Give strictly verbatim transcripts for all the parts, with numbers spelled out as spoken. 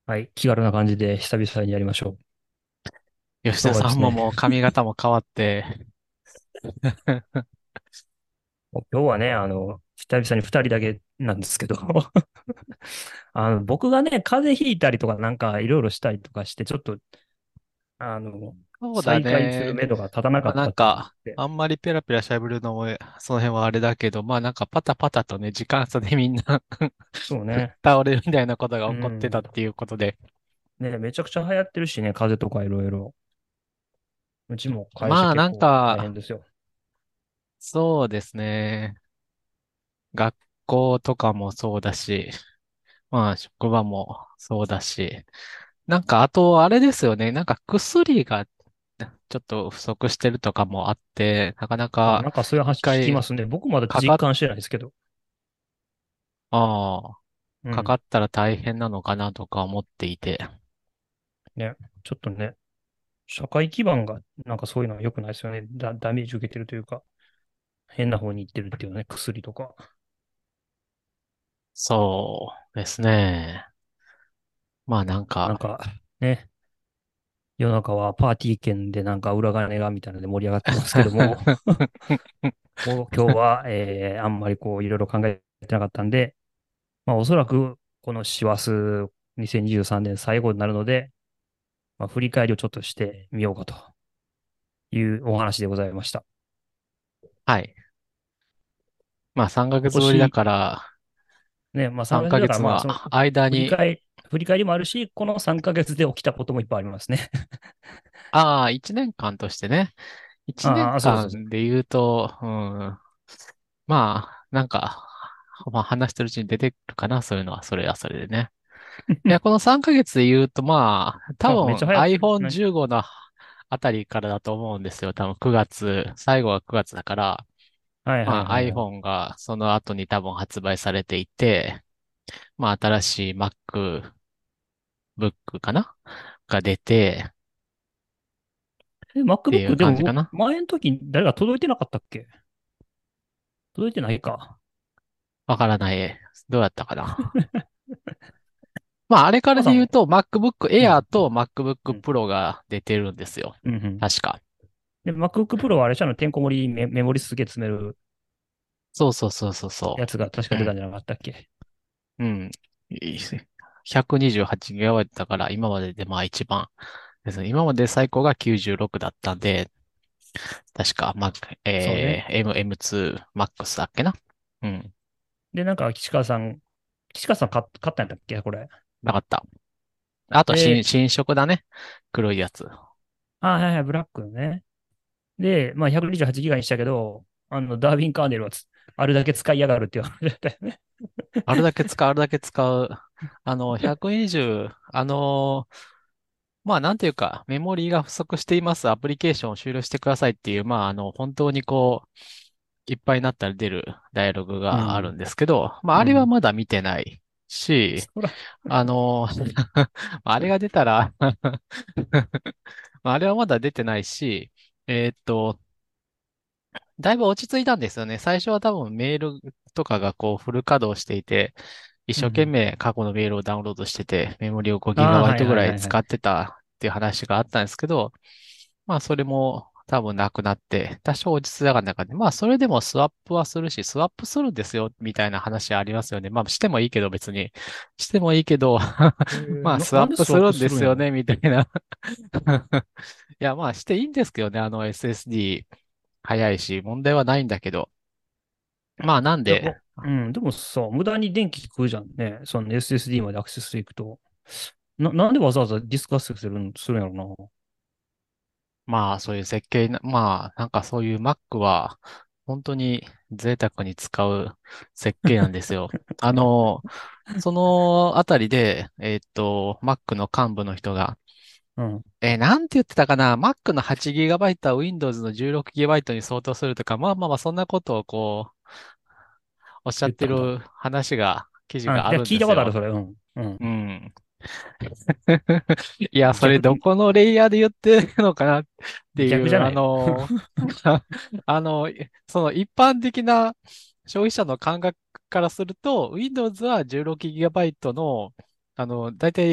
はい。気軽な感じで久々にやりましょう。 吉田今日はですね、 さんももう髪型も変わって、 今日はね、あの、久々に二人だけなんですけど、あの、僕がね、風邪ひいたりとかなんかいろいろしたりとかして、ちょっと、あの、 そうだ再会するね。 目処が立たなかまあなったっていうのがあっんか、 て、 あんまりペラペラ喋るのも、その辺はあれだけど、まあなんかパタパタとね、時間差でみんなそうね。 倒れるみたいなことがう起こってたん。 っていうことで。 ね、めちゃくちゃ流行ってるしね、風邪とかいろいろ。うちも会社まあなん結構大変か、 ですよ。 そうですね。学校とかもそうだし、まあ職場もそうだし、なんかあとあれですよね。なんか薬がちょっと不足してるとかもあって、なかなあ、なんかかそういう一話聞きま回すね。僕まだかかっ、 実感してないですけど。 ああ、かかうん。 ったら大変なのかなとか思っていて。 ね、ちょっとね、社会基盤がなんかそういうのは良くないですよね。ダ、ダメージ受けてるというか、変な方に行ってるっていうね、薬とか。 そうですね。まあなんか、 なんか、ね、世の中はパーティー券でなんか裏金がみたいなので盛り上がってますけども、もう今日は、えーあんまりこういろいろ考えてなかったんで、まあおそらくこの師走にせんにじゅうさんねん最後になるので、まあ、振り返りをちょっとしてみようかというお話でございました。 はい。まあさんかげつぶりだ今年、 から、 ね、まあ3 3 ヶ月だから、 ヶ月のまあその間に、 振り返り、振り返りもあるし、このさんかげつで起きたこともいっぱいありますね。 ああ、いちねんかんとしてね。1年ああ、そうそうそう。 間で言うと、うん、まあ、なんか、まあ話してるうちに出てくるかな、そういうのは、それはそれでね。いや、このさんかげつで言うと、まあ、多あ、めっち分ゃ流行ってる。何アイフォンじゅうご のあたりからだと思うんですよ。多分くがつ、最後はくがつだから、 はいはいまあはいはい。 iPhone がその後に多分発売されていて、まあ新しい MacBook かなが出てえ、 ってい MacBook うでも僕、 感じかな。 前の時誰か届いてなかったっけ？届いてないか。 わからない。どうやったかな。まああれか母さん、 らで言うと MacBook う Air ん、 と MacBook うん、 Pro が出てるんですよ。 うん、うん。 確か。 で、MacBook Pro はあれじゃの、てんこ盛りメ、メモリすげえ詰めるそうそうそうそうそやつが確かう。うん。 出たんじゃなかったっけ？ うん。ひゃくにじゅうはちギガバイトだから今まででまあ一番ですね。今まで最高がきゅうじゅうろくだったんで、確か、Mac、 そうね。 えー、エムエムツー Max だっけな。うん。 で、なんか、岸川さん、岸川さん買っ買ったんやったっけこれ。 なかった。あと新、 で、 新色だね。黒いやつ。 あ、はいはい、ブラックね。で、まあ、ひゃくにじゅうはちギガにしたけど、あの、ダーウィンカーネルはつあるだけ使いやがるっていう話だったよね。 あれだけ使う、あれだけ使う。あの、ひゃくにじゅう、あのまあ、なんていうか、メモリーが不足しています。アプリケーションを終了してくださいっていう、まあ、あの、本当にこう、いっぱいになったら出るダイアログうん。 があるんですけど、まあ、あれはうん。 まだ見てないし、 そら、 あの、あれが出たらまああれはまだ出てないし、えーっと、だいぶ落ち着いたんですよね。最初は多分メールとかがこうフル稼働していて、一生懸うん。 命過去のメールをダウンロードしてて、メモリをああ、はいごギガバイト ぐはいらいはいはい。 使ってたっていう話があったんですけど、まあそれも多分なくなって、多少落ち着いた中で、まあそれでもスワップはするし、スワップするんですよ、みたいな話ありますよね。まあしてもいいけど別に。してもいいけどえー、な、 まあスワッなんでスワッププするんでするんやろ？ すよね、みたいないやまあしていいんですけどね、あの エスエスディー 早いし、問題はないんだけど。まあなんいや、 で、 おうん、でもさ、無駄に電気食うじゃんね。その エスエスディー までアクセスいくと。な、なんでわざわざディスクアクセスするん、するんやろまあそういう設計な、まあなんかそういう Mac は本当に贅沢に使う設計なんですよ。あの、そのあたりで、えーっと、Mac の幹部の人が、 な。うん。 えーなんて言ってたかな？ Mac の はちギガバイト は Windows の じゅうろくギガバイト に相当するとか、まあまあまあそんなことをこう、おっしゃっ言ったんだ。 てる話が、記事あ、いがあや、 るんですよ。 聞いたことある、それ。うん。うん。 うん。いや、それ逆、 どこのレイヤーで言ってるのかなっていう、あ逆じゃないの？ の、あの、その一般的な消費者の感覚からすると、Windows は じゅうろくギガバイト の、あの、だいたい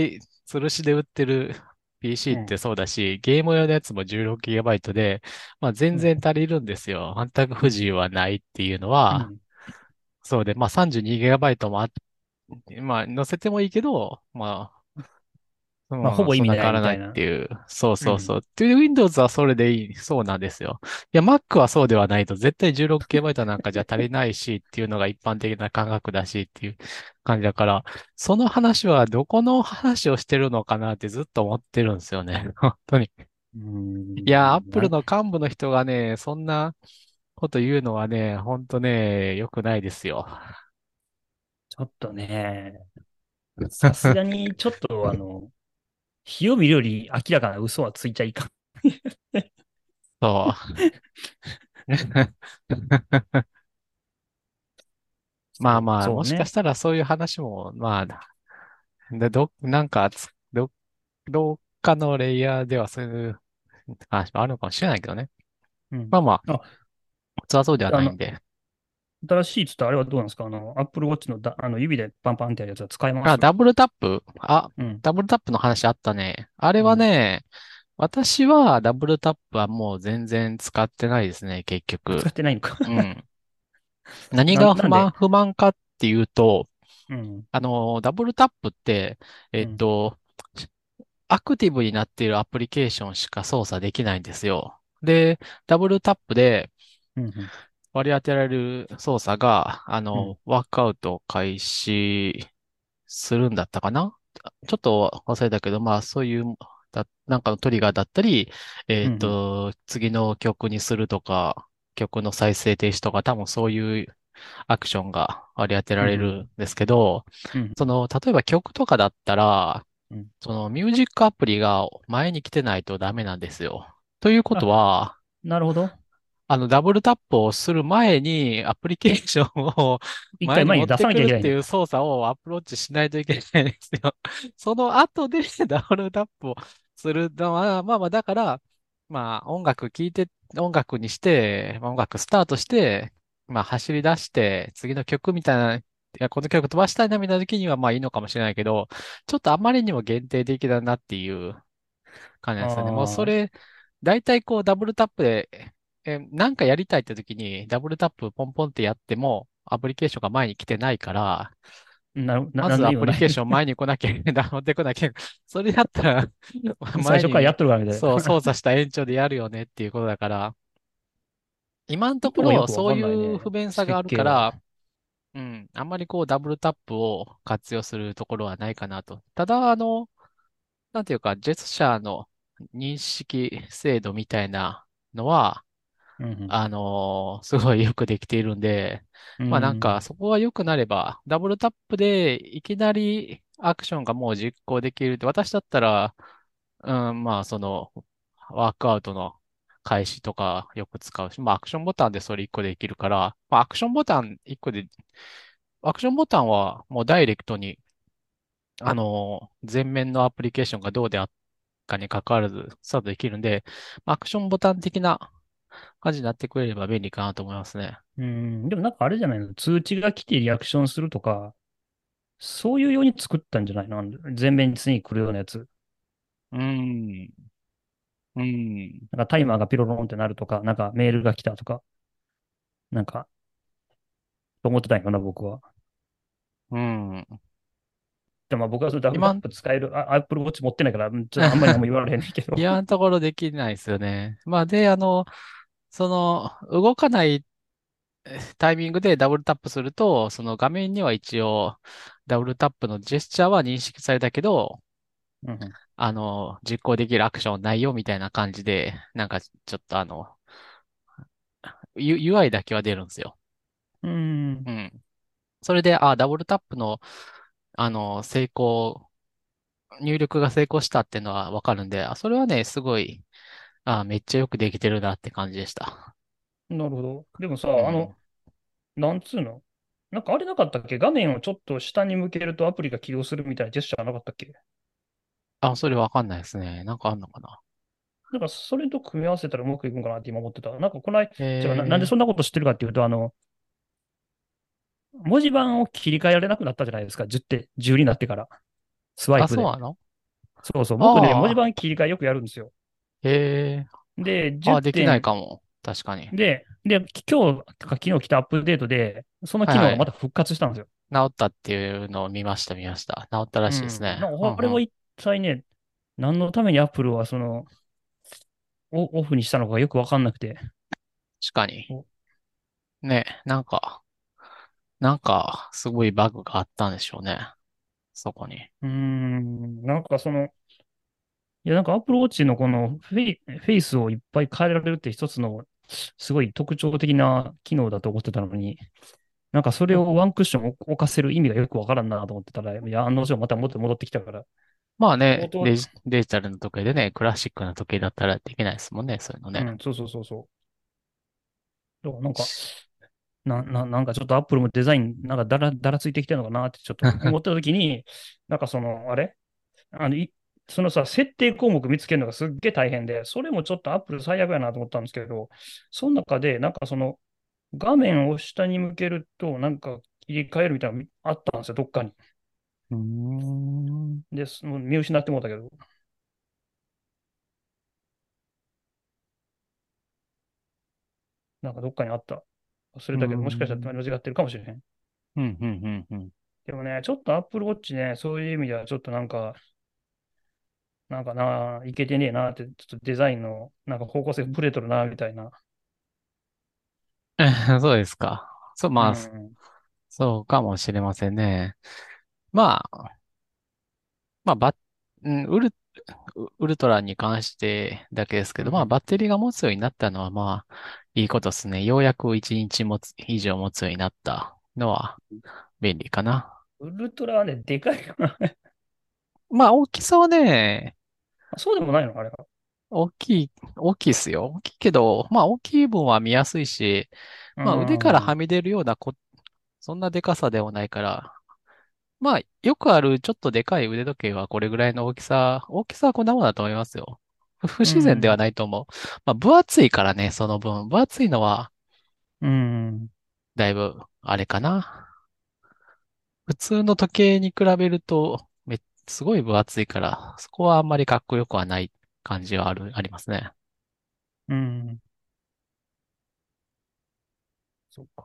吊るしで売ってる ピーシー ってうん。 そうだし、ゲーム用のやつも じゅうろくギガバイト で、まあ全うん。 然足りるんですよ。全く不自うん。 由はないっていうのは、 うん。 そうで、まあ さんじゅうにギガバイト もあっ、まあ載せてもいいけど、ままあ、ほうん、 ぼ意味ないそんな変わらないみたいな。 っていう。そううん。 そうそう。で、Windows はそれでいい。そうなんですよ。いや、Mac はそうではないと、絶対 じゅうろくギガバイト なんかじゃ足りないしっていうのが一般的な感覚だしっていう感じだから、その話はどこの話をしてるのかなってずっと思ってるんですよね。本当に。 うーいや、 ん。 Apple な、 の幹部の人がね、そんなこと言うのはね、本当ね、良くないですよ。 ちょっとね、さすがに、ちょっと、あの、火を見るより明らかな嘘はついちゃいかん。 そう。まあそう、 まあ、もしかしそうね。 たらそういう話も、まあ、で、ど、なんかつ、ど、どっかのレイヤーではそういう話もあるのかもしれないけどね。 うん。 まあまあ、 あ、 普通はそうではあの、 ないんで。 新しいっつったらあれはどうなんですか？あの、Apple Watch のだ、あの、指でパンパンってやるやつは使えまあ、 す？ ダブルタップあ、 うん。 ダブルタップの話あったね。あれはうん。 ね、私はダブルタップはもう全然使ってないですね、結あ、使局。 ってないのか。 うん。何なん、 が不満、 なんで？ 不満かっていうと、 うん。 あの、ダブルタップって、えうん。 っと、アクティブになっているアプリケーションしか操作できないんですよ。で、ダブルタップでうん。 割り当てられる操作が、あうん。 の、ワークアウトを開始するんだったかな。ちょっと忘れたけど、まあそういう、だ、なんかのトリガーだったり、えっうん。 と、次の曲にするとか、曲の再生停止とか、多分そういうアクションが割り当てらうん。 れうん。 るんですけど、 うん。 その、例えば曲とかだったら、 うん。 そのミュージックアプリが前に来てないとダメなんですよ。ということあ、 は、 なるほど。 あの、ダブルタップをする前に、アプリケーションを一回前に持って前に出さなきゃいけないんだ。 くるっていう操作をアプローチしないといけないんですよ。その後でダブルタップをするのは、まあまあ、だから、まあ、音楽聴いて、音楽にして、まあ音楽スタートして、まあ、走り出して、次の曲みたいな、いや、この曲飛ばしたいなみたいな時には、まあいいのかもしれないけど、ちょっとあまりにも限定的だなっていう感じなんですよね。もうそああ、 れ、大体こうダブルタップで、え、なんかやりたいって時にダブルタップポンポンってやっても、アプリケーションが前に来てないから、 なる、な、 まずアなんの意味もない。 プリケーション前に来なきゃ、ダウンロードってこなきゃ、それだったら、 最初からや前に、 っとるからみたいそう、操な。 作した延長でやるよねっていうことだから、今のと意図がよころくわかんそういうないね。 不便さがあ設るから、 計が。 うん、あんまりこうダブルタップを活用するところはないかなと。ただ、あの、なんていうか、ジェスチャーの認識精度みたいなのは、 うん。 あのーすごいよくできているんで、 うまあなんか、 ん。 そこが良くなれば、ダブルタップでいきなりアクションがもう実行できるって、私だったら、うん、まあその、ワークアウトの開始とかよく使うし、まあアクションボタンでそれいっこでできるから、まあアクションボタンいっこで、アクションボタンはもうダイレクトに、あのー前面のアプリケーションがどうであったかに関わらずスタートできるんで、まあアクションボタン的な感じになってくれれば便利かなと思いますね。 うん。でもなんかあれじゃないの？通知が来てリアクションするとか、そういうように作ったんじゃないの？全面に常に来るようなやつ。 うーん。うん。 なんかタイマーがピロロンってなるとか、なんかメールが来たとか、なんか、と思ってたんやろな、僕は。 うん。 でもまあ僕はそのダブルタッ今ん、 プ使える、あ、Apple Watch 持ってないから、うんちょっとあんまり何も言われへんねんけど。 今のところできないですよね。まあ、で、あの、その、動かないタイミングでダブルタップすると、その画面には一応、ダブルタップのジェスチャーは認識されたけど、 うんあの、実行できるアクションないよみたいな感じで、なんかちょっとあの、ユ ユーアイ だけは出るんですよ。 うん。うん。 うん。それで、あ、ダブルタップの、あの、成功、入力が成功したっていうのはわかるんで、あ、それはね、すごい、あ、めっちゃよくできてるなって感じでした。 なるほど。でもさ、あの、 うん。 なんつうの？なんかあれなかったっけ？画面をちょっと下に向けるとアプリが起動するみたいなジェスチャーなかったっけ？ あ、それわかんないですね。なんかあんのかな。 なんかそれと組み合わせたらうまくいくんかなって今思ってた。なんかこの間、違うな、なんでえそんなこと知ってるかっていうと、あの、文字盤を切り替えられなくなったじゃないですか。じゅうって、じゅうになってから。スワー、あ、 イプで。 そうなの？ そうそう。僕ね、文字ああ、 盤切り替えよくやるんですよ。 へえ。 で、10 ああ、できない点かも。確かに。 で、で、今日か昨日来たアップデートで、その機能はいはい。 がまた復活したんですよ。 治ったっていうのを見ました、見ました。治ったらうん。 しいですね。 なんうんうん。 かあれは一体ね、何のためにアップルはその、オオフにしたのかよくわかんなくて。 確かに。 おね、なんか、なんか、すごいバグがあったんでしょうね。そこに。 うーん、なんかその、いやなんか Apple Watch のこのフェイ、フェイスをいっぱい変えられるって一つのすごい特徴的な機能だと思ってたのに、なんかそれをワンクッション置かせる意味がよくわからんなと思ってたら、いや、案の定また元に戻ってきたから、 まあね、 相当、 デジ、デジタルの時計でね、クラシックな時計だったらできないですもんね、そういうのね。 うん、そうそうそうそう。だからなんか、な、な、なんかちょっとアップルもデザイン、なんかだら、だらついてきてるのかなってちょっと思ったときに、なんかその、あれあの、い、そのさ、設定項目見つけるのがすっげえ大変で、それもちょっとアップル最悪やなと思ったんですけど、その中で、なんかその、画面を下に向けると、なんか切り替えるみたいなのあったんですよ、どっかに。 うーん。 で、その見失ってもうたけど、なんかどっかにあった。忘うーれたけど、もしかしたらん。 間違ってるかもしれへん。 うん、うん、うん、うん。 でもね、ちょっと Apple Watch ね、そういう意味ではちょっとなんか、なんかな、いけてねえなって、ちょっとデザインの、なんか方向性ブレとるな、みたいな。 そうですか。そう、 うまあ、 ん。 そうかもしれませんね。まあ、まあ、バッ、うん、ウル、ウルトラに関してだけですけど、まあ、 うん。 バッテリーが持つようになったのは、まあ、いいことですね。ようやくいちにち持つ、以上持つようになったのは便利かな。 ウルトラはね、でかいよな。 まあ、大きさはね、 そうでもないのあれは。 大きい、大きいっすよ。大きいけど、まあ、大きい分は見やすいし、 うまあ、腕からはん。 み出るようなこ、そんなでかさではないから、まあ、よくあるちょっとでかい腕時計はこれぐらいの大きさ、大きさはこんなものだと思いますよ。不不自然ではうん。 ないと思う。まあ、分厚いからね、その分。分厚いのは、 うん。 だいぶ、あれかな。普通の時計に比べると、め、すごい分厚いから、そこはあんまりかっこよくはない感じはある、ありますね。 うん。そっか。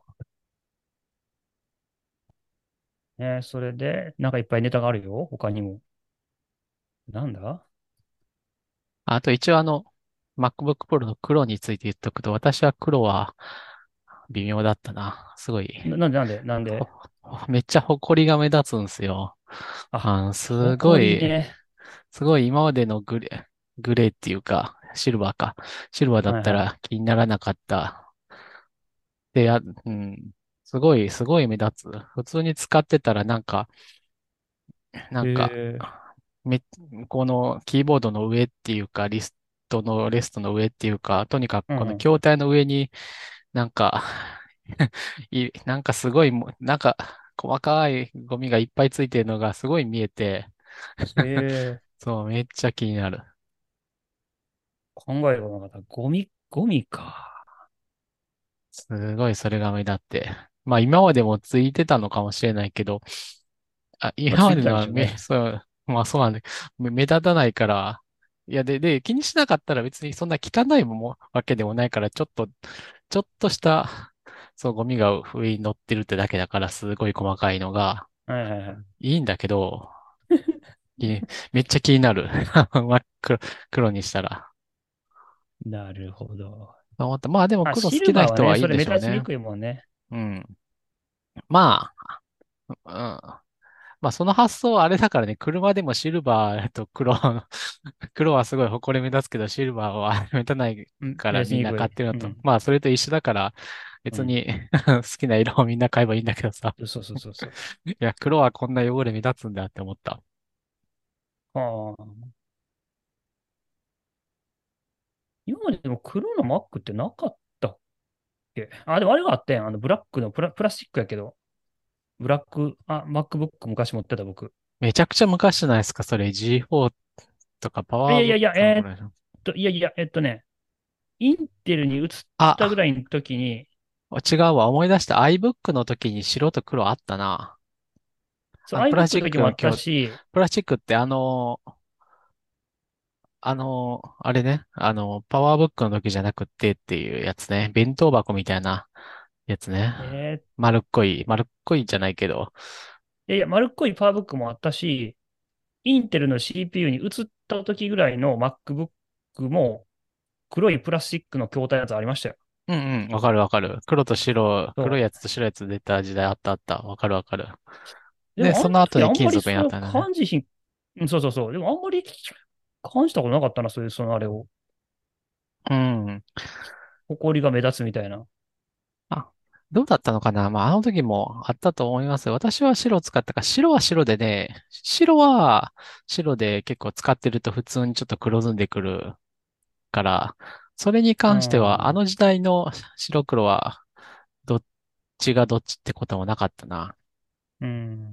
ね、それで、なんかいっぱいネタがあるよ。他にも。なんだあと一応あの、MacBook Pro の黒について言っとくと、私は黒は微妙だったな。すごい、 な、なんでなんでなんほでめっちゃ埃が目立つんですよ。 あ、 あの、すごい、 誇りね。 すごい今までのグレー、グレーっていうか、シルバーか。シルバーだったはいはい。 ら気にならなかった。で、や、うん、すごい、すごい目立つ。普通に使ってたらなんか、なんか、 えめ、このキーボードの上っていうか、リストのレストの上っていうか、とにかくー、うこのん。 筐体の上になんかい、なんかすごいも、なんか細かいゴミがいっぱいついてるのがすごい見えて、 えー、 そう、めっちゃ気になる。 考えがなかった。ゴミ、ゴミか。 すごいそれが目立って。まあ今までもついてたのかもしれないけど、あ、 まあ、 今までついてたのはめ、 んでしょうね。 そう、まあそうなんだ。目目立たないから、いや、で、で、気にしなかったら別にそんな汚いももわけでもないから、ちょっと、ちょっとした、そう、ゴミが上に乗ってるってだけだから、すごい細かいのがはいはいはい。 いいんだけど、いめっちゃ気になる。真っ黒、黒にしたら。 なるほど。 思った。まあでもあ、 黒好シルきな人バーはね、 はいいんでそれ目しょうね。 立ちにくいもんね。 うん。まあ、うん。まあその発想はあれだからね、車でもシルバーと黒の黒はすごい埃目立つけど、シルバーは目立たないうん、目からみんな立ちにくい。 買ってるのと、 うん。 まあそれと一緒だからうん。 別に好きな色をみんな買えばいいんだけどさ。 そうそうそうそう。 いや、黒はこんな汚れ目立つんだって思った。 ああ。今まででも黒の Mac ってなかったっけあ、でもあれがあってん。あの、ブラックのプラ、プラスチックやけど、ブラック、あ、MacBook 昔持ってた僕。 めちゃくちゃ昔じゃないですか、それ ジーフォー とかパワーブックいやいやいや、えーっそのぐらいの。 と、いやいや、えっとね、インテルに移ったぐあ、 らいの時に、 違うわ、思い出した。iBook の時に白と黒あったな。 そう、 あの、プラス iBook チッの時もあったクの今日、 し、 プラスチックってあの、 あの、あれね、あの、パワーブックの時じゃなくってっていうやつね。弁当箱みたいなやつね。 え丸っこい、丸っこいじゃないけど。 ー、いや、丸っこいパワーブックもあったし、インテルの シーピーユー に移った時ぐらいの MacBook も黒いプラスチックの筐体のやつありましたよ。 うんうん、わかるわかる。黒と白、黒いそやつと白いやつ出た時代あったあった。わかるわかる。 う。でで、 もあのその後時あんまりに金属にそれをなったんだね。 感じひん。うんそうそうそう。でもあんまり感じたことなかったな、そういう、そのあれを。 うん。 埃が目立つみたいな。 あ、どうだったのかな。まあ、あの時もあったと思います。私は白を使ったから、白は白でね、白は白で結構使ってると普通にちょっと黒ずんでくるから、それにう関しては、あん。 の時代の白黒は、どっちがどっちってこともなかったな。 うん。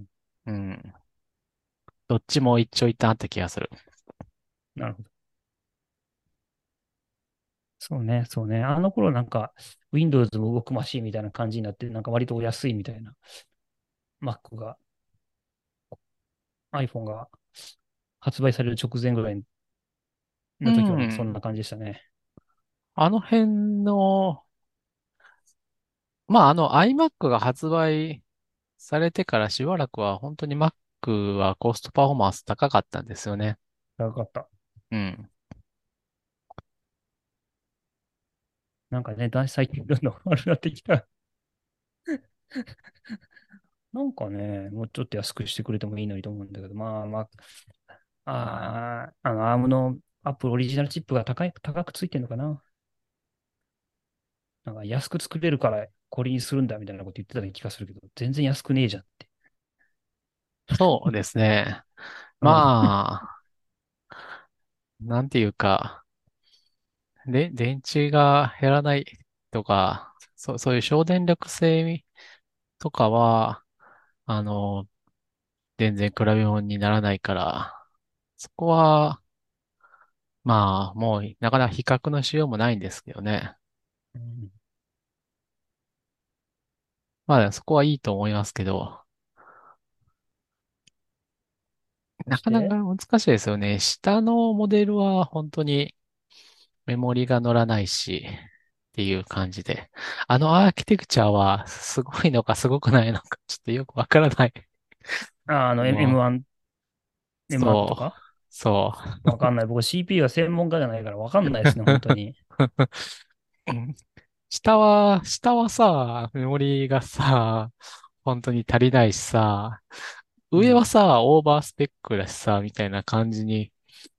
うん。どっちも一長一短あった気がする。 なるほど。そうね、そうね。あの頃なんか Windows も動くマシンみたいな感じになって、なんか割と安いみたいな Mac が、iPhone が発売される直前ぐらいうの時はなんかそんん。 な感じでしたね。 あの辺の、まあ、あの iMac が発売されてからしばらくは本当に Mac はコストパフォーマンス高かったんですよね。 長かった。 うん。 なんかね、だ最近どんどん悪くなってきた。なんかね、もうちょっと安くしてくれてもいいのにと思うんだけど、まあまあ、あー、あの、アームのアップルオリジナルチップが高い、高くついてんのかな。なんか安く作れるからこれにするんだみたいなこと言ってたような気がするけど、全然安くねえじゃんって。 そうですね。 うん。 まあ、なんていうか、で、電池が減らないとか、そう、そういう省電力性とかは、あの、全然比べ物にならないから、そこは、まあ、もう、なかなか比較のしようもないんですけどね。 うんまあ、そこはいいと思いますけど、なかなかそして、 難しいですよね。下のモデルは本当にメモリが乗らないし、っていう感じで。あのアーキテクチャはすごいのかすごくないのか、ちょっとよくわからない。 あ、あの、M- もう、 M1、エムワン とそう、 かそわかんない。僕 シーピーユー は専門家じゃないからわかんないですね、本当に。 う。下は、下はさ、メモリがさ、本当に足りないしさ、上はうん。 さ、オーバースペックだしさ、みたいな感じに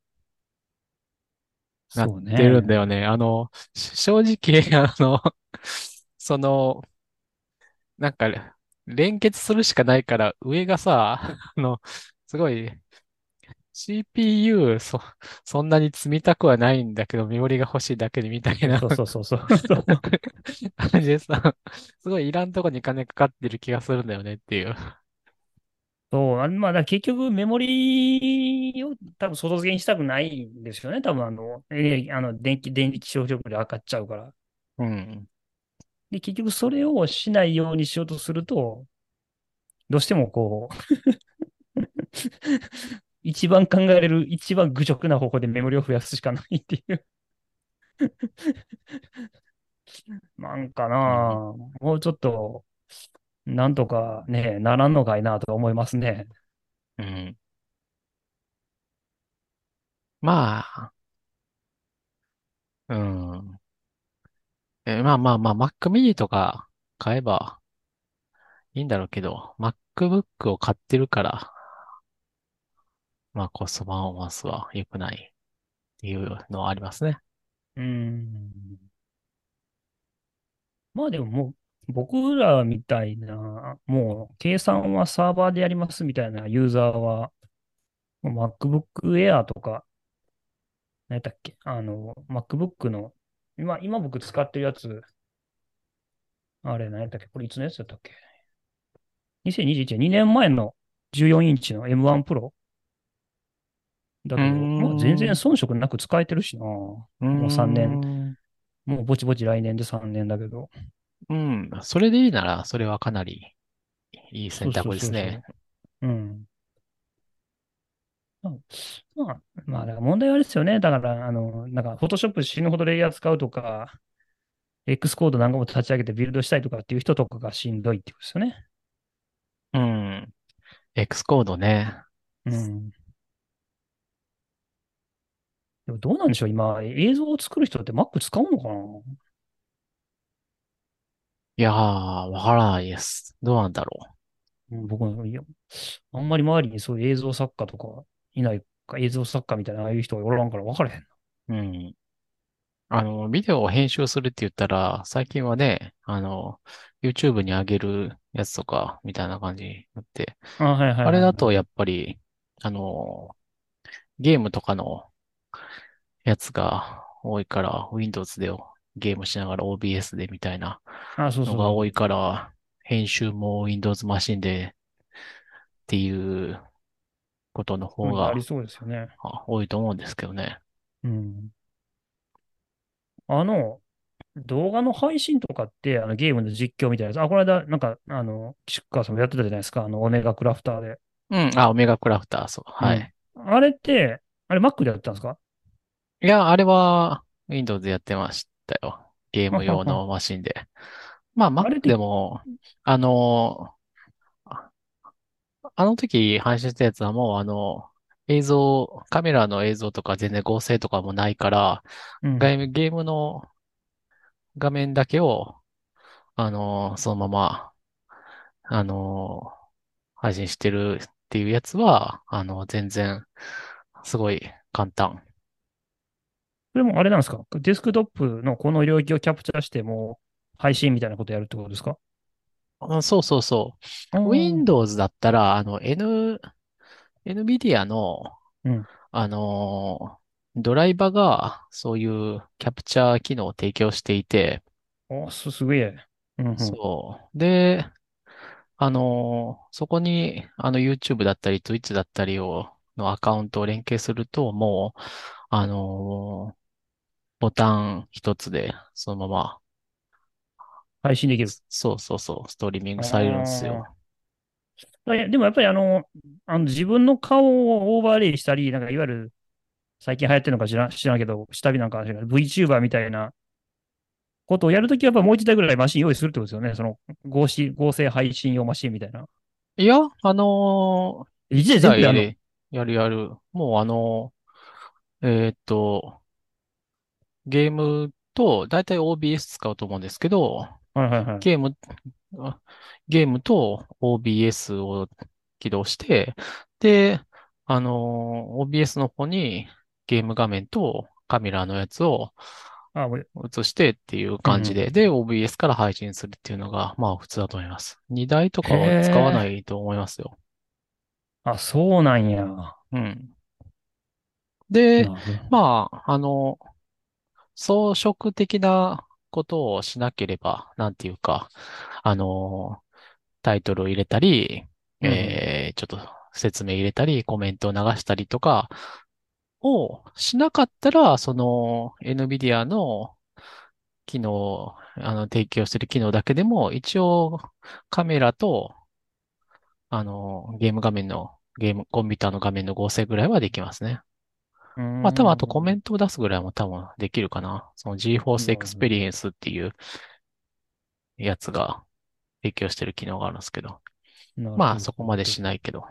なっそうてるんだよね。 ね。あの、し正直、あの、その、なんか、連結するしかないから、上がさ、あの、すごい、シーピーユー、そ、そんなに積みたくはないんだけど、メモリが欲しいだけでみたいなそうそうそうそう。そう。 感じでさ、すごいいらんとこに金かかってる気がするんだよねっていう。 そうあまあ、だから結局メモリを多分外付けにしたくないんですよね。多分あの、エネルギーあの電気、電力消費量で上がっちゃうから。 うん。 で、結局それをしないようにしようとすると、どうしてもこう、一番考えられる、一番愚直な方法でメモリを増やすしかないっていう。なんかなうん。 あもうちょっと、なんとかね、ならんのかいなと思いますね。 うん。まあ、うん。え、まあまあまあ、Mac mini とか買えばいいんだろうけど、MacBook を買ってるから、まあコストパフォーマンスは良くないっていうのはありますね。 うーん。まあでももう、僕らみたいな、もう計算はサーバーでやりますみたいなユーザーは、もう MacBook Air とか、何やったっけあの、MacBook の、今、今僕使ってるやつ、あれ何やったっけこれいつのやつだったっけ ?にせんにじゅういち 年、にねんまえのじゅうよんインチの エムワン Pro だうーけど、まあ全然ん。う遜色なく使えてるしな。 ーもうさんねん、 ん。 もうぼちぼち来年でさんねんだけど。 うん。それでいいなら、それはかなりいい選そうそう択ですね。 そうそう。うん。まあ、まあまあ、だから問題はあれですよね。だから、あの、なんか、フォトショップ死ぬほどレイヤー使うとか、X コード何個も立ち上げてビルドしたいとかっていう人とかがしんどいってことですよね。 うん。X コードね。 うん。でもどうなんでしょう今、映像を作る人って Mac 使うのかな？ いやー、わからないです。どうなんだろうん、僕も、いや、あんまり周りにそういう映像作家とかいないか、映像作家みたいなああいう人がおらんから分からへんな。 う。うん。あの、ビデオを編集するって言ったら、最近はね、あの、YouTube に上げるやつとか、みたいな感じになって、 あ、はいはいあれはいはい。 だとやっぱり、あの、ゲームとかのやつが多いから、Windows でゲームしながら オービーエス でみたいなあ、そうのが多いそうそうそから、編集も Windows マシンでっていうことのう。 方がやりそうですよね。 あ多いと思うんですけどね。 うん。あの、動画の配信とかって、あの、ゲームの実況みたいなやつ。あ、この間、なんか、あの、岸川さんもやってたじゃないですか。あの、オメガクラフターで。 うん、あ、オメガクラフター、そう、 うん。 はい。 あれって、あれ Mac でやってたんですか？ いや、あれは Windows でやってましたよ。ゲーム用のははは。 マシンで。まあ、Mac あれって、 でも、あの、ああの時配信したやつはもう、あの、映像、カメラの映像とか全然合成とかもないから、 うん。 ゲーム、ゲームの画面だけを、あの、そのまま、あの、配信してるっていうやつは、あの、全然、すごい簡単。 それもあれなんですか？デスクトップのこの領域をキャプチャーしても配信みたいなことやるってことですか？ あそうそうそう。 ああ、 Windows だったら、あの、N、NVIDIA の、 うん。 あの、ドライバーが、そういうキャプチャー機能を提供していて、 あ、す、すげえ。うん、うん。 そう。で、あの、そこに、あの、YouTube だったり、Twitch だったりを、のアカウントを連携すると、もう、あの、ボタン一つで、そのまま、 配信できる。 そうそうそう、ストリーミンあグされるんですよ。 あ。いやでもやっぱりあの、あの自分の顔をオーバーレイしたり、なんかいわゆる最近流行ってるのか知らん、知らんけど、下火なんか知らん VTuber みたいなことをやるときはやっぱもう一台ぐらいマシン用意するってことですよね。その合成、合成配信用マシンみたいな。 いや、あのー一台一全部であんの？ 台でやるやる。もうあのーえーっと、ゲームと、だいたい オービーエス 使うと思うんですけど、 はいはいはい。 ゲーム、あゲームと オービーエス を起動して、で、あのー オービーエス の方にゲーム画面とカメラのやつをあ、もう、 映してっていううんうん。 感じで、で、オービーエス から配信するっていうのが、まあ普通だと思います。にだいとへかは使わなえ。 いと思いますよ。 あ、そうなんや。 うん。で、 なるほど。 まあ、あの、装飾的なことをしなければ、なんていうか、あの、タイトルを入れたり、 うんうん。 えー、ちょっと説明入れたり、コメントを流したりとかをしなかったら、その NVIDIA の機能、あの、提供している機能だけでも、一応カメラと、あの、ゲーム画面の、ゲーム、コンピューターの画面の合成ぐらいはできますね。 うーまあ、多分あとコメん。 ントを出すぐらいも多分できるかな。その GeForce なるほど。 Experience っていうやつが提供してる機能があるんですけど。まあ、 なるそこまでほど。 しないけど。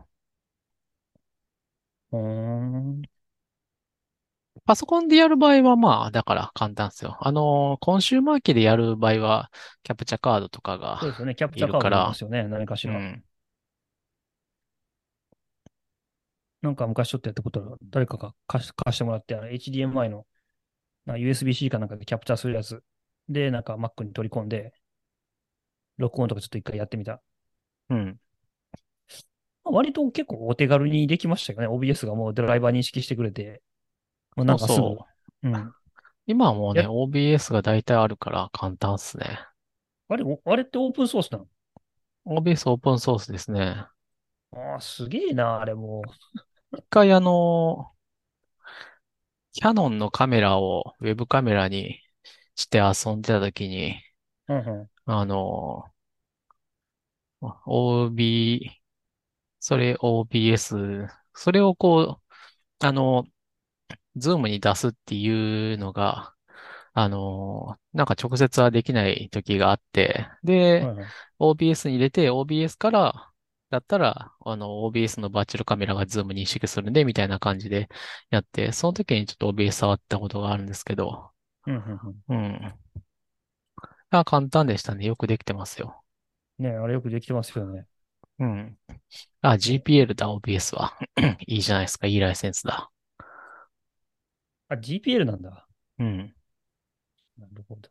うーん。 パソコンでやる場合はまあ、だから簡単ですよ。あの、コンシューマー機でやる場合は、キャプチャカードとかがそうですよね。キャプチいャーカードいりまるから、 すよね。何かしら。 うん。 なんか昔ちょっとやったことある。誰かが貸し、貸してもらって、あの エイチディーエムアイ のなんか ユーエスビー-C かなんかでキャプチャーするやつ。で、なんか Mac に取り込んで、録音とかちょっと一回やってみた。 うん。 まあ割と結構お手軽にできましたよね。オービーエス がもうドライバー認識してくれて、もうなそうんかすぐ、 そう。 うん。 今はもうね、 や、 オービーエス が大体あるから簡単っすね。 あれ、おあれってオープンソースなの？ オービーエス オープンソースですね。 ああー、すげえな、あれも一回あの、キヤノンのカメラをウェブカメラにして遊んでた時に、 う。うんうん。 あの、オービー、それ オービーエス、それをこう、あの、 ズームに出すっていうのが、あの、なんか直接はできない時があって、で、 はいはい。 オービーエス に入れて、オービーエス から、だったら、あの、オービーエス のバーチャルカメラがズーム認識するんで、みたいな感じでやって、その時にちょっと オービーエス 触ったことがあるんですけど、 うんうんうん。 うん。あ、簡単でしたね。よくできてますよ。 ね、あれよくできてますよね。 うん。あ、 ね。 ジーピーエル だ、オービーエス は。いいじゃないですか。いいライセンスだ。 あ、ジーピーエル なんだ。 うん。 なるほど。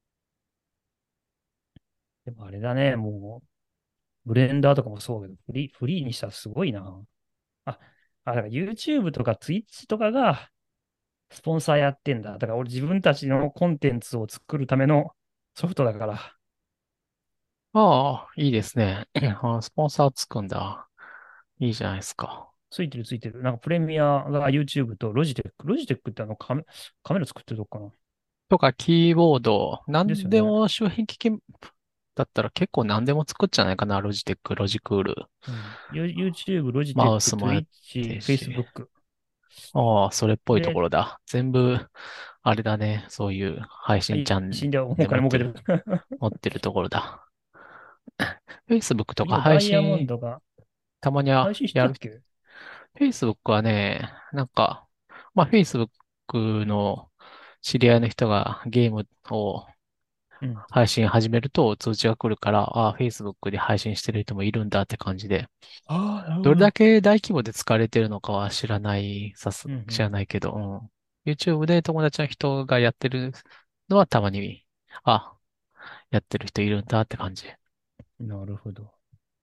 でもあれだね、もう、ブレンダーとかもそうだけど、フリー、フリーにしたらすごいな。あ、あ、だから YouTube とか Twitch とかがスポンサーやってんだ。だから俺自分たちのコンテンツを作るためのソフトだから、 ああ、いいですね。あ、スポンサーつくんだ。いいじゃないですか。 ついてるついてる。なんかプレミアが YouTube とロジテック。ロジテックってあのカメ、カメラ作ってるとこかな。 とか、キーボード。なんでですよね。 も周辺機器だったら結構何でも作っちゃないかな。ロジテック、ロジクール。 うん。ユ YouTube、ロジテック、 マウスもやってる Twitch、 し。 Facebook。 ああ、それっぽいとこで、 ろだ。全部、あれだね。そういう配信チャ配ン信でもうおネル持ってる、 金儲けてる。 持ってるところだ。Facebook とか次のダイヤモン配信、 ドがたまには配信しやる。 たっけ？ Facebook はね、なんか、まあ Facebook の知り合いの人がゲームをうん。 配信始めると通知が来るから、ああ、Facebook で配信してる人もいるんだって感じで、 ああ、なるほどれだど。 け大規模で使われてるのかは知らない、さす、知らうんないけど、うん。YouTube で友達の人がやってるのはたまに、あ、やってる人いるんだって感じ。 うん。なるほど。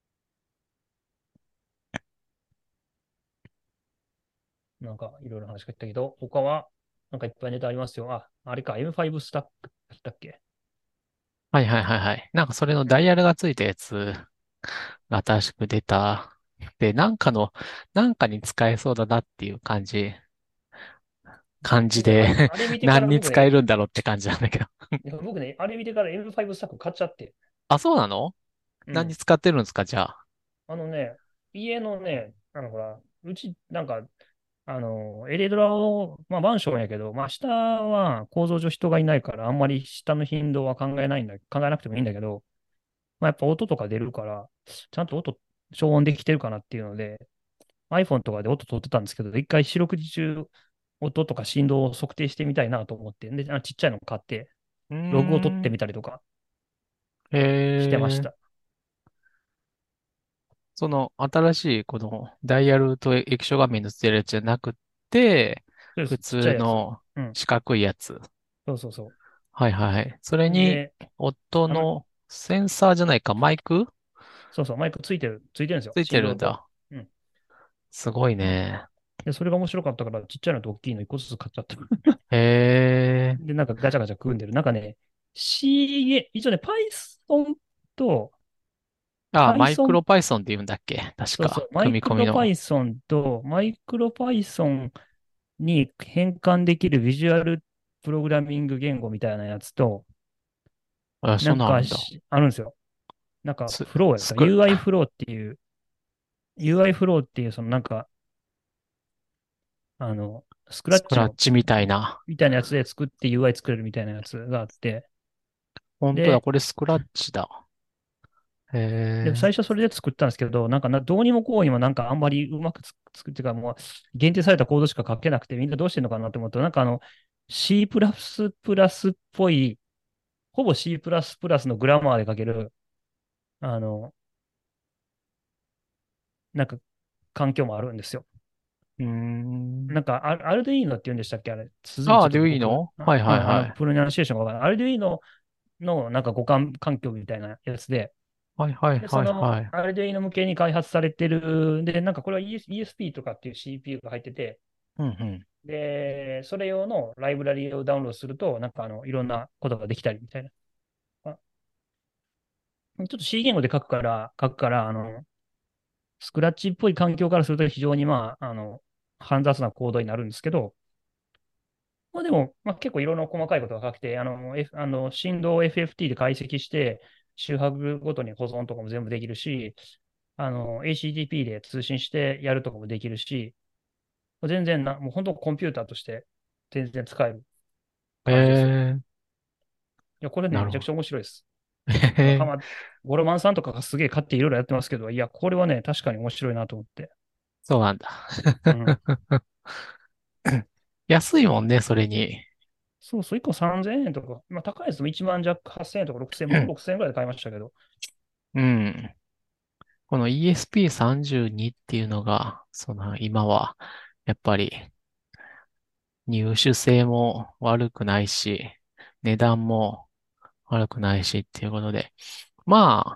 なんかいろいろ話が来たけど、他はなんかいっぱいネタありますよ。あ、あれか、エムファイブ スタックだったっけ？ はいはいはいはい。なんかそれのダイヤルがついたやつが新しく出た。で、なんかの、なんかに使えそうだなっていう感じ、感じ僕ね、あれ、 であれ見てか何にら僕ね、 使えるんだろうって感じなんだけど。 いや僕ね、あれ見てから エムファイブ スタック買っちゃって。 あ、そうなの？ うん。 何に使ってるんですか、じゃあ。 あのね、家のね、あのほら、うちなんか、あの、エレドラを、まあマンションやけど、まあ下は構造上人がいないから、あんまり下の頻度は考えないんだ、考えなくてもいいんだけど、まあやっぱ音とか出るから、ちゃんと音、消音できてるかなっていうので、iPhone とかで音取ってたんですけど、一回四六時中音とか振動を測定してみたいなと思って、で、あのちっちゃいの買って、 うーログを取ってん。 みたりとかしてましえー、 た。 その新しいこのダイヤルと液晶画面のついてるやつじゃなくて、普そうです。ちっちゃいやつ。 通のうん。 四角いやつ。 そうそうそはいはい。それう。 にで、あの、 音のセンサーじゃないか、マイクそうそう、マイクついてる、ついてるんですよ。 ついて振動と。 るんだ。 うん。 すごいね。 で、それが面白かったから、ちっちゃいのと大きいの一個ずつ買っちゃった。 へー。 で、なんかガチャガチャ組んでる。なんかね、C、一応ね、Python と、 あ、マイク Python、 ロ Python って言うんだっけ確か。 そうそう、マイ組みクロ込みの。 Python と、マイクロ Python に変換できるビジュアルプログラミング言語みたいなやつと、 あ、そなんんなんあるんだ。 かし、あるんですよ。なんか、 ス、 フローやった。 スク、 ユーアイ フローっていう、ユーアイ フローっていう、そのなんか、あの、スクラスクッチの、 ラッチみたいな。 みたいなやつで作って ユーアイ 作れるみたいなやつがあって、 本当だ、 で、 これスクラッチだ。 で、 へー。 最初それで作ったんですけど、なんかな、どうにもこうにもなんかあんまりうまくつ作っていうか、もう限定されたコードしか書けなくて、みんなどうしてんのかなと思うと、なんかあの、C++ っぽい、ほぼ C++ のグラマーで書ける、あの、なんか環境もあるんですよ。 うーん。 なんか、アアルデュイーノって言うんでしたっけあれ。続いああ、 ちょっとでいい僕、 の？はいあ、うん、あの、 はいはい。 プロナンシエーションがわからない。アルデュイーノのなんか互換環境みたいなやつで、 はいはいで、その、 はいはい。 アルデュイーノ向けに開発されてる、で、なんかこれは イーエス イーエスピー とかっていう シーピーユー が入ってて、 うんうん。 で、それ用のライブラリをダウンロードすると、なんかあの、いろんなことができたりみたいな。あちょっと C 言語で書くから、書くから、あの、スクラッチっぽい環境からすると非常にまあ、あの、煩雑なコードになるんですけど、まあでも、まあ、結構いろんな細かいことが書けて、あの、F、あの振動を エフエフティー で解析して、周波数ごとに保存とかも全部できるし、あの、エーシーティーピー で通信してやるとかもできるし、 全然な、もう本当コンピューターとして全然使えるえ感じですよ。 え、 いや、これね、 なるほど。 めちゃくちゃ面白いです。なんかかええ、 ま、ゴロマンさんとかがすげえ買っていろいろやってますけど、いや、これはね、確かに面白いなと思って。 そうなんだ。 うん。 安いもんね、それに。 そうそう、いっこさんぜんえんとか、まあ高いですもいちまん弱、はっせんえんとかろくせん、僕ろくせんえんぐらいで買いましたけど、 うん。この イーエスピーさんじゅうに っていうのが、その今は、やっぱり入手性も悪くないし、値段も悪くないしっていうことで、まあ、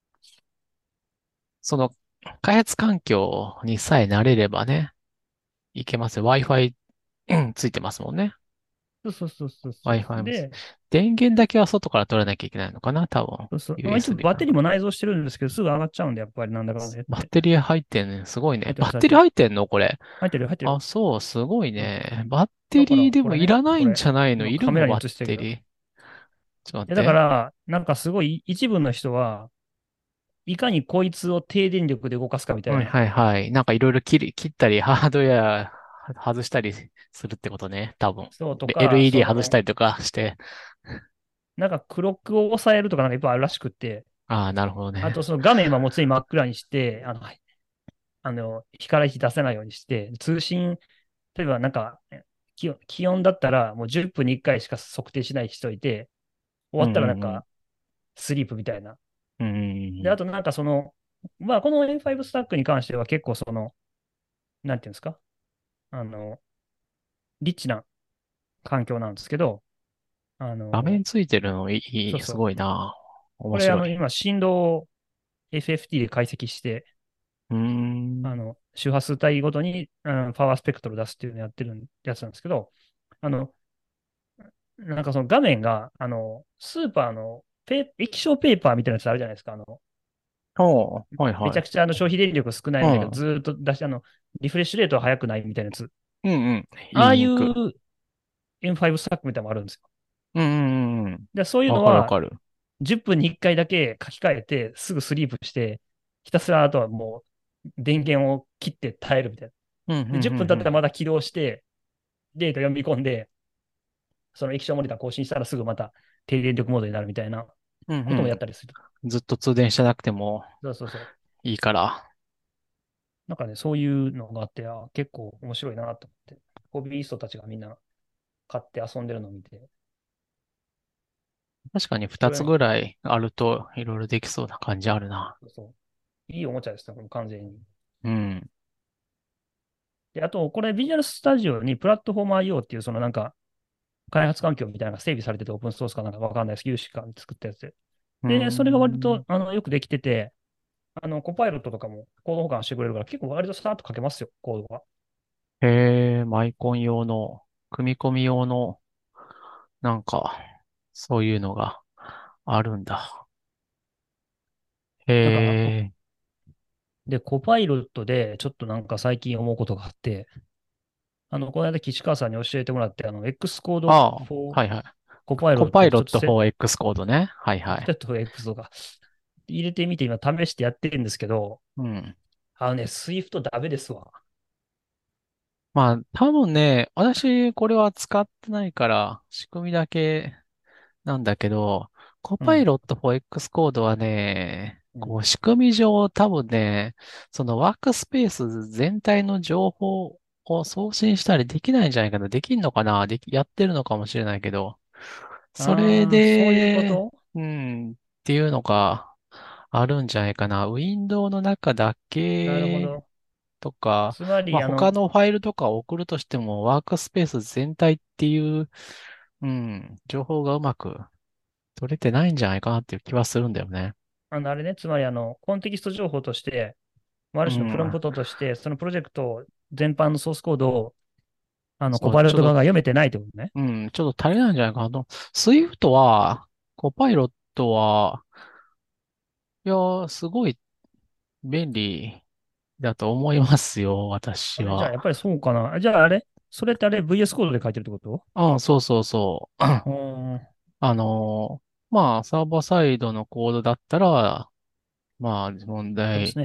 その開発環境にさえ慣れればね、いけますよ。Wi-Fi うんついてますもんね。 そうそうそうそうそう。 Wi-Fi も。 で、 電源だけは外から取らなきゃいけないのかな、多分。 そうそう。まあ、一応ユーエスビー か。 バッテリーも内蔵してるんですけど、すぐ上がっちゃうんで、やっぱりなんだかんだ言って。 バッテリー入ってんね。すごいね。 入ってます、 バッテリー入ってる。 入ってんのこれ？ 入ってる、入ってる。 あ、そう、すごいうん。 ね。バッテだから、 リーでもいこれね、 らないんこれ、 じゃないの？ 今カメラにいるの？バッ映してるけど。いテリー。ちょっと待や、だって。 から、なんかすごい一部の人は、いかにこいつを低電力で動かすかみたいはいな。 はいはい。なんかいろいろ切り、切ったり、ハードウェア外したりするってことね。多分。 そうとでか、そエルイーディー 外したの、 りとかして。 なんかクロックを抑えるとかなんかいっぱいあるらしくって、 ああ、なるほどね。 あとその画面はもう常に真っ暗にして、あの、あの、光出せないようにして、通信、例えばなんか、気温、気温だったらもうじゅっぷんにいっかいしか測定しない人いて、終わったらうんうんうん。 なんか、スリープみたいな。 うんうんで、 うん。 あとなんかその、まあ、この エムファイブ スタックに関しては結構その、なんていうんですか、あの、リッチな環境なんですけど、あの、 画面ついてるのいい、すそうそう。 ごいな。面これ、あの、 白い。 今、振動を エフエフティー で解析して、 うーん。 あの、周波数帯ごとに、うん、パワースペクトル出すっていうのをやってるやつなんですけど、あの、なんかその画面が、あの、スーパーのペ液晶ペーパーみたいなやつあるじゃないですか。あの、 おー、はいはい。 めちゃくちゃあの消費電力少ないんだけど、 うん。 ずーっと出し、あの、リフレッシュレートは速くないみたいなやつ。 うんうん。 ああいいいインク。 う エムファイブ スタックみたいなのもあるんですよ。 うんうんうんうん。 で、そういうわのは、 かるわかる。 じゅっぷんにいっかいだけ書き換えて、すぐスリープして、ひたすらあとはもう電源を切って耐えるみたいな。 うんうんうで、じゅっぷん経ったらんうん。 また起動して、データ読み込んで、その液晶モニター更新したらすぐまた低電力モードになるみたいなこともやうんったりする。 うん。ずっと通電してなくてもそうそうそう。 いいから。 なんかね、そういうのがあって、あ、結構面白いなと思って。ホビーストたちがみんな買って遊んでるのを見て、 確かに2つこれ、 ぐらいあるといろいろできそうな感じあるな。 そうそう、いいおもちゃですね、この完全に。 うん。 で、あと、これビジュアルスタジオにプラットフォーム アイオー っていう、そのなんか、開発環境みたいなのが整備されてて、オープンソースかなんかわかんないです。有志か作ったやつで。 うーで、それが割ん。 と、あの、よくできてて、あの、コパイロットとかもコード保管してくれるから、結構割とスタート書けますよ、コードが。 へえ、マイコン用の、組み込み用の、なんか、そういうのがあるんだ。へなんか、 え。 で、コパイロットで、ちょっとなんか最近思うことがあって、あの、この間、岸川さんに教えてもらって、あの、X コードああ、 for はいはい。 コパイロットコパイロットでちょっとセフォーエックス コードね。はいはい。 セット X とか入れてみて今試してやってるんですけど、 うん。 あのね、Swift ダメですわ。 まあ、多分ね、私、これは使ってないから、仕組みだけなんだけど、コうん。 パイロット フォーエックス コードはね、 うん。 こう、仕組み上多分ね、そのワークスペース全体の情報を送信したりできないんじゃないかな。できんのかなでき、やってるのかもしれないけど、それああ、そういうこで、 と。 うん、っていうのがあるんじゃないかな。ウィンドウの中だけなるほど。 とか、 つままあ、 り、あの、 他のファイルとかを送るとしても、ワークスペース全体っていう、うん、情報がうまく取れてないんじゃないかなっていう気はするんだよね。 あの、あれね、つまり、あの、コンテキスト情報として、あうる種のプロンん。 プトとして、そのプロジェクト全般のソースコードを、あの、コそう、 パイロット側ちょっと、 が読めてないってことね。 うん、ちょっと足りないんじゃないかなと。Swift は、コパイロットは、いやー、すごい便利だと思いますよ、私あれ、じゃあ、やっは。 ぱりそうかな。じゃあ、あれそれってあれ ブイエス コードで書いてるってこと？ うん、そうそうそう。 うーん、 あのーまあ、サーバーサイドのコードだったら、まあ、問題そうですね。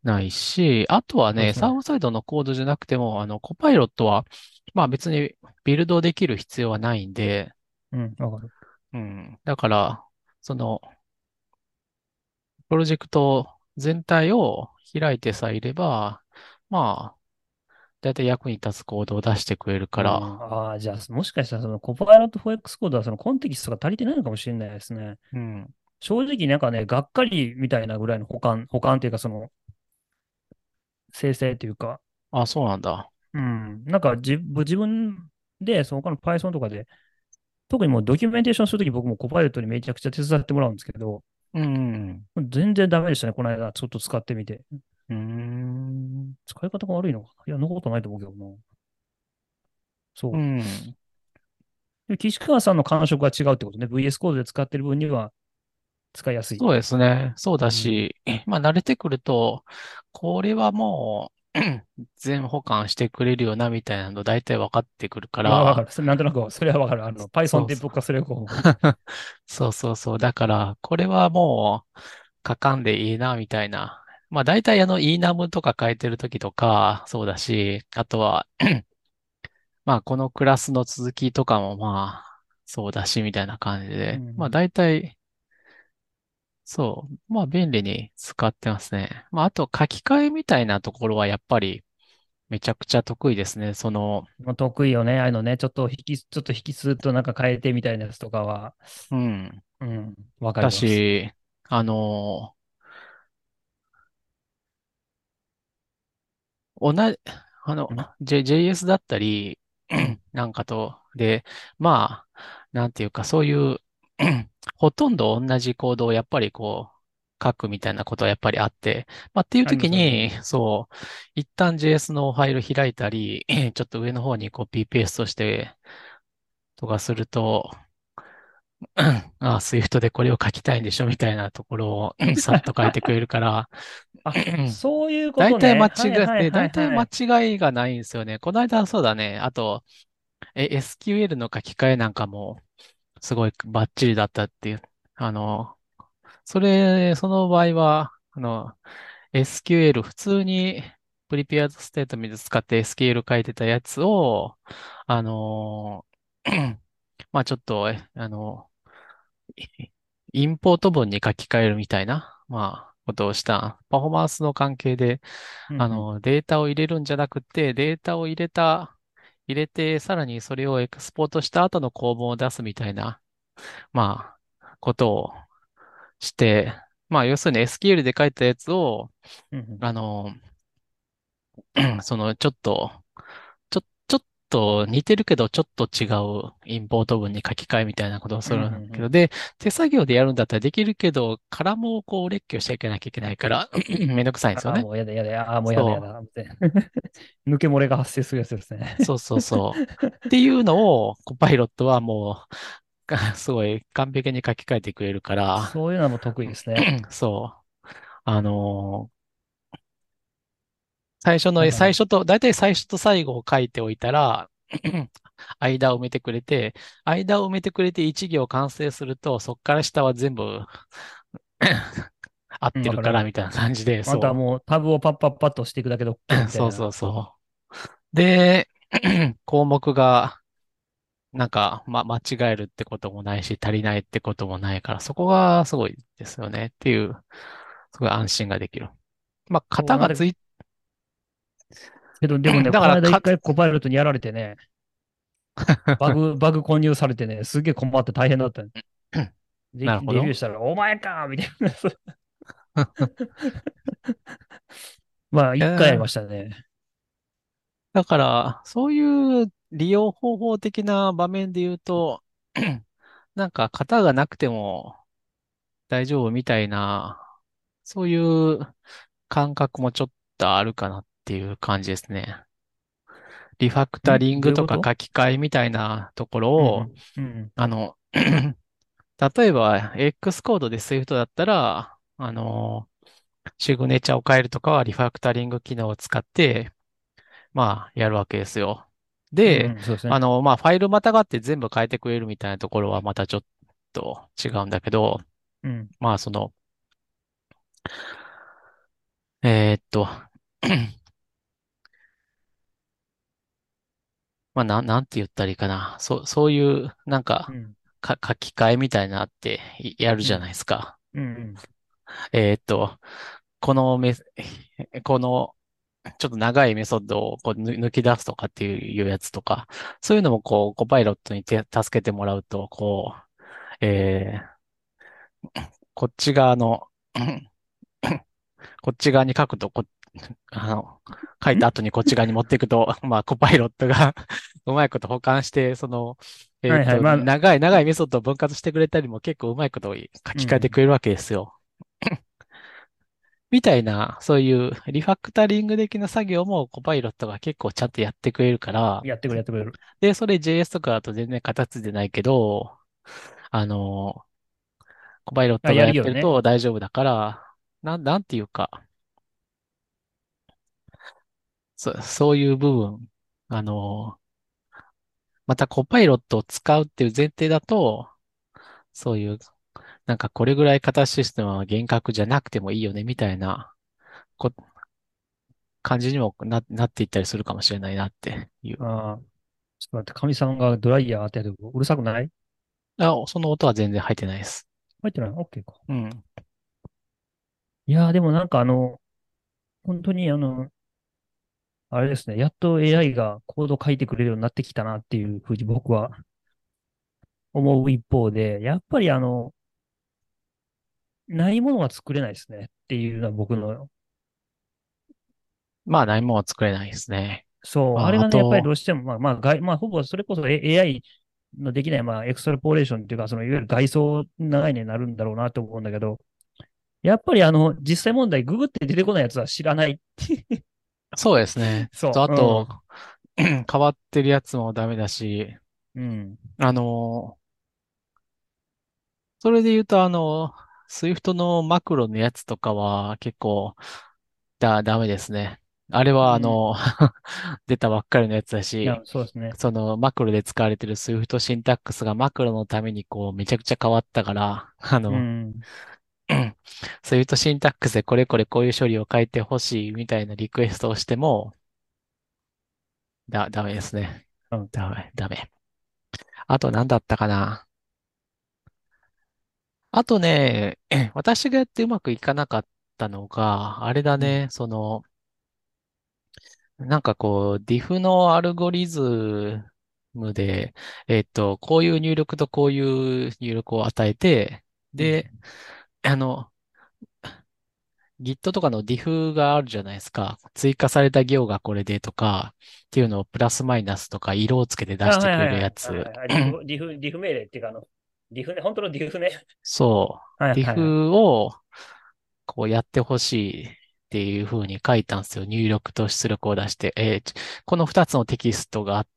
ないし、あとはね、 そうですね。 サーバーサイドのコードじゃなくても、あの、コパイロットは、まあ別にビルドできる必要はないんで、 うん、わかる。 うん。だから、その、プロジェクト全体を開いてさえいれば、まあ、だいたい役に立つコードを出してくれるかうん。 ら、 ああ、じゃあ、もしかしたらそのコパイロット フォーエックス コードはそのコンテキストが足りてないのかもしれないですね。 うん。 正直なんかね、がっかりみたいなぐらいの保管、保管っていうかその生成っていうか、 あ、そうなんだ。 うん。なんか自自分で、その他の Python とかで、特にもうドキュメンテーションするとき僕もコパイロットにめちゃくちゃ手伝ってもらうんですけど、 うん。 全然ダメでしたね、この間ちょっと使ってみて。 うーん。 使い方が悪いのかないや、そんなことないと思うけどな。 うそう。 ん。 で岸川さんの感触が違うってことね。ブイエス コードで使ってる分には使いやすい。 そうですね。そうだうん。 し、まあ慣れてくると、これはもう全保管してくれるよな、みたいなの大体分かってくるかいや、わから、 る。それなんとなく、それはわかる。あの、Python そうそう。 って僕はそれをこそうそうそう。だから、これはもう書かんでいいな、みたいな。まあ大体あの イーナム とか書いてるときとか、そうだし、あとは、まあこのクラスの続きとかもまあ、そうだし、みたいな感じう、うで。まあん。 大体、そう。まあ、便利に使ってますね。まあ、あと書き換えみたいなところはやっぱりめちゃくちゃ得意ですね。その、 まあ得意よね。ああいうのね、ちょっと引き、ちょっと引き数となんか変えてみたいなやつとかは、 うん。 うん、わかりだます。 し、あの、同じ、あの、 ん J- ジェイエス だったり、 うん。 なんかと、で、まあ、なんていうか、そういうほとんど同じコードをやっぱりこう、書くみたいなことはやっぱりあって、まあ、っていうあります、あります。う時に、 ん。 そう、一旦 ジェイエス のファイル開いたり、ちょっと上の方にコピーペーストしてとかすると、ああ、Swift でこれを書きたいんでしょみたいなところをさっと書いてくれるから、 あ、そういうこ大とね。 体間違い、 はいはいで、大体間はいはい。 違いがないんですよね。この間そうだね。あと、え エスキューエル の書き換えなんかもすごいバッチリだったっていう。あの、それ、その場合は、あの、エスキューエル、普通にプリペア r ステートメント使って エスキューエル 書いてたやつを、あの、まあちょっと、えあの、インポート文に書き換えるみたいな、まあ、ことをした。パフォーマンスの関係で、 うんうん。 あの、データを入れるんじゃなくて、データを入れた、入れて、さらにそれをエクスポートした後の構文を出すみたいな、まあ、ことをして、まあ、要するに エスキューエル で書いたやつを、 うんうん。 あの、その、ちょっと、ちょ、ちょっと似てるけど、ちょっと違うインポート文に書き換えみたいなことをうんうんするけど、 うん。 で、手作業でやるんだったらできるけど、カラムをこう列挙しちゃいけなきゃいけないからめんどくさいんですよああ、 ね。 もうやだやだ、ああ、もうやだやそだ。みたいな抜け漏れが発生するやつですね。 う、そうそうそう。っていうのを、コパイロットはもう、がすごい完璧に書き換えてくれるから、 そういうのも得意ですね。 そう。あのー最初の、 なんかね、 最初と、だいたい最初と最後を書いておいたら、間を埋めてくれて、間を埋めてくれて一行完成すると、そっから下は全部合っうん、 てわかるわかる。 るからみたいな感じで、 あとはそもうタブをパッパッパッとしていくだけで OK う。 みたいそうそな。 うそう。で、項目が、なんか、ま、間違えるってこともないし、足りないってこともないから、そこがすごいですよねっていう、すごい安心ができる。まあ、 そうなんで、 型がつい、 けどでもね、このだからか、 間一回コパイロットにやられてね、バグ、バグ混入されてね、すげえ困って大変だったね。で、 なるほど。 レビューしたら、お前かみたいな。まあ、 え一回やりましーたね。 だから、そういう利用方法的な場面で言うと、なんか型がなくても大丈夫みたいな、そういう感覚もちょっとあるかなっていう感じですね。リファクタんリングとかどういうこと書き換えみたいなところを、 うんうん。うん。 あの、例えば X コードで Swift だったら、あの、シグネチャーを変えるとかはリファクタリング機能を使って、まあ、やるわけですよ。で、 うんうん、そうですね。 あの、まあ、ファイルまたがって全部変えてくれるみたいなところはまたちょっと違うんだけど、 うん。 まあ、その、 えーっと、まあ、なん、なんて言ったらいいかな。そう、そういう、なんか、 うん。 か、書き換えみたいなのあっていやるじゃないうん。 ですか。 うん。 えーっと、このメス、この、ちょっと長いメソッドをこうぬ抜き出すとかっていうやつとか、そういうのもこう、コパイロットに手助けてもらうと、こう、えー、こっち側の、こっち側に書くとこ、あの、書いうん。 た後にこっち側に持っていくと、まあ、コパイロットがうまいこと保管して、その、えっはいはい。 と、 まあ、 長い長いメソッドを分割してくれたりも結構うまいこと書き換えてうん。 くれるわけですよ。みたいな、そういうリファクタリング的な作業もコパイロットが結構ちゃんとやってくれるから、 やってくれ、やってくれる。 で、それ ジェイエス とかだと全然形でないけど、あの、コパイロッあ、 トがやっやるよね。 てると大丈夫だから、なん、なんていうか、そ、そういう部分、あの、またコパイロットを使うっていう前提だと、そういう、なんかこれぐらい型システムは厳格じゃなくてもいいよね、みたいなこ感じにもな、なっていったりするかもしれないなっていう。 ああ、ちょっと待って、かみさんがドライヤー当てるとうるさくない？ あ、その音は全然入ってないです。 入ってない？ OK か。 うん。 いやー、でもなんかあの、本当にあの、あれですね、やっと エーアイ がコード書いてくれるようになってきたなっていうふうに僕は思う一方で、やっぱりあの、ないものは作れないですねっていうのは僕の、 まあ、何も作れないですね。 そう、あまあ、 れがね、やっぱりどあと、 うしても、まあ、まあ、外まあ、ほぼそれこそ エーアイ のできない、まあ、エクストラポーレーションっていうか、その、いわゆる外装長いになるんだろうなと思うんだけど、やっぱりあの、実際問題、ググって出てこないやつは知らない。 そうですね。と、 そう、うあと、 ん。 変わってるやつもダメだし、 うん。 あの、それで言うと、あの、Swift のマクロのやつとかは結構だ、ダメですね。あれうは、あの、 ん。 出たばっかりのやつだいや、 し、 そうですね。 そのマクロで使われてる Swift シンタックスがマクロのためにこうめちゃくちゃ変わったから、あの、 うん。 Swift シンタックスでこれこれこういう処理を書いてほしいみたいなリクエストをしても、だ、ダメですね。 うん。 ダメ、ダメ。あと何だったかな。あとね、私がやってうまくいかなかったのが、あれだうん。 ね、その、なんかこう、diff のアルゴリズムで、えっと、こういう入力とこういう入力を与えて、 うん。 で、あの、Git とかの diff があるじゃないですか。追加された行がこれでとか、っていうのをプラスマイナスとか色をつけて出あ、 してくれるはいはいはい。あ、 やつ。 はいはい。ディフ、ディフ、ディフ命令っていうか、あの、ディフね、本当のディフね。 そはいう。 はいはい。 diff をこうやってほしいっていう風に書いたんですよ。入力と出力を出して。えーちこのふたつのテキストがあって、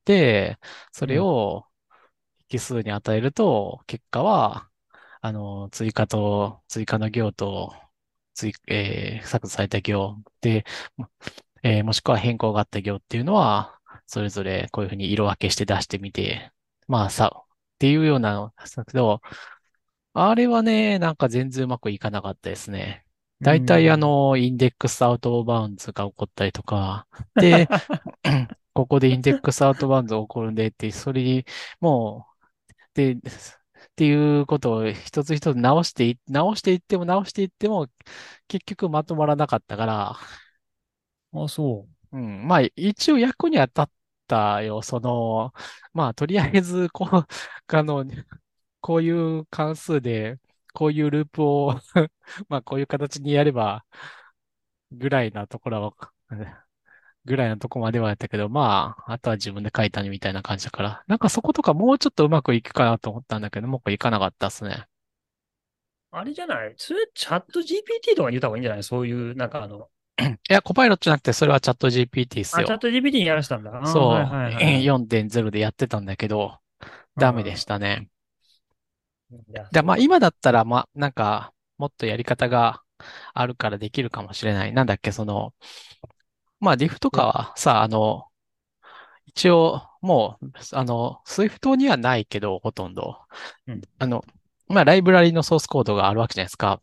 そうん。 れを引数に与えると、結果は、あの、追加と、追加の行と、追、えー削除された行で、えーもしくは変更があった行っていうのは、それぞれこういうふうに色分けして出してみて、まあさ、っていうようなのだけど、あれはね、なんか全然うまくいかなかったですね。 う大体あん。 の、インデックスアウトバウンズが起こったりとか、で、ここでインデックスアウトバウンズが起こるんでって、それに、もう、で、っていうことを一つ一つ直してい、直していっても直していっても、結局まとまらなかったから、 あ、そうん、まあ一応役には立ったよ。その、まあとりあえず、こう、あの、こういう関数で、こういうループをまあこういう形にやれば、ぐらいなところは、ぐらいのとこまではやったけど、まあ、あとは自分で書いたみたいな感じだから、なんかそことかもうちょっとうまくいくかなと思ったんだけど、もういかなかったっすね。 う。あれじゃない？それ、チャット ジーピーティー とかに言った方がいいんじゃない？そういう、なんかあの、 いや、コパイロットじゃなくて、それはチャット ジーピーティー っすあ、チャッよ。 ト ジーピーティー にやらせたんだ。ああ、はいそはいう、 はいはい。 よんてんゼロでやってたんだけど、ダメでしうん。 たね。 いや、 で、まあそう。 今だったら、まあなんか、もっとやり方があるからできるかもしれない。なんだっけ、その、まあ diff とかえ、 はさ、あの、一応、もう、あの、Swift にはないけど、ほとんど。 うん。 あの、まあライブラリのソースコードがあるわけじゃないですか。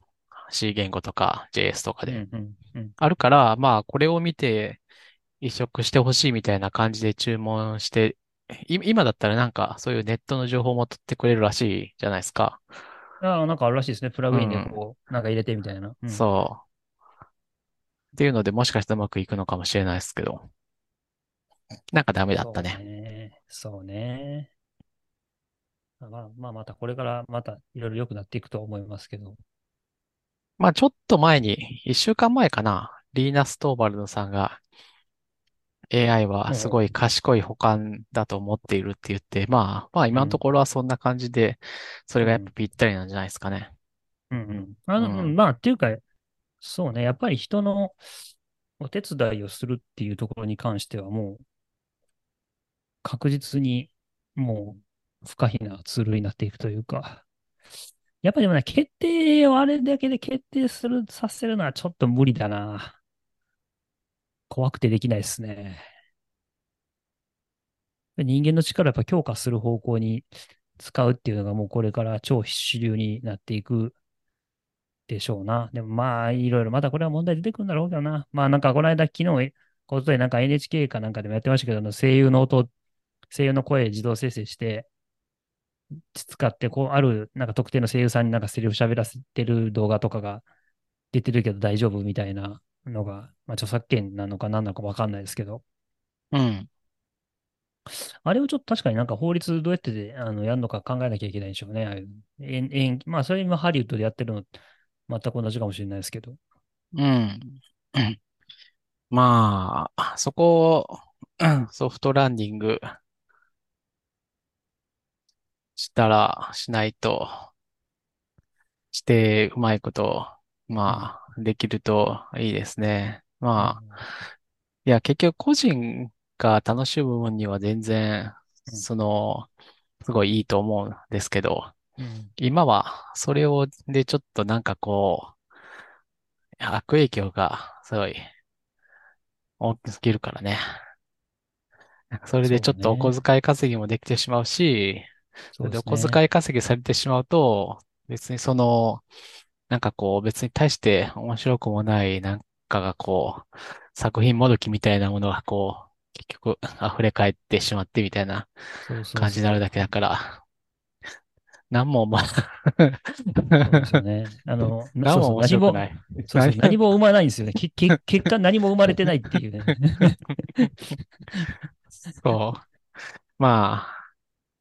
C 言語とか ジェイエス とかでうん、うん、うん。 あるから、まあこれを見て移植してほしいみたいな感じで注文して、い今だったらなんかそういうネットの情報も取ってくれるらしいじゃないですか。 ああ、なんかあるらしいですね。プラグインでうん。 こう、なんか入れてみたいな。うん。 そう。っていうのでもしかしたらうまくいくのかもしれないですけど、なんかダメだったそうね。 ね。そうね。まあ、まあ、またこれからまたいろいろ良くなっていくとは思いますけど。 まあちょっと前に、一週間前かな、リーナ・ストーバルドさんが エーアイ はすごいも賢い補完だと思っているって言って、まあまあう、うん、 今のところはそんな感じで、それがやっぱうん、 ぴったりなんじゃないですかね。 うん、うん。あの、うんうん。 まあ、っていうか、そうね。やっぱり人のお手伝いをするっていうところに関してはもう確実にもう不可避なツールになっていくというか。やっぱりでもね、決定をあれだけで決定する、させるのはちょっと無理だな。怖くてできないですね。人間の力をやっぱ強化する方向に使うっていうのがもうこれから超主流になっていくでしょうな。でもまあ、いろいろまたこれは問題出てくるんだろうけどな。まあなんかこの間昨日、えことでなんか エヌエイチケー かなんかでもやってましたけど、あの声優の音、声優の声自動生成して、使って、こう、ある、なんか特定の声優さんになんかセリフ喋らせてる動画とかが出てるけど大丈夫みたいなのが、まあ著作権なのか何なのかわかんないですけど、 うん。 あれをちょっと確かになんか法律どうやってで、あの、やるのか考えなきゃいけないんでしょうね。ああいうえんえんまあ、それ今ハリウッドでやってるの全く同じかもしれないですけど。 うん。うんまあ、そこを、うんソフトランディングしたら、しないと、して、うまいこと、 うん。 まあ、できるといいですね。まあ、 うん。 いや、結局個人が楽しむ分には全然、 うん。 その、すごいいいと思うんですけど、 うん。 今は、それを、で、ちょっとなんかこう、悪影響がすごい大きすぎるからね。それでちょっとお小そうね。 遣い稼ぎもできてしまうし、そそうれでおですね。 小遣い稼ぎされてしまうと、別にその、なんかこう、別に対して面白くもないなんかがこう、作品もどきみたいなものがこう、結局溢れ返ってしまってみたいなそうそう感じになるだけだそう。 から、なんもまあそうなんですよね。あの、なそうそう、 なんも面何も、 白くない。 そうそう、 何何も生まないんですよね。け、け、結果何も生まれてないっていうね。 そう。まあ、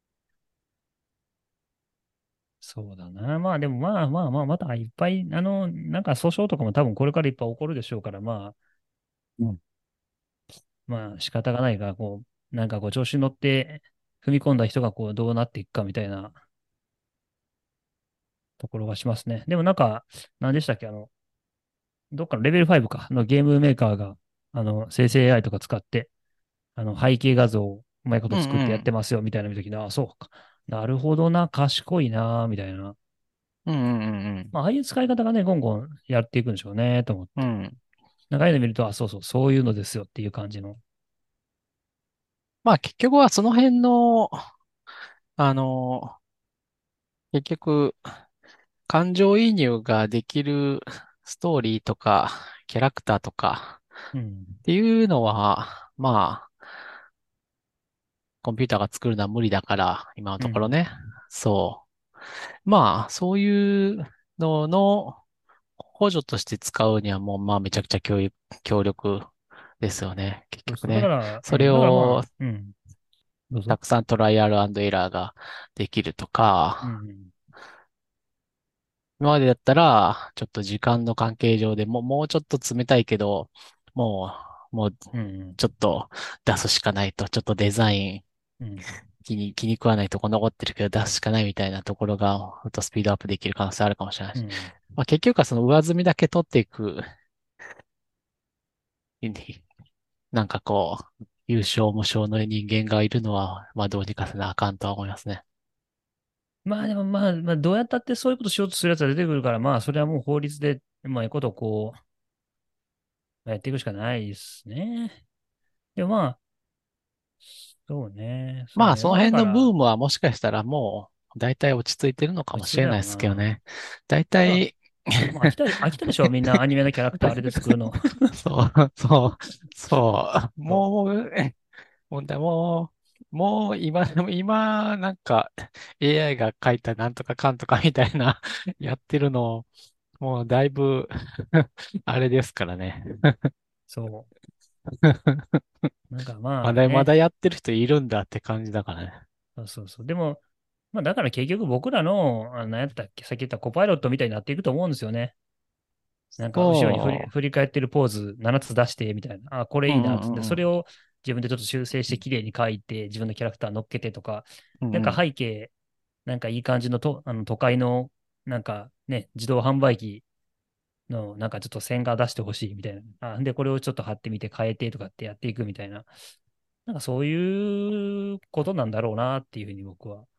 そうだな。まあでもまあまあまあ、またいっぱい、あの、なんか訴訟とかも多分これからいっぱい起こるでしょうから、まあ、 うん。 まあ仕方がないが、こう、なんかこう調子に乗って踏み込んだ人がこうどうなっていくかみたいなところがしますね。でもなんか、何でしたっけ、あの、どっかのレベルファイブか、のゲームメーカーが、あの、生成 エーアイ とか使って、あの、背景画像をうまいこうんと作ってやってうん。 ますよみたいな見たときに、ああ、そうか。なるほどな、賢いな、みたいな。 うんうんうんまあ、ああいう使い方がね、ゴンゴンやっていくんでしょうね、と思って。 うん。うん。 なんかああいうの見ると、あ、そうそう、そういうのですよっていう感じの。 まあ結局はその辺の、あの、結局、感情移入ができるストーリーとか、キャラクターとかうん。 っていうのは、まあ、コンピューターが作るのは無理だから、今のうん。 ところね。そう。まあ、そういうのの補助として使うにはもう、まあ、めちゃくちゃ強力、強力ですよね。結そうそう。だか局ね。 ら、うそれん。だからをまあ、うん。どうぞ。 たくさんトライアルエラーができるとか、 うん。 今までだったら、ちょっと時間の関係上でもう、もうちょっと冷たいけど、もう、もう、 うん。 ちょっと出すしかないと、ちょっとデザインうん。 気に、気に食わないとこ残ってるけど出すしかないみたいなところが、ほんとスピードアップできる可能性あるかもしれないし。 うん。 まあ結局はその上積みだけ取っていく、なんかこう、優勝無償の人間がいるのは、まあどうにかせなあかんとは思いますね。 まあでもまあ、まあ、どうやったってそういうことしようとするやつが出てくるから、まあ、それはもう法律で、まあ、いうことをこう、やっていくしかないですね。でもまあ、そうね、そうね。 まあそのまあだから、 辺のブームはもしかしたらもう、大体落ち着いてるのかも落ち着いしれないでたのかな。 すけどね。大なんか、 体、 もう飽きた、飽きたでしょみんなアニメのキャラクターあれで作るの。 そう、そう、そう。 そもう、もう、でもう、もう今、でも今、なんか エーアイ が書いたなんとかかんとかみたいなやってるの、もうだいぶあれですからね。 そう。なんかままだまだあね。 やってる人いるんだって感じだからね。 そうそうそう。でも、まあだから結局僕らの、あの、何やったっけ、さっき言ったコパイロットみたいになっていくと思うんですよね。なんか後ろに振り、 そ振り返ってるポーズななつ出して、みたいな。あ、これう。ういいな、つって、 んうんうん。 それを自分でちょっと修正して綺麗に書いて、自分のキャラクター乗っけてとか、なんかうんうん。 背景、なんかいい感じのと、あの都会の、なんかね、自動販売機の、なんかちょっと線画出してほしいみたいな。あ、で、これをちょっと貼ってみて変えてとかってやっていくみたいな。なんかそういうことなんだろうなっていうふうに僕は。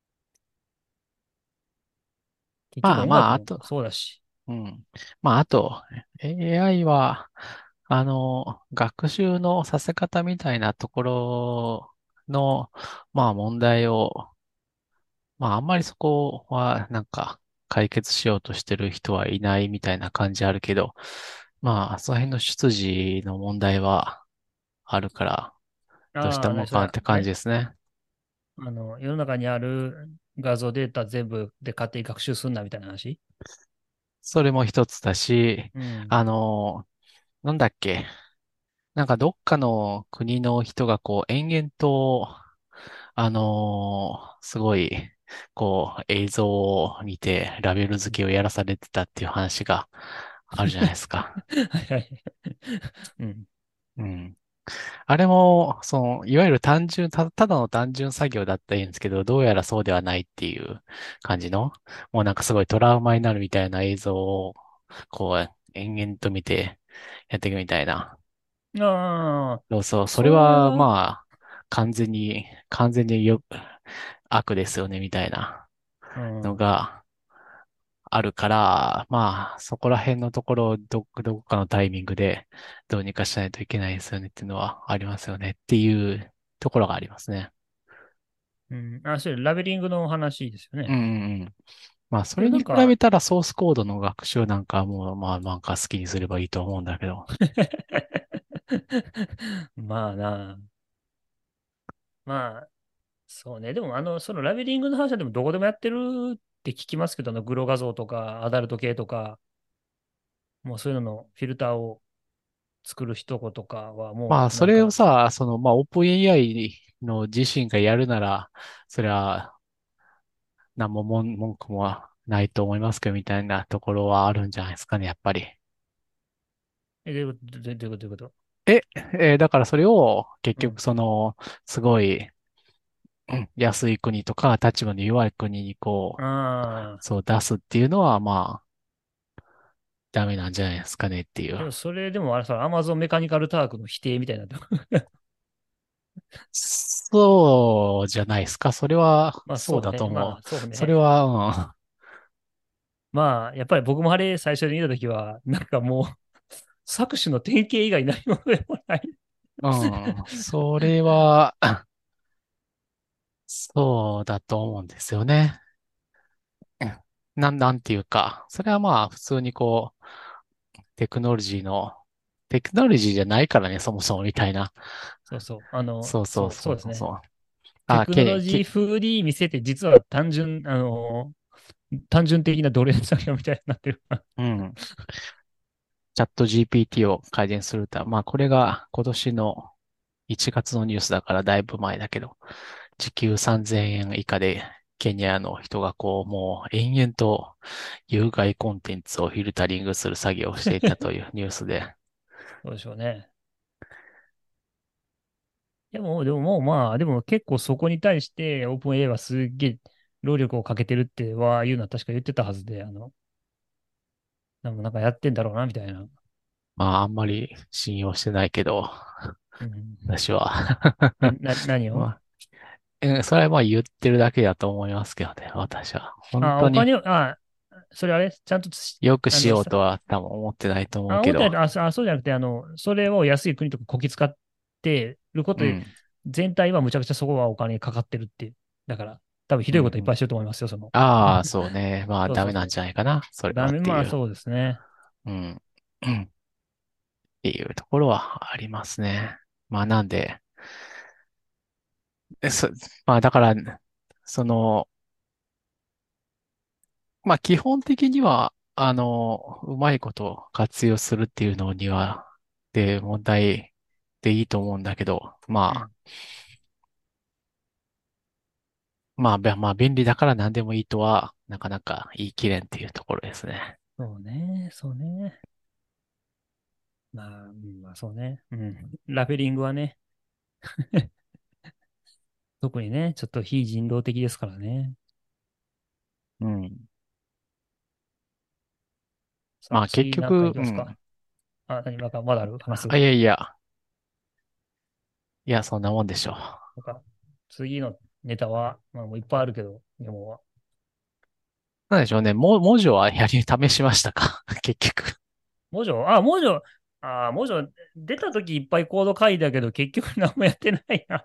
結局まあまあ、あ音楽もと、 そうだし。 うん。まああと、エーアイ は、あの、学習のさせ方みたいなところの、まあ問題を、まああんまりそこはなんか解決しようとしてる人はいないみたいな感じあるけど、まあその辺の出自の問題はあるから、どうしたああ、 もね、それは、 んかなって感じね、 ですね。 あの、世の中にある画像データ全部で勝手に学習すんなみたいな話。 それも一つだし、 うん。 あの、なんだっけ。なんかどっかの国の人がこう延々と、あのーすごい、こう映像を見てラベル付けをやらされてたっていう話があるじゃないですか。 はいはい。うん。 うん。あれも、その、いわゆる単純、た、ただの単純作業だったらいいんですけど、どうやらそうではないっていう感じの、もうなんかすごいトラウマになるみたいな映像を、こう、延々と見てやっていくみたいな。 ああ、 そうそう、それそれはは、 まあ、完全に、完全によ、悪ですよね、みたいなのうん。 があるから、まあ、そこら辺のところをど、どこかのタイミングでどうにかしないといけないですよねっていうのはありますよねっていうところがありますね。 うん。あ、それラベリングの話ですよね。 うんうんうん。まあ、そでもれに比なんかべたらソースコードの学習なんかはもう、まあ、なんか好きにすればいいと思うんだけど。 まあな。まあ、そうね。でも、あの、そのラベリングの話はでもどこでもやってるって聞きますけど、あの、グロ画像とか、アダルト系とか、もうそういうののフィルターを作る人とかはまあ、そもうなんか、 れをさ、その、まあ、オープン エーアイ の自身がやるなら、それは、何も文文句もないと思いますけど、みたいなところはあるんじゃないですかね、やっぱり。 え、どういうこと、どういうこと、どういうこと。 え、えーだからそれを結局うん。 その、すごい、うん安い国とか立場の弱い国にこう、 ああ、 そう出すっていうのはまあ、ダメなんじゃないですかねっていう。 でもそれでもあれさ、アマゾンメカニカルタークの否定みたいになってる。 そうじゃないですか。それは、 まあそうそうね。 だと思う。 まあそうそれね。 は、 まあ、やっぱり僕もあれ最初に見たときは、なんかもう、搾取の典型以外何ものでもない。 うん、うん。それは、そうだと思うんですよね。うんなん、なんていうか、それはまあ、普通にこう、テクノロジーの、テクノロジーじゃないからね、そもそもみたいな。 そうそう。あの、 そうそうそう、そうですね。 そうそう。あ、 テクノロけ、け、 ジー風に見せて、実は単純、あの、単純的な奴隷作業みたいになってる。 うん。チャット ジーピーティー を改善するとは、まあこれが今年のいちがつのニュースだからだいぶ前だけど、時給さんぜんえん以下でケニアの人がこうもう延々と有害コンテンツをフィルタリングする作業をしていたというニュースで、 そうでしょうね。でも、でももうまあ、でも結構そこに対してオープン エーアイ はすっげえ労力をかけてるっては言うのは確か言ってたはずで、あの、なんかなんかやってんだろうな、みたいな。 まああんまり信用してないけど、 うん。 私は。 な、な、何まを。 あ、えそれはまあ言ってるだけだと思いますけどね、私は。本あ、 当にお金を、あ、それあれちゃんとしよくあの、さ、 しようとは多分思ってないと思うあ、 けど、 思ってないと、あ、そあそうじゃなくて、あの、それを安い国とかこき使ってることで、 うん。 全体はむちゃくちゃそこはお金かかってるっていう。だから、 多分ひどいこといっぱうん。 いしてると思いますよ、その。 ああ、そうね。まあ、ダメなんそうそうそじゃないかな。それう。ダメ、 はっていう。 まあそうですね。 うん。うんっていうところはありますね。まあ、なんで、えそ、まあ、だから、その、まあ、基本的には、あの、うまいこと活用するっていうのには、で、問題でいいと思うんだけど、まあ、 うん。 まあ、べまあ、便利だから何でもいいとは、なかなか言い切れんっていうところですね。 そうね、そうね。まあ、うん、まあそうね。うん。ラベリングはね、特にね、ちょっと非人道的ですからね。 うん。 さあ、 まあ、結次なんかい局、 きますか。 うん。 あ、何、まだまだある話す。 あ、いやいや、いや、そんなもんでしょう。 なんか、次のネタは、まあもういっぱいあるけど、でも、 なんでしょうね。も、文字はやり、試しましたか結局。 文章、あ、文章、あ、文章、出た時いっぱいコード書いたけど、結局何もやってないな。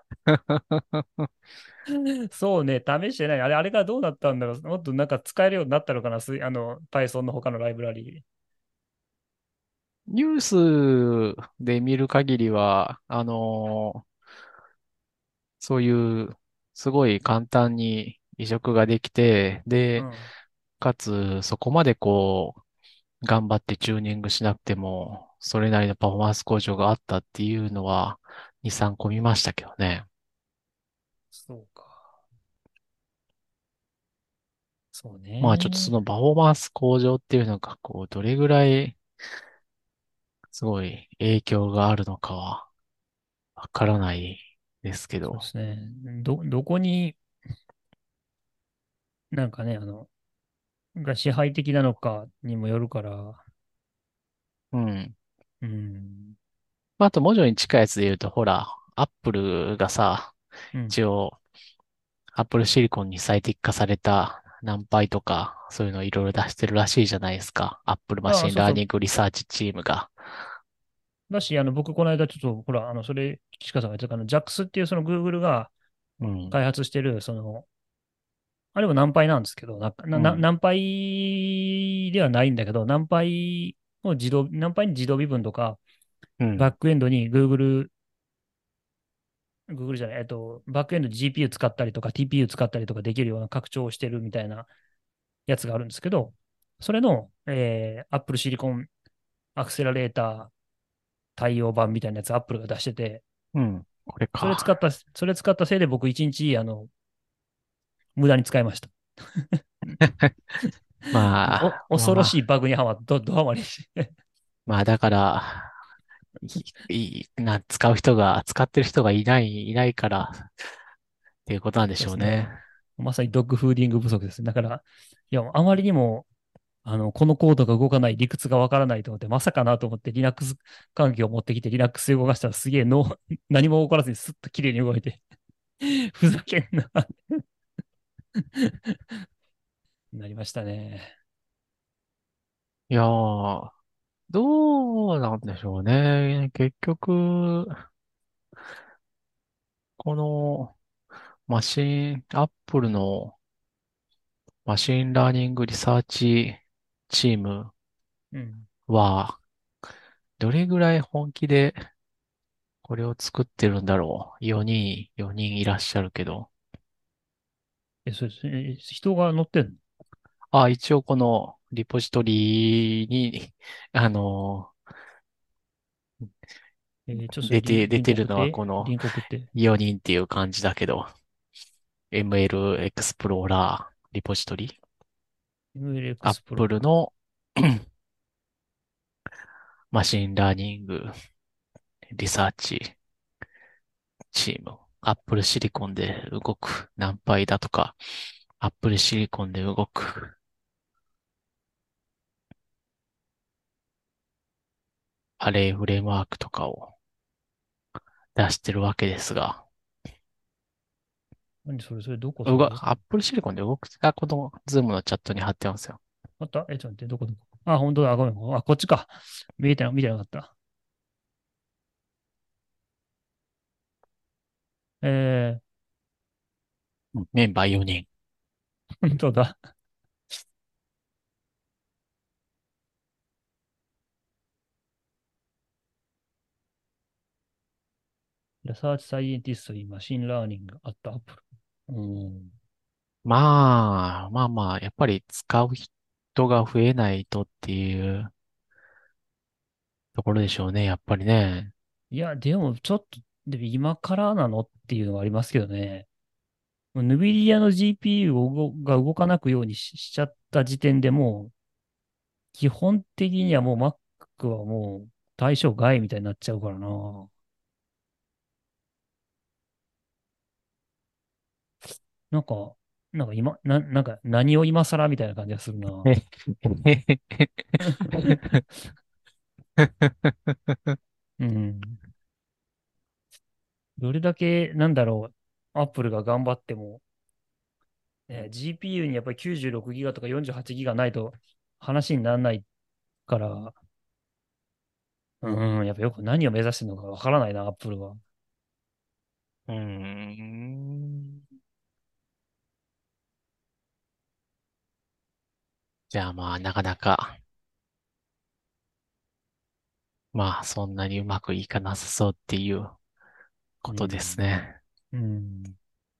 そうね、試してない。あれ、あれがどうなったんだろう。もっとなんか使えるようになったのかな、すあの、Python の他のライブラリー。 ニュースで見る限りは、あのそういう、すごい簡単に移植ができて、で、 うん。 かつ、そこまでこう、頑張ってチューニングしなくても、それなりのパフォーマンス向上があったっていうのは、に、さんこ見ましたけどね。 そうか。そうまあちょっとそね。 のパフォーマンス向上っていうのが、こう、どれぐらいすごい影響があるのかはわからないですけど。 そうですね。ど、どこに、なんかね、あの、が支配的なのかにもよるから、 うん。 うん、 まああと、文字に近いやつで言うと、ほら、アップルがさ、 うん。 一応、アップルシリコンに最適化されたナンパイとか、そういうのをいろいろ出してるらしいじゃないですか。アップルマああ、 シンそうそう。 ラーニングリサーチチームが。 だし、あの、僕、この間、ちょっと、ほら、あの、それ、岸川さんが言ってた、あの、ジャックスっていう、その、Google がうん。 開発してる、その、あれもナンパイなんですけど、な、な、なうん。 ナンパイではないんだけど、ナンパイを自動、ナンパイに自動微分とか、 うん。 バックエンドに Google、Google じゃない、えっと、バックエンドに ジーピーユー 使ったりとか ティーピーユー 使ったりとかできるような拡張をしてるみたいなやつがあるんですけど、それの、えー、Apple Silicon アクセラレーター対応版みたいなやつ Apple が出してて、 うん。これか。 それ使った、それ使ったせいで僕一日、あの、無駄に使いました。もうまあ、 お恐ろしいまあ、 バグにはまっ、ド、ドハマりして。 まあ、だから、いい、いな、使う人が、使ってる人がいない、いないからっていうことなんでそうでしょうね。 すね。まさにドッグフーディング不足ですね。だから、いや、あまりにも、あの、このコードが動かない、理屈がわからないと思って、まさかなと思って Linux 環境を持ってきて Linux で動かしたらすげえの何も起こらずにスッと綺麗に動いてふざけんななりましたね。 いやー、どうなんでしょうね。結局、このマシン、アップルのマシンラーニングリサーチチームうん。 は、どれぐらい本気でこれを作ってるんだろう。よにん、よにんいらっしゃるけど。 え、それ、え人が乗ってんの？ あ、一応このリポジトリに、あの、 えーちょっとそれ、 出て、 リン、リン出てるのはク送って、 このリンク送って。 よにんっていう感じだけど、エムエル エクスプローラーリポジトリ、 エムエルエクアッスプローラー。 プルのマシンラーニングリサーチチーム。アップルシリコンで動くナンパイだとか、アップルシリコンで動くアレイフレームワークとかを出してるわけですが、 何それ、それ、どこそれ、 うが、 どこ？ アップルシリコンで動く、あ、このズームのチャットに貼ってますよ。 あったえ、ちょっと待って、どこどこ？あ、本当だ。ごめん。あ、こっちか。見えてな、見てなかった。えうんメンバーよにん。 本当だ。リサーチサイエンティストにマシンラーニングあったアップル。うん。 まあ、まあまあ、やっぱり使う人が増えないとっていうところでしょうね、やっぱりね。 いや、でもちょっと、でも今からなのっていうのはありますけどね。ヌビディアの ジーピーユー を動が動かなくようにし、しちゃった時点でもう、基本的にはもう Mac はもう対象外みたいになっちゃうからな。なんか、なんか今、な、なんか何を今更みたいな感じがするな。うん。どれだけ、なんだろう、アップルが頑張っても、ね、ジーピーユー にやっぱりきゅうじゅうろくギガとかよんじゅうはちギガないと話にならないから、うん、やっぱよく何を目指してるのかわからないな、アップルは。 うーん。じゃあまあ、なかなか、まあ、そんなにうまくいかなさそうっていうこうとですん。 ね。 うん。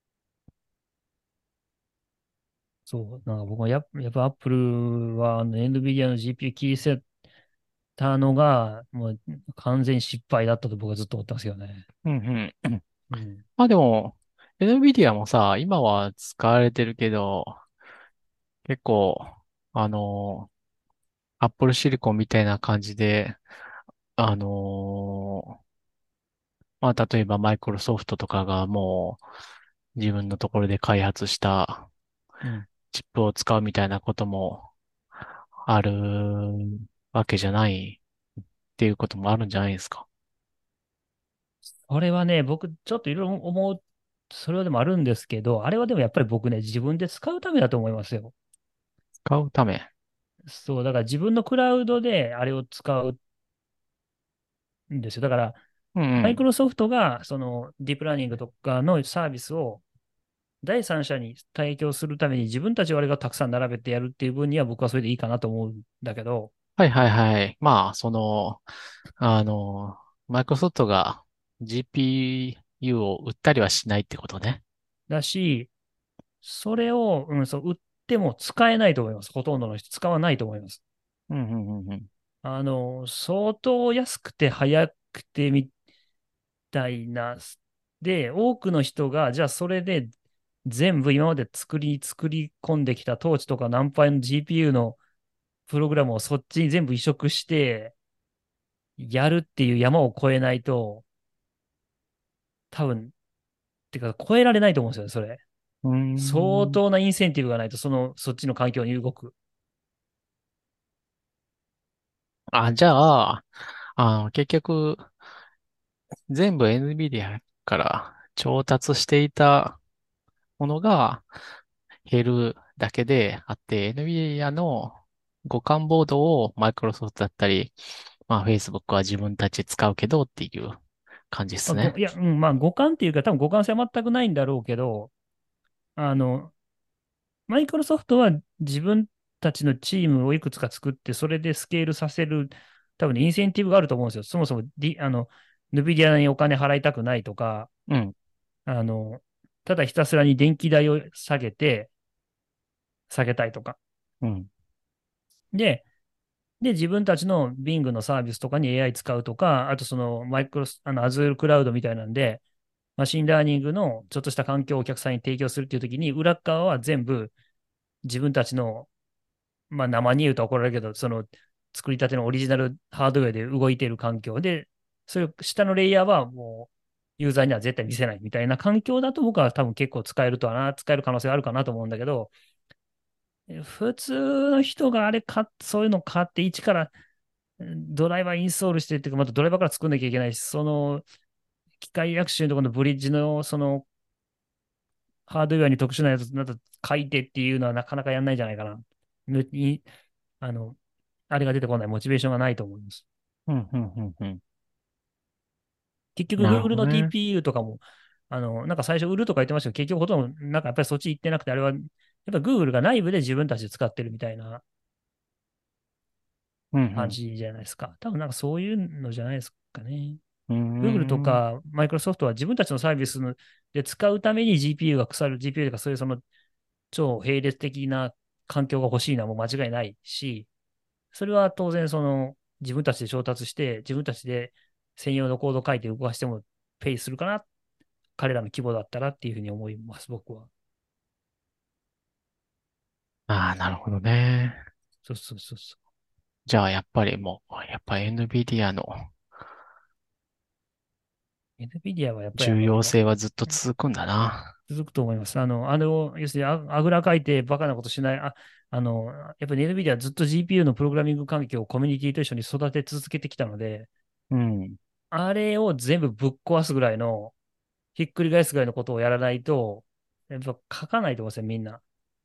そう。なんか僕はやっぱ、やっぱアップルはあの エヌビディア の ジーピーユー 切り捨てたのが、もう完全失敗だったと僕はずっと思ってますけどね。 うんうん。 うん。 まあでも、NVIDIA もさ、今は使われてるけど、結構、あの、Apple シリコンみたいな感じで、あの、まあ例えばマイクロソフトとかがもう自分のところで開発したうん。 チップを使うみたいなこともあるわけじゃないっていうこともあるんじゃないですか。 あれはね、僕ちょっといろいろ思う、それはでもあるんですけど、あれはでもやっぱり僕ね、自分で使うためだと思いますよ。 使うため。 そう、だから自分のクラウドであれを使うんですよ。だから、 うんうん。 マイクロソフトがそのディープラーニングとかのサービスを第三者に提供するために自分たちはあれがたくさん並べてやるっていう分には僕はそれでいいかなと思うんだけど、 はいはいはい。まあ、その、あの、マイクロソフトが ジーピーユー を売ったりはしないってことね。 だし、それを、うん、そう、売っても使えないと思います。ほとんどの人使わないと思います。 うんうんうんうん。 あの、相当安くて早くてみたいな。で、多くの人が、じゃあそれで全部今まで作り、作り込んできたトーチとかナンパイの ジーピーユー のプログラムをそっちに全部移植してやるっていう山を越えないと、多分、てか越えられないと思うんですよね、それ。 うー相ん。 当なインセンティブがないと、その、そっちの環境に動く。 あ、じゃあ、あの、結局、全部 NVIDIA から調達していたものが減るだけであって、NVIDIA の互換ボードをマイクロソフトだったり、まあ Facebook は自分たち使うけどっていう感じですあ、ご、 ね。 いや、うん、まあ、互換っていうか、多分互換性は全くないんだろうけど、あの、マイクロソフトは自分たちのチームをいくつか作って、それでスケールさせる、多分ねインセンティブがあると思うんですよ。そもそも、D、あの、ヌビディアにお金払いたくないとか、 うん、 あの、ただひたすらに電気代を下げて、下げたいとか。 うん、 で、で、自分たちの Bing のサービスとかに エーアイ 使うとか、あとそのマイクロス、あの Azure クラウドみたいなんで、マシンラーニングのちょっとした環境をお客さんに提供するっていう時に、裏側は全部自分たちの、まあ生に言うと怒られるけど、その作りたてのオリジナルハードウェアで動いている環境で、そういう下のレイヤーはもうユーザーには絶対見せないみたいな環境だと僕は多分結構使えるとはな、使える可能性があるかなと思うんだけど、普通の人があれ買っ、そういうの買って一からドライバーインストールしてっていうか、またドライバーから作んなきゃいけないし、その機械学習のところのブリッジのそのハードウェアに特殊なやつなんか書いてっていうのはなかなかやんないんじゃないかな。にあの、あれが出てこないモチベーションがないと思います。 うん、うん、うん、うん。 結局なる Google のほどね。 ティーピーユー とかも、あの、なんか最初売るとか言ってましたけど、結局ほとんど、なんかやっぱりそっち行ってなくて、あれはっぱ Google が内部で自分たちで使ってるみたいな感うんじじゃないですか。多分なんかそういうのじゃないですかね。 う Google とん。うーん。 か Microsoft は自分たちのサービスで使うために ジーピーユー が腐る、ジーピーユー とかそういうその超並列的な環境が欲しいのはもう間違いないし、それは当然その自分たちで調達して、自分たちで専用のコードを書いて動かしてもペイするかな、彼らの規模だったらっていうふうに思います、僕は。 ああ、なるほどね。 そうそうそうそじゃあ、やっぱりもう、やっぱ NVIDIA のう。NVIDIA はやっぱりあ重要の、 性はずっと続くんだな。 続くと思います。あの、あの、要するにあ、あぐらかいてバカなことしない、あ、あの、やっぱり NVIDIA はずっと ジーピーユー のプログラミング環境をコミュニティと一緒に育て続けてきたので、 うん。 あれを全部ぶっ壊すぐらいの、ひっくり返すぐらいのことをやらないと、やっぱ書かないと思うんですよ、みんな。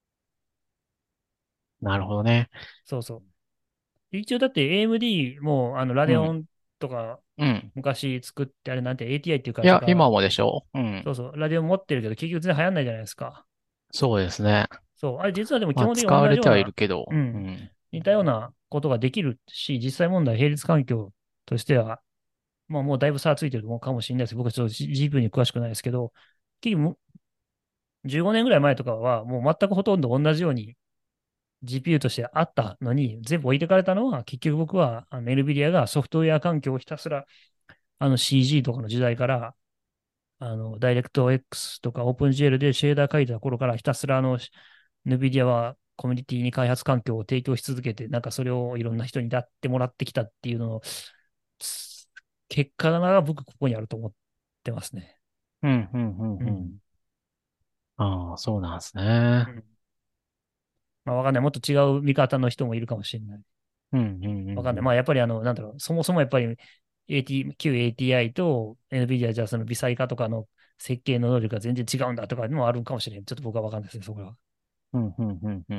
なるほどね。 そうそう。一応だって エーエムディー も、あの、ラうん。 デオンとかうん。 昔作って、あれなんて エーティーアイ っていういや、 会社が、 今もでしょ？うん。 そうそう、ラデオン持ってるけど、結局全然流行んないじゃないですか。 そうですね。 そう、あれ実はでも基まあ、 本的使われてはいるに同じような、 けど。 うん、 うん。 似たようなことができるし、実際問題、並列環境としては、まあもうだいぶ差がついてるのかもしれないです。僕はちょっと ジーピーユー に詳しくないですけど、結局じゅうごねんぐらい前とかは、もう全くほとんど同じように ジーピーユー としてあったのに、全部置いてかれたのは、結局僕は、あの NVIDIA がソフトウェア環境をひたすら、あの シージー とかの時代から、あの、ダイレクト X とか OpenGL でシェーダー書いてた頃からひたすらあの、NVIDIA はコミュニティに開発環境を提供し続けて、なんかそれをいろんな人にやってもらってきたっていうのの、結果が僕ここにあると思ってますね。 うん、うん、うん、うん。 うん。 ああ、そうなんですね。 うん。まあわかんない。もっと違う見方の人もいるかもしれない。 うん、うん、うん、 わかんない。まうん。 あやっぱりあの、なんだろう。そもそもやっぱり エーティー、旧 エーティーアイ と NVIDIA じゃあその微細化とかの設計の能力が全然違うんだとかもあるかもしれない。ちょっと僕はわかんないですね、そこらは。 うん、うん、うん、うん。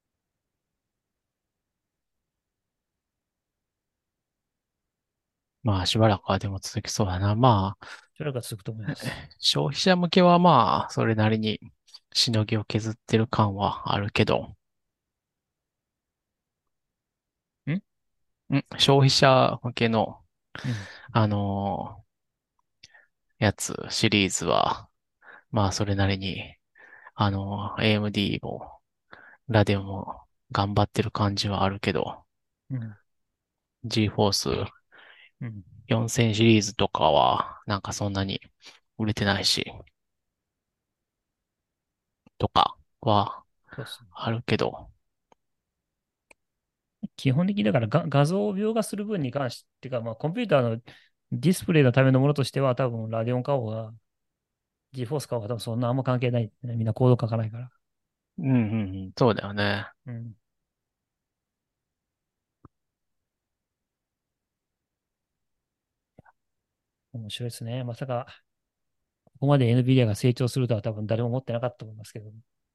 まあ、しばらくはでも続きそうだな。まあ、 それが続くと思います。 消費者向けはまあ、それなりにしのぎを削ってる感はあるけど、 んん消費者向けの、 うん。 あのーやつ、シリーズは、まあ、それなりに、あのー エーエムディー も、ラデオも頑張ってる感じはあるけど、 うん。 GeForce うん。 よんせんシリーズとかは、なんかそんなに売れてないし、とかはそうですね。 あるけど、 基本的にだからが画像を描画する分に関して、か、まあコンピューターのディスプレイのためのものとしては多分ラデオン買おうが、GeForce 買おうが多分そんなあんま関係ない、ね。みんなコード書かないから。 うん、うん、うん、そうだよね。 うん。面白いですね。まさか、ここまで NVIDIA が成長するとは多分誰も思ってなかったと思いますけど。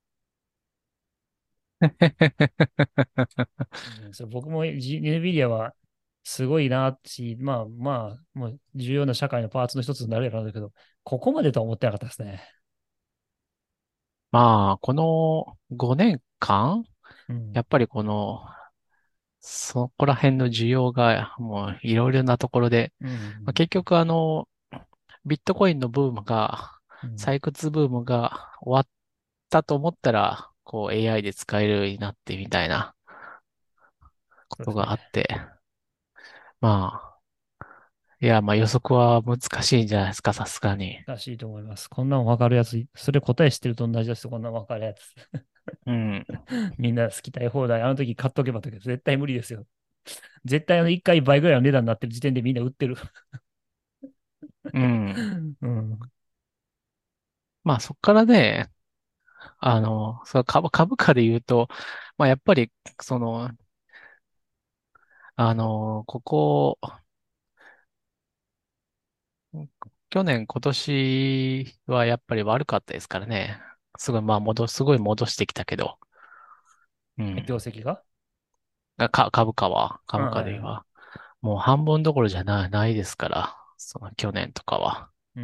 うん、それ僕も G- NVIDIA はすごいなし、まあまあ、もう重要な社会のパーツの一つになるやろうけど、ここまでとは思ってなかったですね。 まあ、このごねんかん、 うん。 やっぱりこの、そこら辺の需要がもういろいろなところで、 うん。うまあ、 ん。 結局あの、ビットコインのブームが、 うん。 採掘ブームが終わったと思ったら、こう エーアイ で使えるようになってみたいなことそうですね。 があって、まあ、いや、まあ予測は難しいんじゃないですか、さすがに。 らしいと思います。こんなの分かるやつ、それ答え知ってると同じですよ。こんなの分かるやつ。 うん、 みんな好きたい放題、あの時買っとけばとけど、絶対無理ですよ。絶対あのいっかい倍ぐらいの値段になってる時点でみんな売ってる。 うん。 うん。 まあそこからね、あの、その株、株価で言うと、まあやっぱり、その、あの、ここ、去年、今年はやっぱり悪かったですからね。すごい、まあ戻、すごい戻してきたけど、うん。 業績が。 がか、株価は、 うん、 株価はいはい。 では、もう半分どころじゃな、ないですから、その去年とかは。 うん。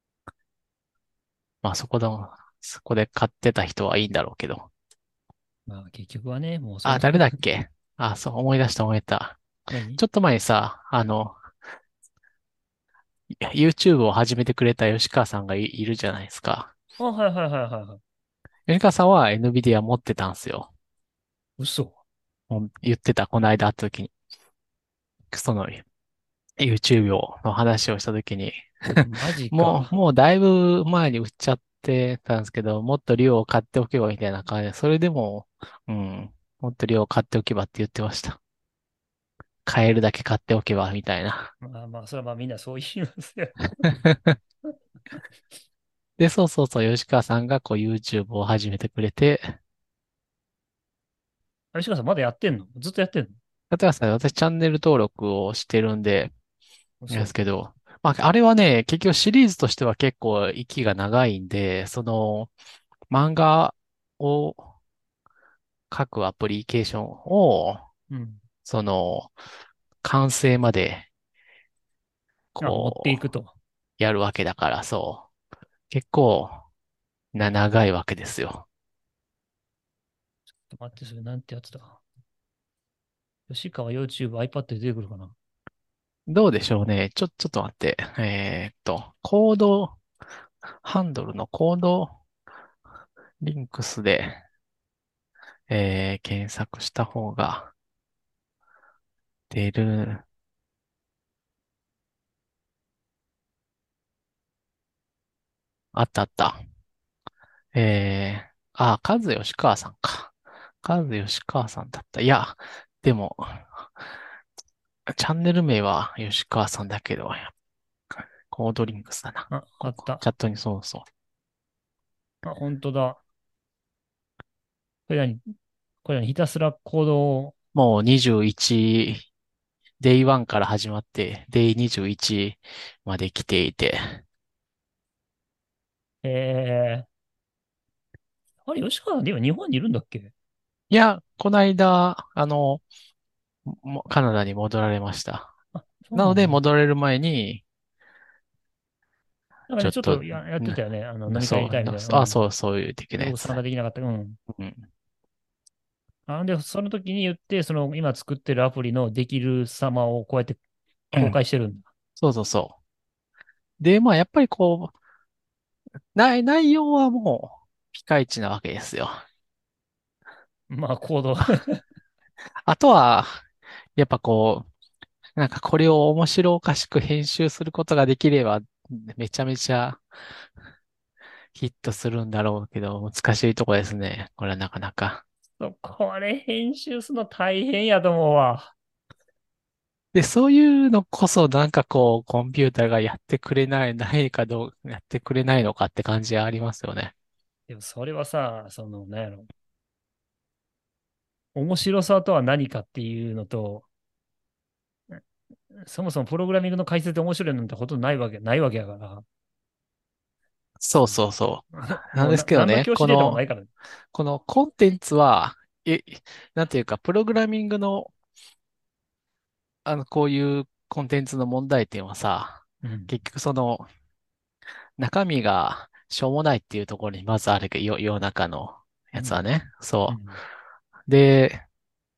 うん。まあそこのそこで買ってた人はいいんだろうけど。 まあ結局はね、もうそあ、 の誰だっけ？あ、そう、思い出した思い出した。 何。 ちょっと前にさ、あの、YouTube を始めてくれた吉川さんがい、いるじゃないですか。 あ、はいはいはいはいはい。 吉川さんは NVIDIA 持ってたんですよ。 嘘。 もう言ってた、この間会った時に。その YouTube をの話をした時に、 マジもう、 か。 もうだいぶ前に売っちゃってたんですけど、もっと量を買っておけばみたいな感じで、それでも、うん、もっと量を買っておけばって言ってました。買えるだけ買っておけばみたいな。 まあまあ、それはまあみんなそう言いますよ。 で、そうそうそう、吉川さんがこう YouTube を始めてくれて、 あれ、しかさんまだやってんの？ずっとやってん例えばさ、私チャンネル登録をしてるんで、 の？ ですそけど、まあ、あれはね、結局シリーズとしては結構息が長いんで、その、漫画を書くアプリケーションを、 う。うん。 その、完成まで、 あ、持っていくこと。ちょう、やるわけだから、そう。結構、な、長いわけですよ。 っと待って、それなんてやつだ。吉川 YouTube、iPad で出てくるかな？ どうでしょうね。ちょ、ちょっと待って。えーっと、コード、ハンドルのコードリンクスで、えー検索した方が出る。あったあった。えー、あ、カズ吉川さんか。カズ吉川さんだった。いや、でも、チャンネル名は吉川さんだけど、コードリンクスだな。 あ、あここ、チった。 ャットにそうそう。 あ、本当だ。これ何？これ何？ひたすらコードを、 もうにじゅういち、デイワンから始まって、デイにじゅういちまで来ていて。 えー、あれ、吉川さんで今日本にいるんだっけ？ いや、この間、あの、もカナダに戻られました。 あ、そうなので、 なんだ。 戻れる前に、 なんかね、ちょっちょっと、 とや、やってなたよね。あの、飲み会やそう、 りたいみたいな。うあ、 ん。 そう、そういう的なやつ。 で僕参加できなかった。うん。 うん。 あ、で、その時に言って、その今作ってるアプリのできる様をこうやって公うん。 開してるんだ。 そうそうそう。で、まあ、やっぱりこう、内、内容はもう、ピカイチなわけですよ。 まあ、コード。 あとは、やっぱこう、なんかこれを面白おかしく編集することができれば、めちゃめちゃヒットするんだろうけど、難しいとこですね。これはなかなか。 そうこれ編集するの大変やと思うわ。 で、そういうのこそなんかこう、コンピューターがやってくれない、ないかどう、やってくれないのかって感じはありますよね。 でもそれはさ、その、なんやろ。面白さとは何かっていうのと、そもそもプログラミングの解説で面白いなんてほとんどないわけ、ないわけやから。 そうそうそう。なんもうな、 ですけどね、 何の教師データもなこの、 いからね。 このコンテンツは、え、なんていうか、プログラミングの、あの、こういうコンテンツの問題点はさ、 うん。 結局その、中身がしょうもないっていうところにまずあるけど、よ世の中のうん。 やつはね。そうん。 う。で、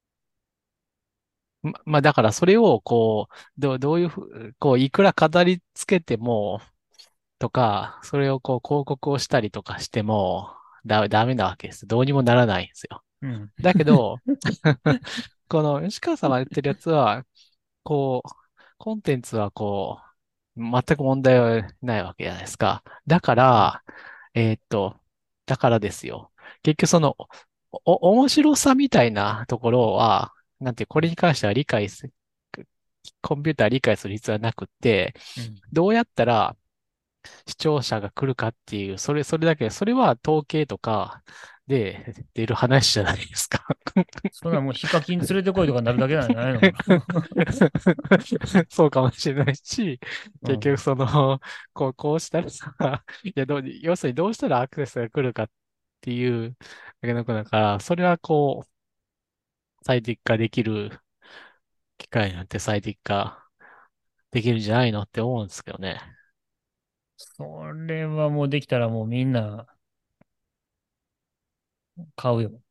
ま、まあだからそれをこう、どう、どういうふう、こう、いくら飾り付けても、とか、それをこう広告をしたりとかしても、だ、ダメなわけです。どうにもならないんですよ。 うん。 だけど、この吉川さんが言ってるやつは、こう、コンテンツはこう、全く問題はないわけじゃないですか。だかうん。 ら、えーっと、だからですよ。結局その、お、面白さみたいなところは、なんていう、これに関しては理解す、コンピューター理解する必要はなくって、 うん。 どうやったら視聴者が来るかっていう、それ、それだけ、それは統計とかで出る話じゃないですか。 そんなもうヒカキン連れてこいとかなるだけなんじゃないの？ そうかもしれないし、結局うん。 その、こう、こうしたらさ、いや、どう、要するにどうしたらアクセスが来るかっていうだけのことだから、それはこう、最適化できる機械なんて最適化できるんじゃないのって思うんですけどね。 それはもうできたらもうみんな、 買うよ。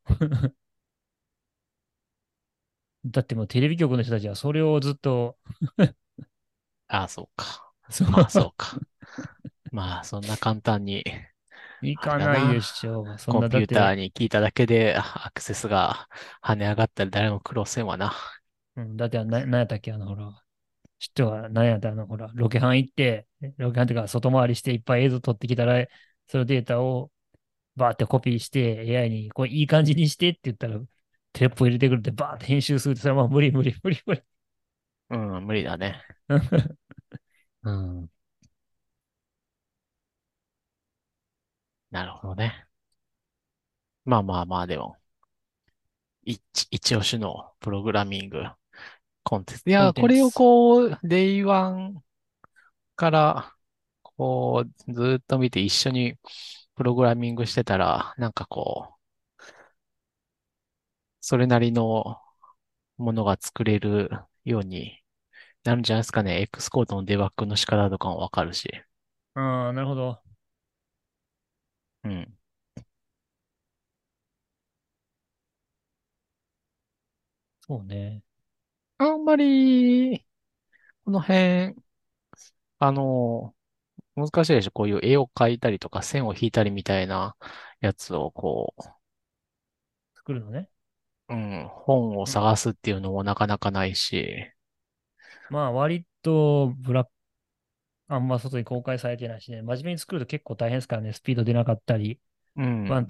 だってもうテレビ局の人たちはそれをずっと、 ああ、そうか。 そう、 まあ、そうか。まあ、そんな簡単に、 いあれかないでだな。 しょう。そんな、 コンピューターだって、 に聞いただけであアクセスが跳ね上がったら誰も苦労せんわな。 うん、だってな、なんやったっけ、あの、ほら、人は、なんやった、あの、ほら、ロケハン行って、ロケハンというか、外回りしていっぱい映像撮ってきたら、そのデータをバーってコピーして、エーアイ に、これいい感じにしてって言ったら、テロップ入れてくるってバーって編集するって、それはもう無理無理無理無理。 うん、無理だね。うん。なるほどね。まあまあまあ、でも、一、一押しのプログラミングコンテンツ。いコンや、これをテンツ。 こう、デイワンから、こう、ずーっと見て一緒にプログラミングしてたら、なんかこう、それなりのものが作れるようになるんじゃないですかね。X コードのデバッグの仕方とかもわかるし。 ああ、なるほど。 うん。 そうね。 あんまり、この辺、あの、難しいでしょ。こういう絵を描いたりとか線を引いたりみたいなやつをこ作るのね。 う、うん、本をうん。 探すっていうのもなかなかないし。 まあ、割と、ブラック、あんま外に公開されてないしね。真面目に作ると結構大変ですからね。スピード出なかったり、 うん、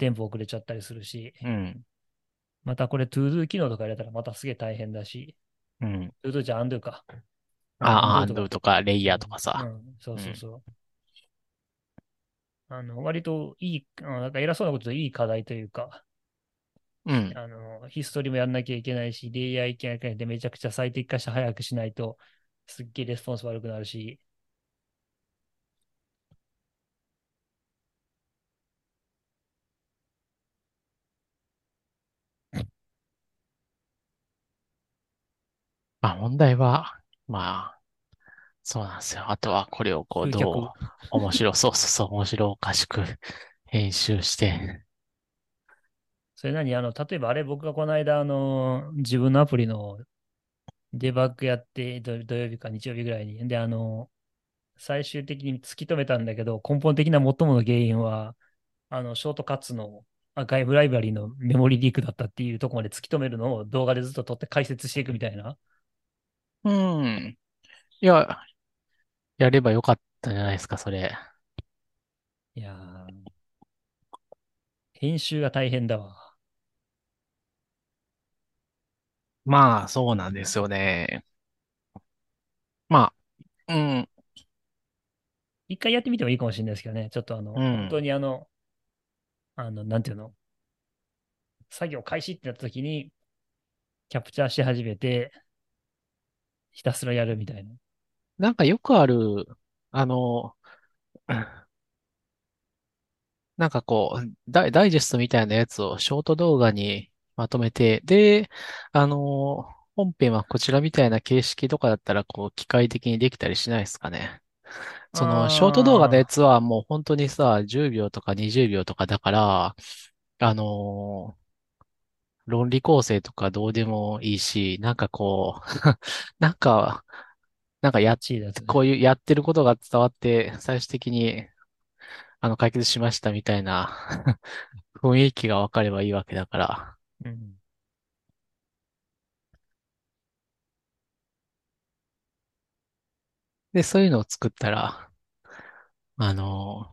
ワンテンポ遅れちゃったりするし。 うん、 またこれ、トゥードゥ機能とか入れたらまたすげえ大変だし。 うん。 トゥードゥじゃアンドゥか。うん、アンあ、 ドゥとかアンドゥとかレイヤーと結構、 かさ。 うん、うん、そううん、 そうそう。あの、割といい、あのなんか偉そうなことでいい課題というか、 うん。 あの、ヒストリもやんなきゃいけないし、レイヤーいけなきゃいけないでめちゃくちゃ最適化して早くしないと、すっげえレスポンス悪くなるし、 まあ問題は、まあ、そうなんですよ。あとはこれをこう、 集客。 どう、面白そう、そうそう、面白おかしく編集して。 それ何あの、例えばあれ僕がこの間、あの、自分のアプリのデバッグやって、土土曜日か日曜日ぐらいに。で、あの、最終的に突き止めたんだけど、根本的な最もの原因は、あの、ショートカッツのあ外部ライブラリのメモリリークだったっていうところまで突き止めるのを動画でずっと撮って解説していくみたいな。 うん。いや、やればよかったんじゃないですか、それ。 いやー、編集が大変だわ。 まあ、そうなんですよね。まあ、うん、 一回やってみてもいいかもしれないですけどね。ちょっとあの、本当うん。 にあの、あの、なんていうの、作業開始ってなった時に、キャプチャーし始めて、ひたすらやるみたいな。 なんかよくある、あの、なんかこう、ダイ、ダイジェストみたいなやつをショート動画にまとめて、で、あの、本編はこちらみたいな形式とかだったら、こう、機械的にできたりしないですかね。その、ショート動画のやあつはもう本当にさ、じゅうびょうとかにじゅうびょうとかだから、あの、論理構成とかどうでもいいし、なんかこう、なんか、なんかー、あっや、 ちいやつ。 こういうやってることが伝わって、最終的に、あの、解決しましたみたいな雰囲気がわかればいいわけだから。 うん。 で、そういうのを作ったら、あの、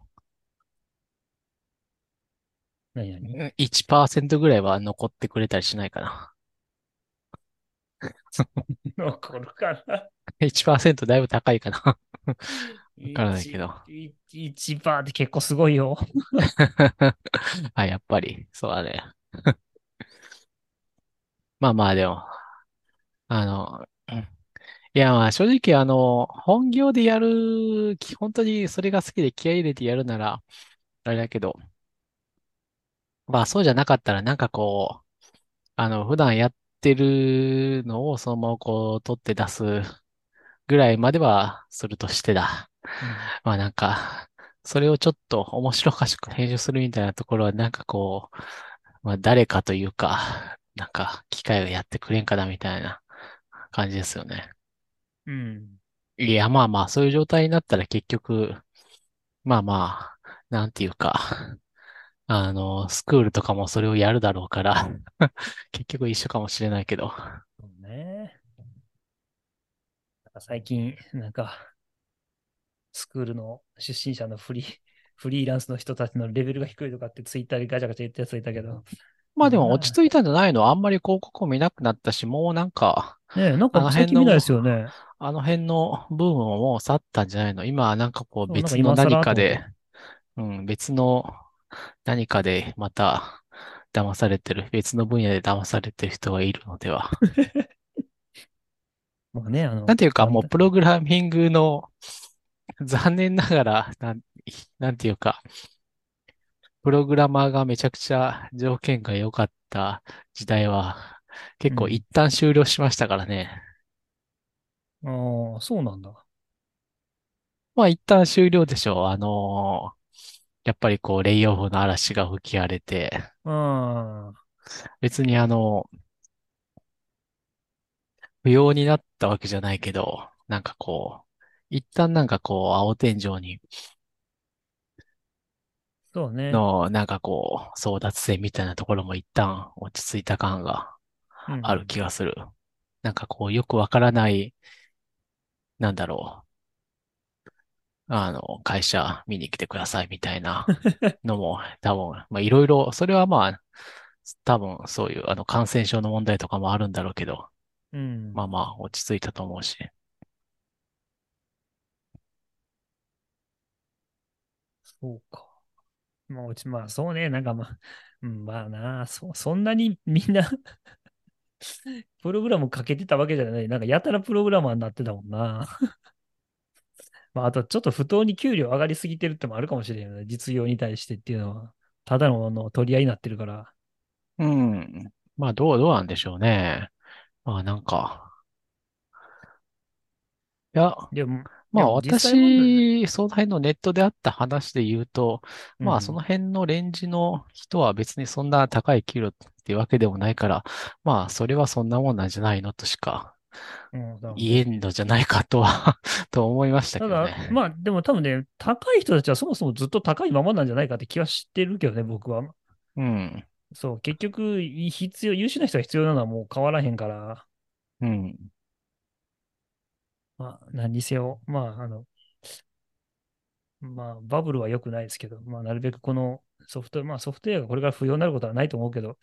何々 いちパーセントぐらいは残ってくれたりしないかな。 残るかな。 いちパーセントだいぶ高いかな。わからないけ一、 ど。 一、一パーって結構すごいよ。 あ、やっぱり、そうだね。まあまあでも、あの、うんいやまあ正直あの、本業でやる、き本当にそれが好きで気合い入れてやるなら、あれだけど、まあそうじゃなかったらなんかこう、あの、普段やってるのをそのままこう、取って出すぐらいまではするとしてだ。 うん。 まあなんか、それをちょっと面白おかしく編集するみたいなところはなんかこう、 まあ誰かというか、なんか機械がやってくれんかなみたいな感じですよね。 うん。 いや、まあまあ、そういう状態になったら結局、まあまあ、なんていうか、あの、スクールとかもそれをやるだろうから、結局一緒かもしれないけど。 そうね。なんか最近、なんか、スクールの出身者のフリー、フリーランスの人たちのレベルが低いとかってツイッターでガチャガチャ言ったやついたけど、 まあでも落ちまあ、 着いたんじゃないの？あんまり広告を見なくなったし、もうなんか、 ねえ、なんかあの最近見ないで辺の、 すよね。 あの辺のブームももう去ったんじゃないの？今はなんかこうそう、なんか別の今何かで、 更と思って。 うん、別の何かでまた騙されてる、別の分野で騙されてる人がいるのでは。 まあね、あの、 なんていうか簡単。 もうプログラミングの残念ながら、なん、なんていうか、プログラマーがめちゃくちゃ条件が良かった時代は結構一うん。 旦終了しましたからね。 ああ、そうなんだ。 まあ一旦終了でしょう。あのーやっぱりこう、レイオフの嵐が吹き荒れて、 ああ、 別にあの、不要になったわけじゃないけど、なんかこう、一旦なんかこう、青天井に、 そうね。 の、なんかこう、争奪戦みたいなところも一旦落ち着いた感があるうん。 気がする。なんかこう、よくわからない、なんだろう、あの、会社見に来てくださいみたいなのも、多分、まあいろいろ、それはまあ、多分そういうあの感染症の問題とかもあるんだろうけど、 うん。 まあまあ落ち着いたと思うし。 そうか。まあ、うち、まあ、そうね。なんかまあ、うん、まあな、そ、そんなにみんなプログラムかけてたわけじゃない。なんか、やたらプログラマーになってたもんな。まあ、あと、ちょっと不当に給料上がりすぎてるってもあるかもしれんよね。実業に対してっていうのは。ただの、あの取り合いになってるから。 うん。まあどう、どうなんでしょうね。まあなんか、いや、 でも、 まあでも実際問題、 私、その辺のネットであった話で言うと、まあそのうん、 辺のレンジの人は別にそんな高い給料っていうわけでもないから、まあそれはそんなもんなんじゃないのとしかうん、なるほど。 言えんのじゃないかとはと思いましたけどただ、 ね。 まあ、でも多分ね、高い人たちはそもそもずっと高いままなんじゃないかって気はしてるけどね、僕は。 うん。 そう、結局、必要、優秀な人が必要なのはもう変わらへんから、 うん。 まあ、何にせよ、まあ、あの、まあ、バブルは良くないですけど、まあ、なるべくこのソフト、まあ、ソフトウェアがこれから不要になることはないと思うけど、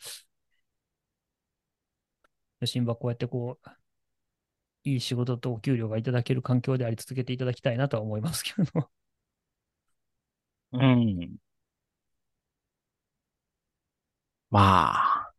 余震はこうやってこう、いい仕事とお給料がいただける環境であり続けていただきたいなとは思いますけど。 うん。まあ。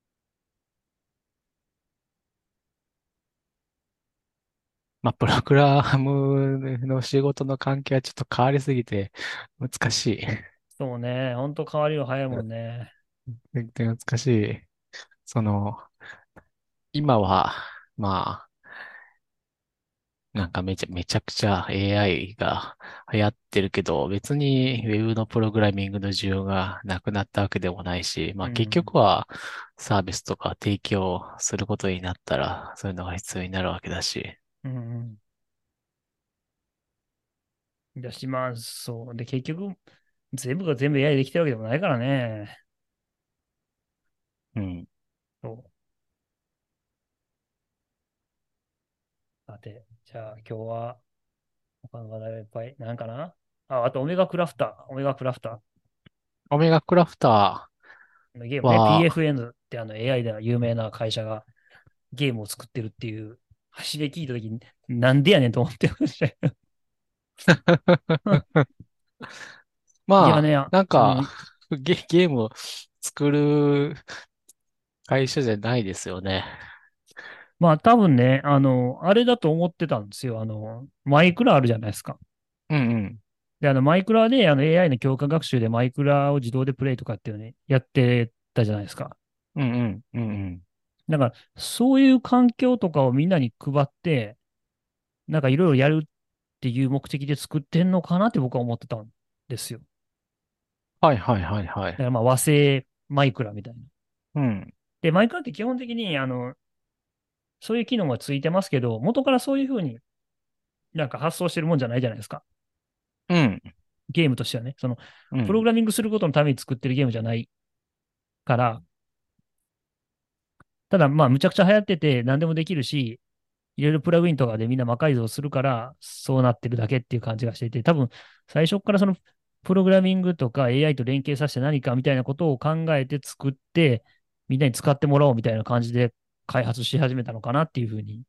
まあ、プログラムの仕事の関係はちょっと変わりすぎて難しい。 そうね、ほんと変わりの早いもんね。 全然難しい。その、今は、まあ、なんかめちゃ、めちゃくちゃ エーアイ が流行ってるけど、別に Web のプログラミングの需要がなくなったわけでもないし、まあ結うん。 局はサービスとか提供することになったら、そういうのが必要になるわけだし。 うん。だし、まあ、そう。で、結局、全部が全部 エーアイ できてるわけでもないからね。 うん。 そう。さて、じゃあ今日は他の話題がいっぱい。なんかなあ、あとオメガクラフター。オメガクラフタオメガクラフター。ゲームね。 ーは、 ピーエフエヌ ってあの エーアイ では有名な会社がゲームを作ってるっていう、走り聞いたときに、なんでやねんと思ってましたよ。いやまあ、 ね、 なんか、 うん。 ゲ、ゲームを作る会社じゃないですよね。 まあ多分ね、あの、あれだと思ってたんですよ。あの、マイクラあるじゃないですか。 うんうん。 で、あの、マイクラで、あの エーアイ の強化学習でマイクラを自動でプレイとかっていうのね、やってたじゃないですか。 うんうん。うんうん。 だから、そういう環境とかをみんなに配って、なんかいろいろやるっていう目的で作ってんのかなって僕は思ってたんですよ。だはいはいはいはい。 からまあ和製マイクラみたいな。 うん。 で、マイクラって基本的に、あの、そういう機能がついてますけど、元からそういうふうになんか発想してるもんじゃないじゃないですか。 うん。 ゲームとしてはね。その、 うん。 プログラミングすることのために作ってるゲームじゃないから、ただまあ、むちゃくちゃ流行ってて何でもできるし、いろいろプラグインとかでみんな魔改造するから、そうなってるだけっていう感じがしていて、多分、最初からその、プログラミングとか エーアイ と連携させて何かみたいなことを考えて作って、みんなに使ってもらおうみたいな感じで開発し始めたのかなっていうふうに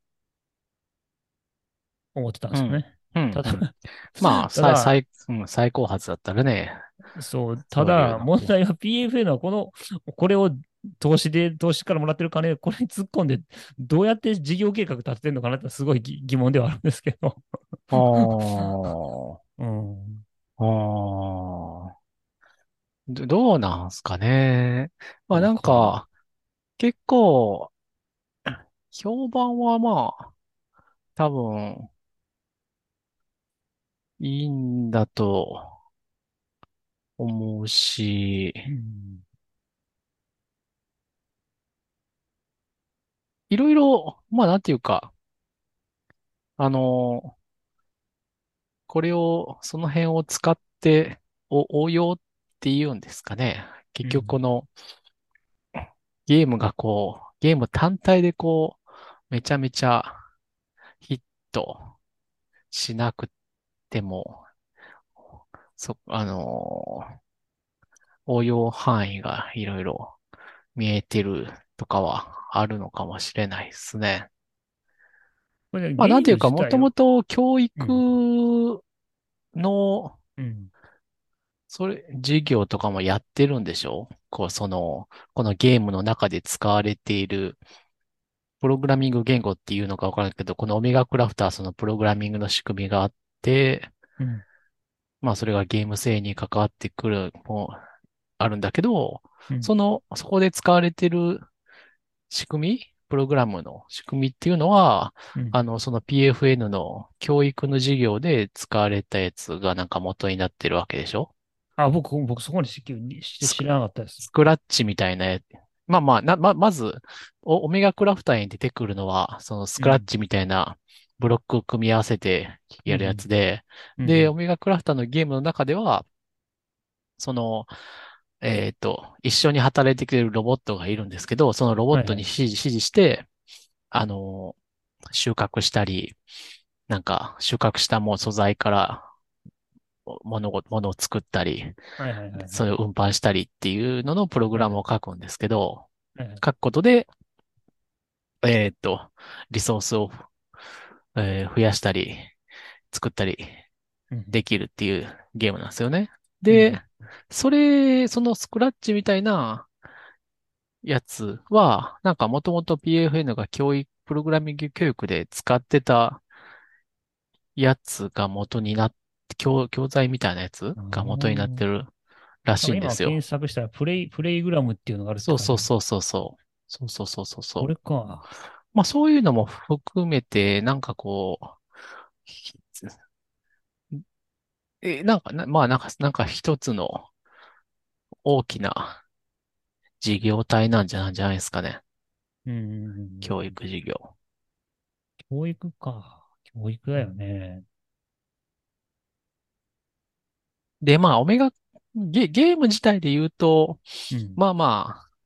思ってたんでうん。 すよね。 うん。 ただ、 うん。まあ、最、 ただ、 最、うん、最高発だったらね、 そう、たそういうだ、 のこ問題は ピーエフエヌ はこの、これを投資で、投資からもらってる金、これに突っ込んで、どうやって事業計画立ててるのかなってすごい疑疑問ではあるんですけど。 う。あうん。 あ、ああ、どどうなんすかね。まあなんわかんない。 か、結構、評判はまあ、多分、いいんだと思うし、 うん。 いろいろ、まあなんていうか、あの、これを、その辺を使って、お応用っていうんですかね。結局こうん。 のゲームがこう、ゲーム単体でこう、めちゃめちゃヒットしなくても、そ、あのー応用範囲がいろいろ見えてるとかはあるのかもしれないですね。 これまあ、 ゲームなんていうか、もと自体を、 もと教うん。 育の、 うん。 それ、授業とかもやってるんでしょこう、その、このゲームの中で使われているプログラミング言語っていうのかわからないけど、このオメガクラフトはそのプログラミングの仕組みがあって、 うん。 まあそれがゲーム性に関わってくるもあるんだけど、 うん。 その、そこで使われている仕組みプログラムの仕組みっていうのは、 うん。 あの、その ピーエフエヌ の教育の授業で使われたやつがなんか元になってるわけでしょあ、僕、僕そこに知してスク、 知らなかったです。 スクラッチみたいなやつ。まあまあ、な、ま、まず、おオメガクラフターに出てくるのは、そのスうん。 クラッチみたいなブロックを組み合わせてやるやうん。 つで、で、オうん。 メガクラフターのゲームの中では、その、えっと、一緒に働いてくれるロボットがいるんですけど、そのロボットにはいはい。 指示、指示して、あの、収穫したり、なんか収穫したもう素材から物を、物を作ったり、 はいはいはいはい。 それを運搬したりっていうののプログはいはい。 ラムを書くんですけど、 はいはい。 書くことで、えっと、リソースを、えー増やしたり、作ったりうん。 できるっていうゲームなんですよね。 うん。 で、それ、そのスクラッチみたいなやつは、なんかもともと ピーエフエヌ が教育、プログラミング教育で使ってたやつが元になって、教、教材みたいなやつあが元になってーるらなんか今しいんですよ。 検索したらプレイ、プレイグラムっていうのがあるってそう書いてある。 そうそうそうそう。そうそうそうそうこれそう。 か。 まあそういうのも含めて、なんかこう、ひえ、なんか、なまあなんか、なんか一つの大きな事業体なんじゃないじゃないですかね。 うん。うんうんうん教うん。 育事業。 教育か。教育だようんね。 で、まあ、オメガ、ゲ、ゲーム自体で言うと、 うん。 まあまあ、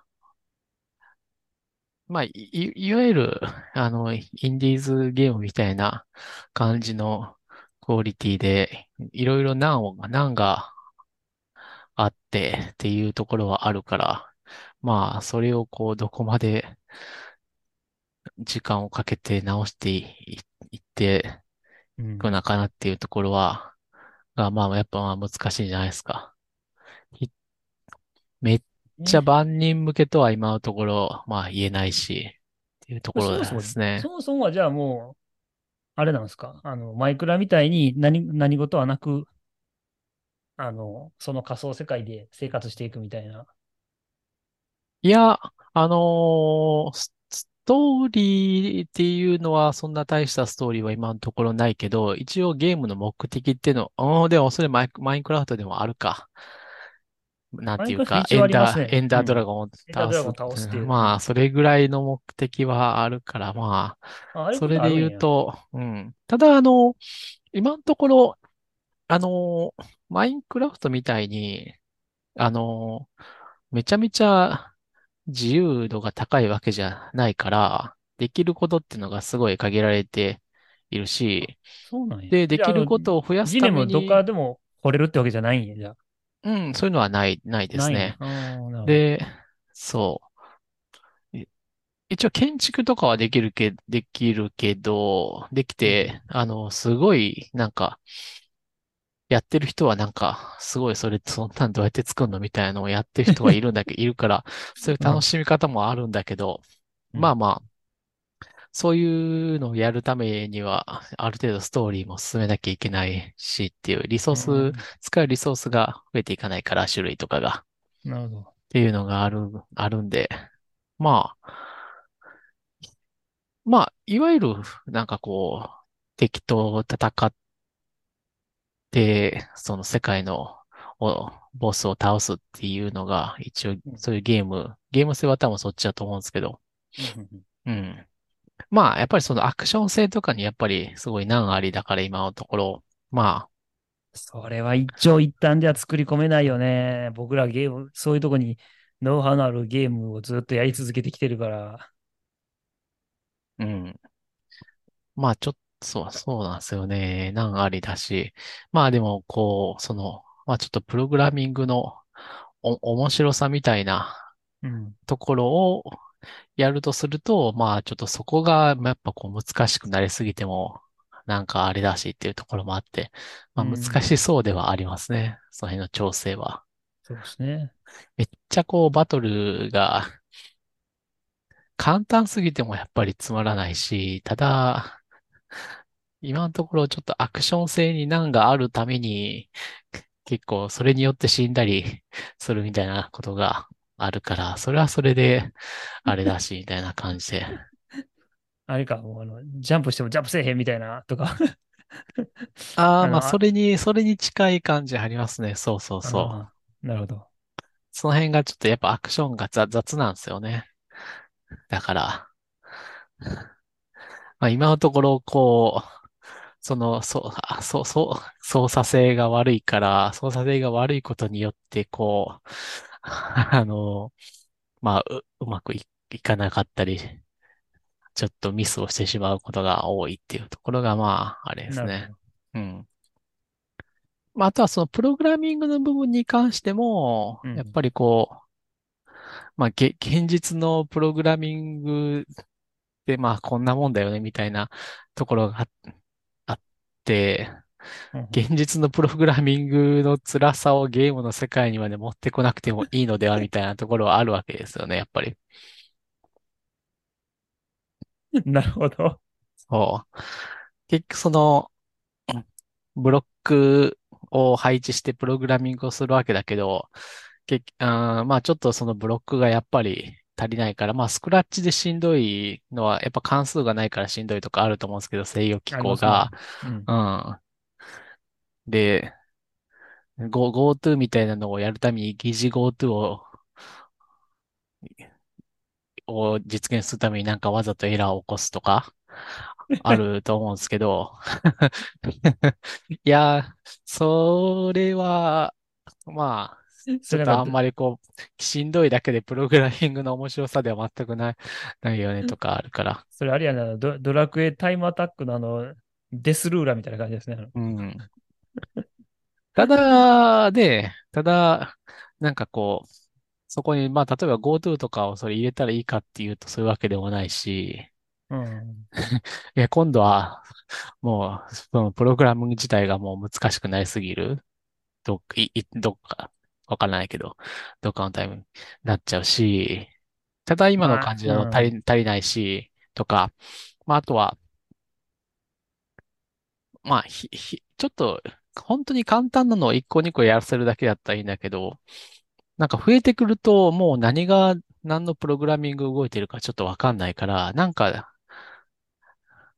まあ、い、いいわゆる、あの、インディーズゲームみたいな感じのクオリティで、いろいろ難を、難があってっていうところはあるから、まあ、それをこう、どこまで時間をかけて直してい、いいっていくうん。 のかなっていうところは、が、まあ、やっぱまあ難しいんじゃないですか。ひめっちゃね。 万人向けとは今のところ、まあ言えないし、っていうところでそもそも、 すね。 そもそもはじゃあもう、あれなんですか。あの、マイクラみたいに何、何事はなく、あの、その仮想世界で生活していくみたいな。 いや、あのースストーリーっていうのはそんな大したストーリーは今のところないけど、一応ゲームの目的っていうの、あーでもそれマイク、マインクラフトでもあるか。 なんマインていうか、 クラフト一応あエンダー、エりますね。 ンダードラうん。 ゴンをエンダードラゴン倒す。 倒すっていう。うん。 まあ、それぐらいの目的はあるから、まあ、 あ、ああいうこそれでとあるんや。 言うと、うん。ただ、あの、今のところ、あの、マインクラフトみたいに、あの、めちゃめちゃ自由度が高いわけじゃないから、できることっていうのがすごい限られているあ、 し、 そうなんや。 で、でじゃあ、あの、 きることを増やすたジネムどっかめに、 でも掘れるってわけじゃないんや、じゃあ。 うん、そういうのはない、ないですないんや。 ね。 ああ、なるほど。 で、そう。い一応建築とかはできるけ、できるけど、できうん。 て、あの、すごい、なんか、やってる人はなんか、すごいそれ、そんなんどうやって作るのみたいなのをやってる人はいるんだけど、いるから、そういううん。 楽しみ方もあるんだけど、 うん。 まあまあ、そういうのをやるためには、ある程度ストーリーも進めなきゃいけないしっていう、リソーうス、 ん。 使うリソースが増えていかないから、種類とかが。っなるほど。 ていうのがある、あるんで、まあ、まあ、いわゆる、なんかこう、敵と戦って、その世界のおボスを倒すっていうのが、一応、 うん。 そういうゲーム、ゲーム性は多分そっちだと思うんですけど、 うん。うん。 うん。まあ、やっぱりそのアクション性とかにやっぱりすごい難ありだから今のところ、まそれは一長一短では作り込めないよね。僕らゲーム、そういうとこにノウハウのあるゲームをずっとやり続けてきてるから。 あ、うん。まあ、ちょっと、そう、そうなんですよね。難ありだし、まあでも、こう、その、まあちょっとプログラミングのお、面白さみたいなうん。 ところをやるとすると、まあちょっとそこが、まあやっぱこう難しくなりすぎても、なんかあれだしっていうところもあって、まあ難うん。 しそうではありますね。その辺の調整は。 そうですね。 めっちゃこうバトルが簡単すぎてもやっぱりつまらないし、ただ、今のところちょっとアクション性に難があるために、結構それによって死んだりするみたいなことがあるから、それはそれであれだし、みたいな感じで。 あれか、もうあの、ジャンプしてもジャンプせえへんみたいな、とか。 ああ、まああの、あ、 それに、それに近い感じありますね。そうそうそう。 あー、なるほど。 その辺がちょっとやっぱアクションが雑雑なんですよね。だから、まあ今のところこう、その、そう、あそう、そう、操作性が悪いから、操作性が悪いことによって、こう、あの、まあ、う、うまくい、いかなかったり、ちょっとミスをしてしまうことが多いっていうところが、まあ、あれですね。 なるほど。 うん。まあ、あとはそのプログラミングの部分に関しても、 うん。 やっぱりこう、まあ、げ、現実のプログラミングで、まあ、こんなもんだよね、みたいなところがああって、 うん。 現実のプログラミングの辛さをゲームの世界にまで持ってこなくてもいいのではみたいなところはあるわけですよね、やっぱり。 なるほど。 そう。結局その、ブロックを配置してプログラミングをするわけだけど、結あーまあちょっとそのブロックがやっぱり足りないから、まあスクラッチでしんどいのはやっぱ関数がないからしんどいとかあると思うんですけど、制御機ありますね。 構が。 うん。 うん。で、Go、GoTo みたいなのをやるために疑似 GoTo をを実現するためになんかわざとエラーを起こすとか、あると思うんですけど、いや、それは、まあ、ちょっとあんそれなんか、 まりこう、しんどいだけでプログラミングの面白さでは全くない、ないよねとかあるから。 それあれやな、ド、ドラクエタイムアタックのあの、デスルーラみたいな感じですね。あのうん。ただ、で、ただ、なんかこう、そこに、まあ、例えば GoTo とかをそれ入れたらいいかっていうとそういうわけでもないし、 うん。 いや、今度は、もう、そのプログラミング自体がもう難しくなりすぎる。どっか、い、いどっか、わからないけど、どっかのタイムになっちゃうし、ただ今のまあ、 感じうだと足ん。 り、足りないし、とか、まあ、あとは、まあ、ひ、ひ、ちょっと、本当に簡単なのをいっこにこやらせるだけだったらいいんだけど、なんか増えてくると、もう何が、何のプログラミング動いてるかちょっとわかんないから、なんか、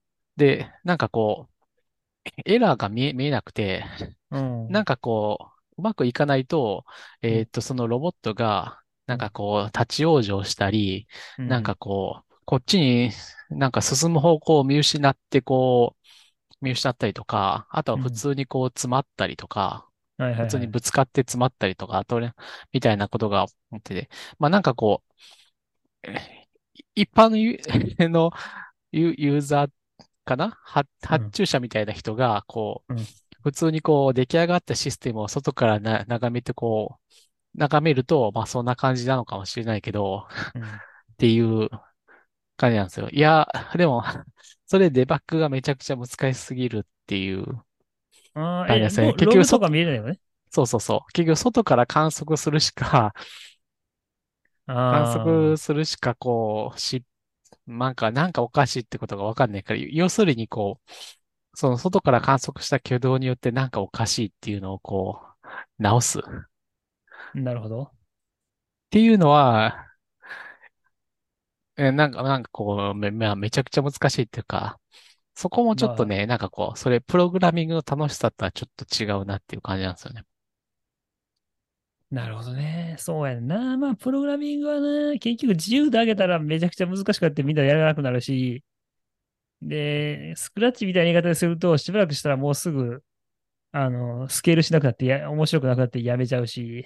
で、なんかこう、エラーが見え、見えなくて、 うん。 なんかこう、 うまくいかないと、 うん、 えーっと、そのロボットが、なんうん、 かこう、立ち往生したり、なんうん、 かこう、こっちになんか進む方向を見失って、こう、見失ったりとか、あとは普うん。 通にこう、詰まったりとか、 はいはいはい。 普通にぶつかって詰まったりとか、あとね、みたいなことが起きてて、まあなんかこう、え一般のユのユユーザーかな発発うん、 注者みたいな人が、こう、 うん、 普通にこう、出来上がったシステムを外からな眺めて、こう、眺めると、まあそんな感じなのかもしれないけど、 うん。 っていう感じなんですよ。いや、でも、それデバッグがめちゃくちゃ難しすぎるっていうああ、え、 感じですね。 ロ、 結局、そ、 ログとか見えないよね。 そうそうそう。結局、外から観測するしか、観測あするしか、こう、し、なんか、なんかおかしいってことがわかんないから、要するに、こう、その外から観測した挙動によってなんかおかしいっていうのを、こう、直す。っあ、なるほど。 ていうのは、え、なんか、なんかこう、め、まあめちゃくちゃ難しいっていうか、そこもちょっとまあ、 ね、なんかこう、それ、プログラミングの楽しさとはちょっと違うなっていう感じなんですよね。 なるほどね。そうやんな。まあ、プログラミングはな、結局自由であげたらめちゃくちゃ難しかってみんなやらなくなるし、で、スクラッチみたいな言い方ですると、しばらくしたらもうすぐ、あの、スケールしなくなってや、面白くなくなってやめちゃうし、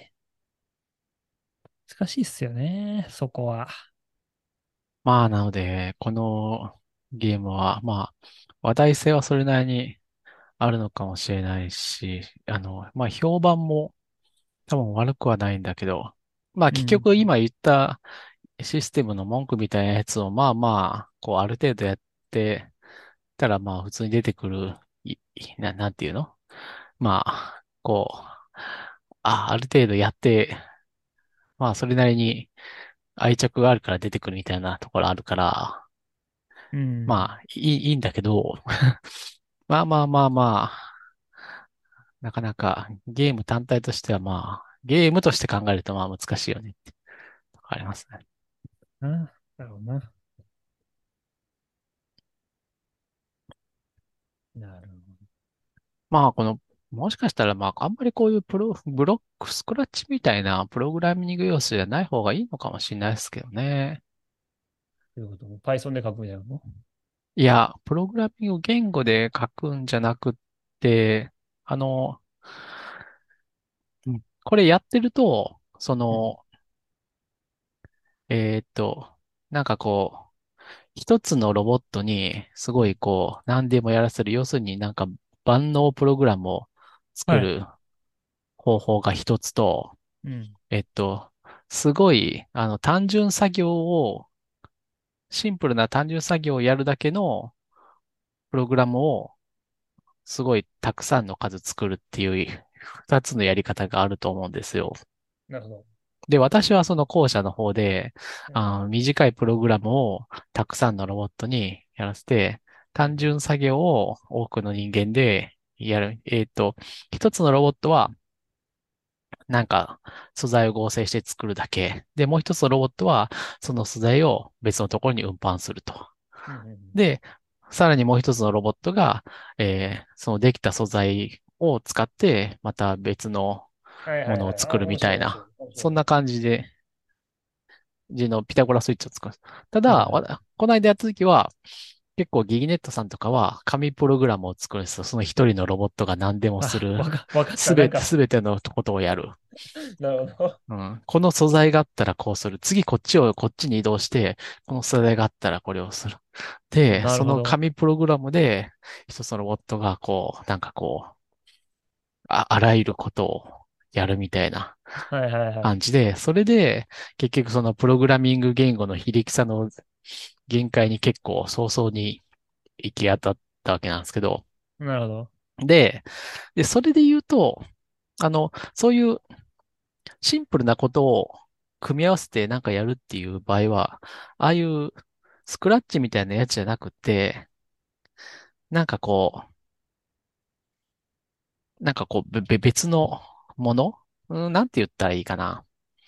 難しいっすよね、そこは。 まあ、なので、このゲームは、まあ、話題性はそれなりにあるのかもしれないし、あの、まあ、評判も多分悪くはないんだけど、まあ、 うん。 結局今言ったシステムの文句みたいなやつを、まあまあ、こう、ある程度やってたら、まあ、普通に出てくる、いな、なんていうのまあ、こう、あ、ある程度やって、まあ、それなりに愛着があるから出てくるみたいなところあるから、 うん。 まあ、いい、いいんだけど、まあまあまあまあ、なかなかゲーム単体としてはまあ、ゲームとして考えるとまあ難しいよねってわかりますね。 あ、なるほどな。なるほまあ、この、もしかしたらまあ、あんまりこういうプロ、ブロック、スクラッチみたいなプログラミング要素じゃない方がいいのかもしれないですけどね。 ど。ということも Python で書くみたいなの。 いや、プログラミング言語で書くんじゃなくって、あの、うんこれやってると、そうん。 の、えーっと、なんかこう、一つのロボットにすごいこう、何でもやらせる。要するになんか万能プログラムを作はい。 る方法が一つと、 うん。 えっと、すごい、あの、単純作業を、シンプルな単純作業をやるだけのプログラムをすごいたくさんの数作るっていう二つのやり方があると思うんですよ。 なるほど。 で、私はその後者の方で、 うん。 あの、短いプログラムをたくさんのロボットにやらせて、 うん。 単純作業を多くの人間でやる。えっと、一つのロボットは、なんか、素材を合成して作るだけ。で、もう一つのロボットは、その素材を別のところに運搬すると。 うん。うん。 で、さらにもう一つのロボットが、えーそのできた素材を使って、また別のはいはいはい。あ、 ものを作るみ面白い面白い。 たいな、 面白い。 そんな感じで、字のピタゴラスイッチを作る。ただ、 はいはいはい。 わこの間やった時は、結構ギギネットさんとかは紙プログラムを作るんですよ。その一人のロボットが何でもすあ、 る。 わか、わかった。なすべて、 んか、 すべてのことをやる。 なるほど。 うん。この素材があったらこうする。次こっちをこっちに移動して、この素材があったらこれをする。で、そのなるほど。 紙プログラムで、一つのロボットがこう、なんかこう、あ、あらゆることをやるみたいなはいはいはい。 感じで、それで、結局そのプログラミング言語の非力さの限界に結構早々に行き当たったわけなんですけど、 なるほど。 で、で、それで言うと、あの、そういうシンプルなことを組み合わせてなんかやるっていう場合は、ああいうスクラッチみたいなやつじゃなくて、なんかこう、なんかこう、べべ別のものうん、なんて言ったらいいかな。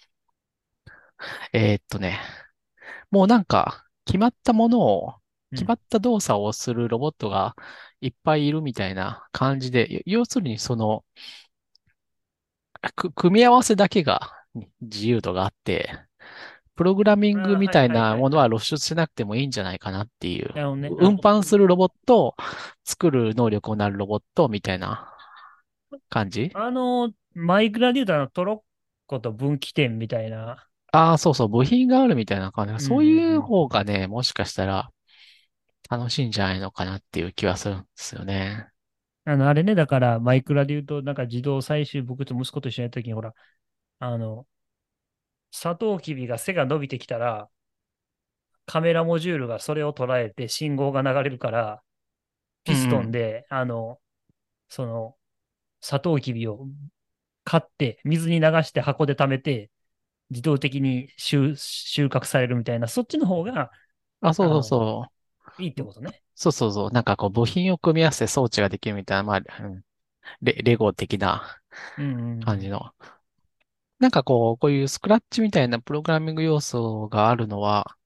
えーっとね、もうなんか、決まったものを、 うん。 決まった動作をするロボットがいっぱいいるみたいな感じで、要するにその、 く、組み合わせだけが自由度があって、プログラミングああ、 みはいたいなはいはいはい。 ものは露出しなくてもいいんじゃないかなっていう。 なるほどね。あ、 運搬するロボット、作る能力をなるロボットみたいな感じ。 あの、マイクラで言うとあのトロッコと分岐点みたいな。 ああ、そうそう、部品があるみたいな感じ。 うんうんそういううん。 方がね、もしかしたら楽しいんじゃないのかなっていう気はするんですよね。 あの、あれね、だからマイクラで言うと、なんか自動採集、僕と息子と一緒にやった時に、ほら、あの、サトウキビが背が伸びてきたら、カメラモジュールがそれを捉えて信号が流れるから、ピスうんうん。 トンで、あの、その、サトウキビを買って、水に流して箱で溜めて、自動的に収、収穫されるみたいな、そっちの方が、 あ、そうそうあの、 そいいってう。 ことね。 そうそうそう。なんかこう部品を組み合わせて装置ができるみたいな、まあ、うん、レ、レゴ的なうんうん感じの。なんかこう、こういうスクラッチみたいなプログラミング要素があるのは、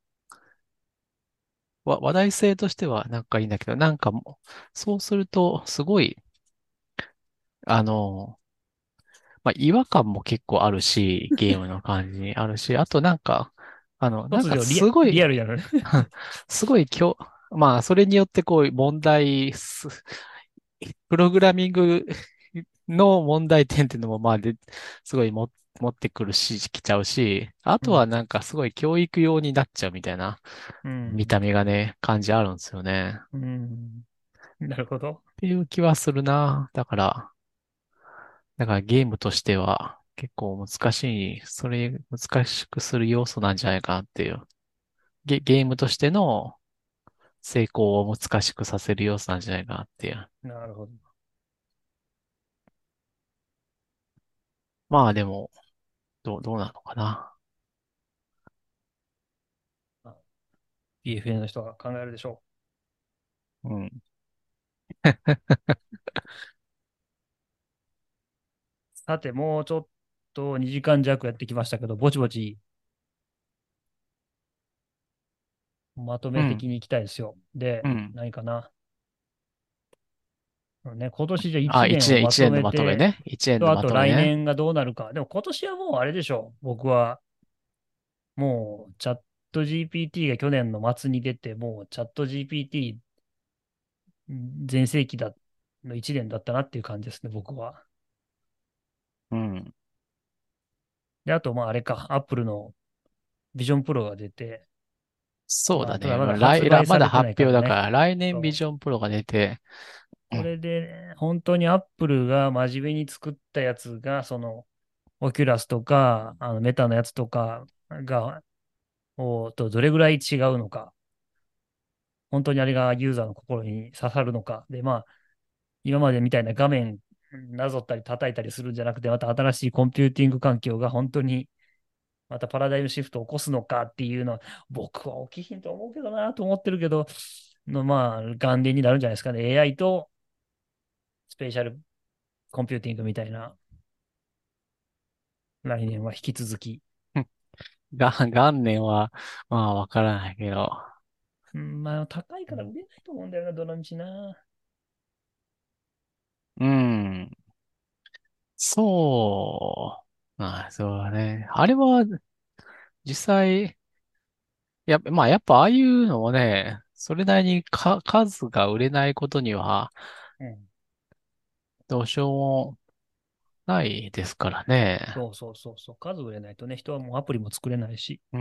わ話題性としてはなんかいいんだけど、なんかもう、そうすると、すごい、あの、まあ、違和感も結構あるし、ゲームの感じにあるし、あとなんか、あの、なんか突如リア、 すごい、 リアルやる。 すごいきょ、まあ、それによってこう、問題す、プログラミングの問題点っていうのも、まあで、すごいも持ってくるし、きちゃうし、あとはうん。 なんかすごい教育用になっちゃうみたいなうん。 見た目がね、感じあるんですよね。 うん。なるほど。 っていう気はするな。だから、だからゲームとしては結構難しい、それ難しくする要素なんじゃないかなっていう。ゲ、ゲームとしての成功を難しくさせる要素なんじゃないかなっていう。 なるほど。 まあでも、どう、どうなのかな。 あ ピーエフエー の人が考えるでしょうん。 う。さて、もうちょっとにじかん弱やってきましたけど、ぼちぼちまとうん。 め的に行きたいですよ。で、 うん。 何かな。ね、今年じゃあ、 1 一年、 年をまと一年のめて、 まとめね。一年のと、あまととめね。 来年がどうなるか。でも今年はもうあれでしょう。僕はもうチャット ジーピーティー が去年の末に出て、もうチャット ジーピーティー 全盛期だのいちねんだったなっていう感じですね、僕は。 うん。 で、あと、まああれか、アップルのビジョンプロが出て、まあ、ただそうだね。まあ、 まだ発来、来まだ発売されてないからね。 表だから、来年ビそう。 ジョンプロが出て、うこん。 れで、本当にアップルが真面目に作ったやつが、その、オキュラスとか、あのメタのやつとかが、おとどれぐらい違うのか、本当にあれがユーザーの心に刺さるのか。で、まあ、今までみたいな画面なぞったり叩いたりするんじゃなくて、また新しいコンピューティング環境が本当にまたパラダイムシフトを起こすのかっていうのは、僕は起きひんと思うけどなと思ってるけど、のまあ、元年になるんじゃないですかね。エーアイ とスペーシャルコンピューティングみたいな、来年は引き続き。 が、元年は、まあ、わからないけど。 うん、まあ、高いから売れないと思うんだよな、どの道な。 うん。そう。まあ、そうだね。あれは、実際、やっぱ、まあ、やっぱああいうのもね、それなりにか、数が売れないことには、 うん。 どうしようもないですからね。 そうそうそうそう。数売れないとね、人はもうアプリも作れないし。 うん。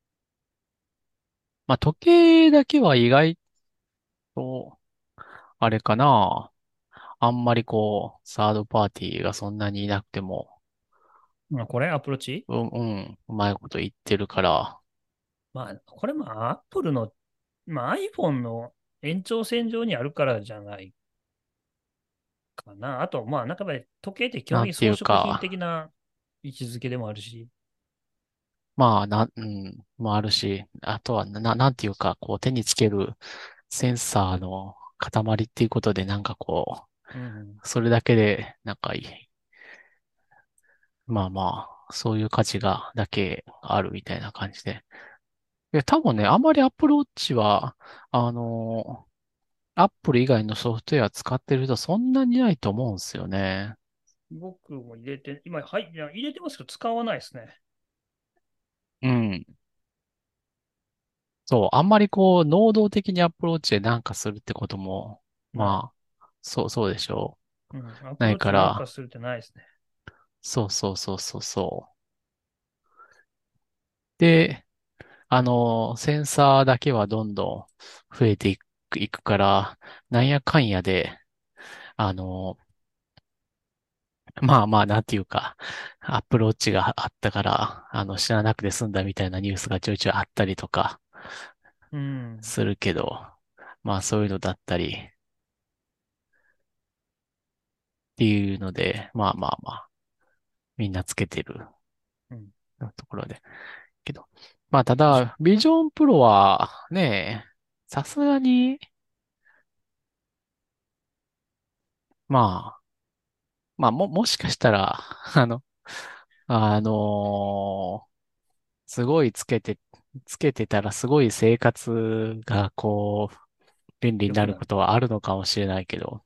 まあ、時計だけは意外と、あれかな。あんまりこう、サードパーティーがそんなにいなくても、 まあ、これアプローチうん、うん、うまいこと言ってるから、 まあ、これまあ、アップルの、まあ、iPhone の延長線上にあるからじゃないかな。あと、まあ、なんかやっぱり時計って基本的に装なんていう飾品的か、 な位置づけでもあるし。 まあ、な、うん、もあるし、あとは、な、なんていうか、こう、手につけるセンサーの塊っていうことで、なんかこうん。 う、それだけで、なんかいい、まあまあ、そういう価値が、だけあるみたいな感じで。いや、多分ね、あんまり Apple Watch は、あの、Apple 以外のソフトウェア使ってる人そんなにいないと思うんですよね。 僕も入れて、今、はい、いや入れてますけど、使わないですね。 うん。そう、あんまりこう、能動的にアプローチでなんかするってことも、 ない。 まあ、そう、そうでしょうん。アう。ないプローチでなんかから、 するってないですね。 そうそうそうそうそう。で、あの、センサーだけはどんどん増えていく、いくから、なんやかんやで、あの、まあまあ、なんていうか、アプローチがあったから、あの、知らなくて済んだみたいなニュースがちょいちょいあったりとかうん。 するけど、まあそういうのだったりっていうので、まあまあまあ、みんなつけてるうん。 ところで。けど、まあただ、ビジョンプロはね、さすがに、まあ、まあも、もしかしたら、あの、あのーすごいつけて、つけてたらすごい生活がこう、便利によくなる。 なることはあるのかもしれないけど、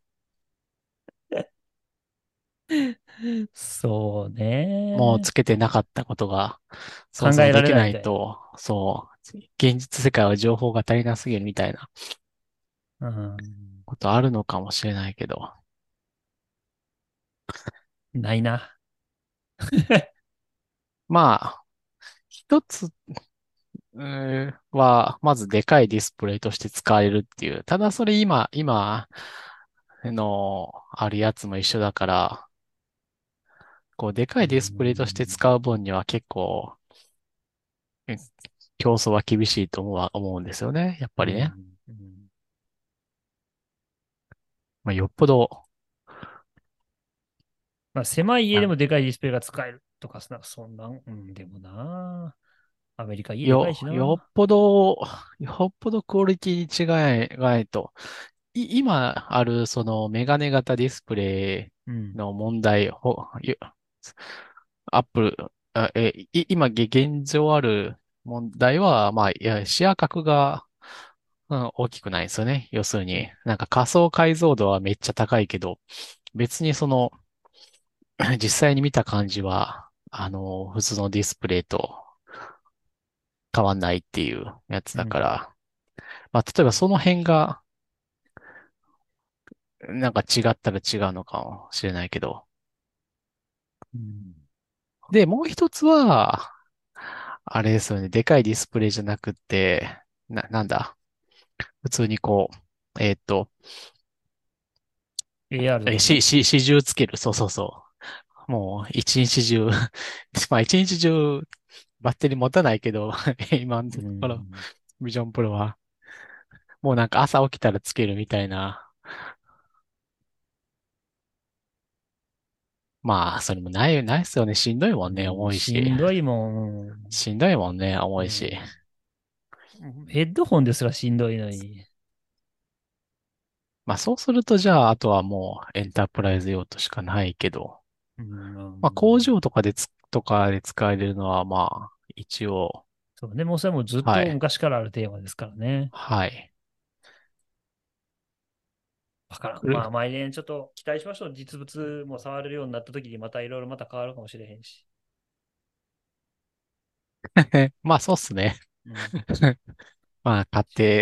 そうもうね。 つけてなかったことが想考えられ像できなないみたいな。 いと、そう、現実世界は情報が足りなすぎるみたいなうん。 ことあるのかもしれないけど、 ないな。 まあ、一つうーは、まずでかいディスプレイとして使えるっていう。ただそれ今、今のあるやつも一緒だから、こう、でかういディスプレイとしてん。 使う分には結構、うん競争は厳しいと思うわ、思うんですよね。やっうぱりね。 ん。うん。 まあ、よっぽど、 まあ、狭い家なんでもでかいディスプレイが使えるとか、なんかそんなん、うん、でもな。アメリカ家でかいよ、 しな。 よっぽど、よっぽどクオリティに違いがないと、い、今あるそのメガネ型ディスプレうん。 イの問題、ほ、よアップル、あえ、い今、げ現状ある問題は、まあ、いや、視野角が、うん、大きくないですよね。要するに、 うん。 なんか仮想解像度はめっちゃ高いけど、別にその、実際に見た感じは、あの、普通のディスプレイと変わんないっていうやつうん。 だから、まあ、例えばその辺が、なんか違ったら違うのかもしれないけど。 うん。 で、もう一つは、あれですよね。でかいディスプレイじゃなくって、な、なんだ。普通にこう、えーっと、 エーアール とえ、し、 かね。 し、始終つける。そうそうそう。もう、一日中まあ、一日中、バッテリー持たないけど今のうところ、 ん。 ビジョンプロは、もうなんか朝起きたらつけるみたいな。まあ、それもない、ないっすよね。しんどいもんね。 うん、 重いし。 しんどいもん。 しんどいもんね。 う重いし。 ん。ヘッドホンですらしんどいのに。 まあ、そうすると、じゃあ、あとはもう、エンタープライズ用途しかないけど、 うん。うまあ、工ん。 場とかでつ、とかで使えるのは、まあ、一応、 そうね。もうそれもずっはい。 と昔からあるテーマですからね。 はい。 わからん。 くるまあ、毎年ちょっと期待しましょう。実物も触れるようになった時にまたいろいろまた変わるかもしれへんし。 まあ、そうっすね。 うん。 まあ、買って、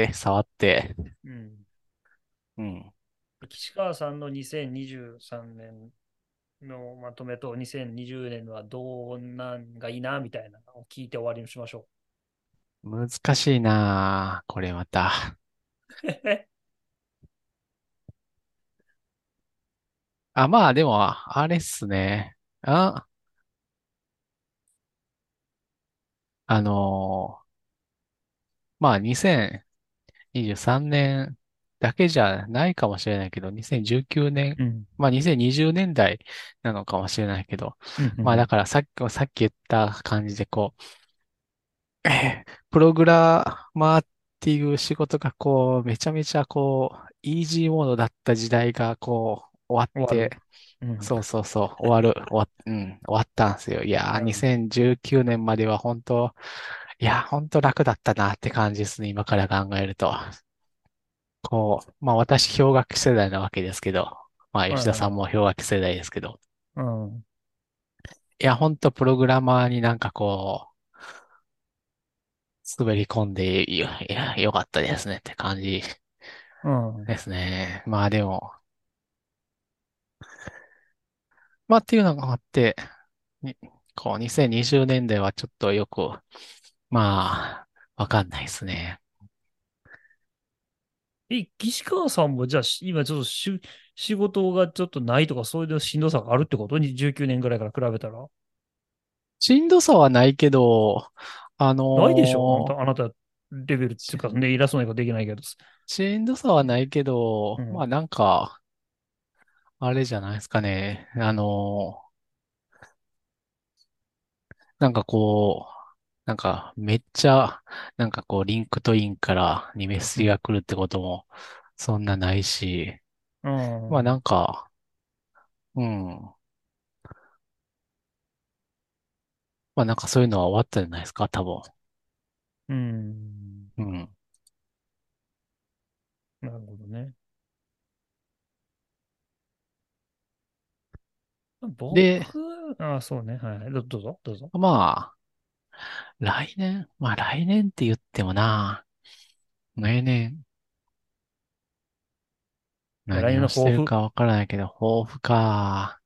触って、 うん。 うん。 岸川さんのにせんにじゅうさんねんのまとめとにせんにじゅうねんはどんなんがいいなみたいなのを聞いて終わりにしましょ難しいなあこれまた。 う。 あ、まあ、でも、あれっすね。あ、あのーまあ、にせんにじゅうさんねんだけじゃないかもしれないけど、にせんじゅうきゅうねん、 うん。 まあ、にせんにじゅうねんだいなのかもしれないけど、 うん。うまあ、だん。 からさっき、さっき言った感じで、こう、プログラマーっていう仕事がこう、めちゃめちゃこう、イージーモードだった時代がこう、終わっ終わる。 て、 うん。 そうそうそう、終わる、終わっ、うん、終わったんですよ。いやー、 うん。 にせんじゅうきゅうねんまでは本当、いやー、本当楽だったなって感じですね、今から考えると。こう、まあ私、氷河期世代なわけですけど、まあ吉田さんもはいはいはい。 氷河期世代ですけど、 うん。 いや、ほんとプログラマーになんかこう、滑り込んでいや、いや、よかったですねって感じうん。 ですね。まあでも、まあっていうのがあって、にこう、にせんにじゅうねんだいはちょっとよく、まあ、わかんないですね。 え、岸川さんもじゃあ、し今ちょっとし仕事がちょっとないとか、そういうしんどさがあるってこと？ じゅうきゅう 年ぐらいから比べたら。 しんどさはないけど、あないでしょあんのた、あなたレベルっていうか、ね、偉そうなことできないけど。 し、しんどさはないけど、まあうん。 なんか、あれじゃないですかね。あのなんかこう、なんかめっちゃ、なんかこう、リンクトインからにメッセージがうん。 来るってこともそんなないし、 うん。 まあなんか、うん。まあなんかそういうのは終わったじゃないですか、多分。 うん。 うん。 なるほどね。僕、 で、 あ、そうね。はい。ど、どうぞ、どうぞ。 まあ、来年、まあ来年って言ってもな、来年来年何をしてるの抱負。 かわからないけど、抱負か。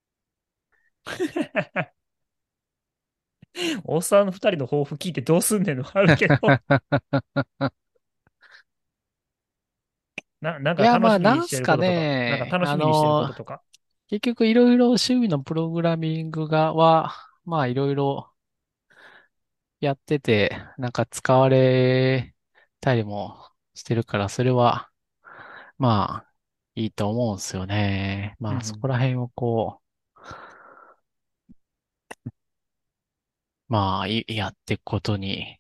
おっさんの二人の抱負聞いてどうすんねんのあるけど、な、なんかいや、まあ、 楽しみにしてなんすかることとか、なんかね。あ楽しみにしてるこの、 ととか。 結局いろいろ趣味のプログラミングが、は、まあいろいろやってて、なんか使われたりもしてるから、それは、まあ、いいと思うんですよね。まあ、そこうん。 ら辺をこう、まあ、いやっていくことに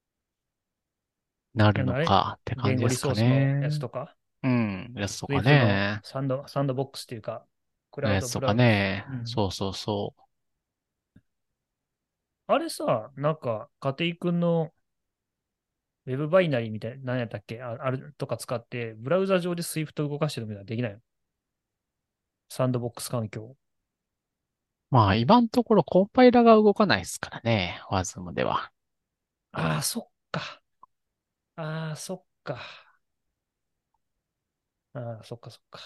なるのあのあれかって感言語リじですかソースのやつね。 とか、 うん、やつとか Swift のね。 サンド、サンドボックスっていうか、クラウドやつとかプラグ、 ね。 うん。 そうそうそあれさ、なんか、家庭君のウェブバイナリーみたいな、何やったっけあ、あるとか使って、ブラウザ上で Swift 動かしてるみたいなのできないの？サンドボックス環境。 う。まあ、今のところコンパイラが動かないですからね。ワズムでは。 ああ、そっか。ああ、そっか。ああ、そっかそっか。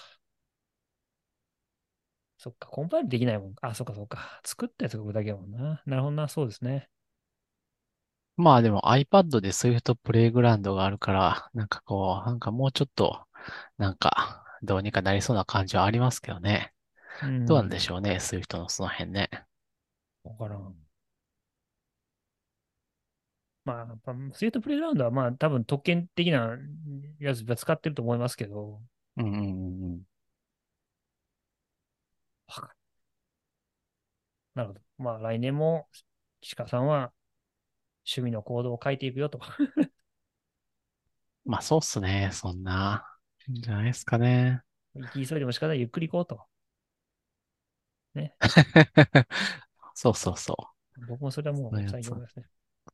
そっか、コンパイルできないもん。あ、そっかそっか。作ったやつが僕だけやもんな。なるほどな、そうですね。 まあでも iPad で Swift プレイグラウンドがあるから、なんかこう、なんかもうちょっと、なんか、どうにかなりそうな感じはありますけどね。 うどうなんでん。 しょうね、Swift のその辺ね。 わからん。まあ、やっぱスイートプレイグラウンドはまあ多分特権的なやつ使ってると思いますけど、 うんうんうんうん。 わかなるほど。まあ来年も鹿さんは趣味の行動を変えていくよと。 まあそうっすね、そんな。いいんじゃないですかね。 行き急いでも仕方ないゆっくり行こうと。ね。 そうそうそう。 僕もそれはもうそういうやつ。 最近思いますね。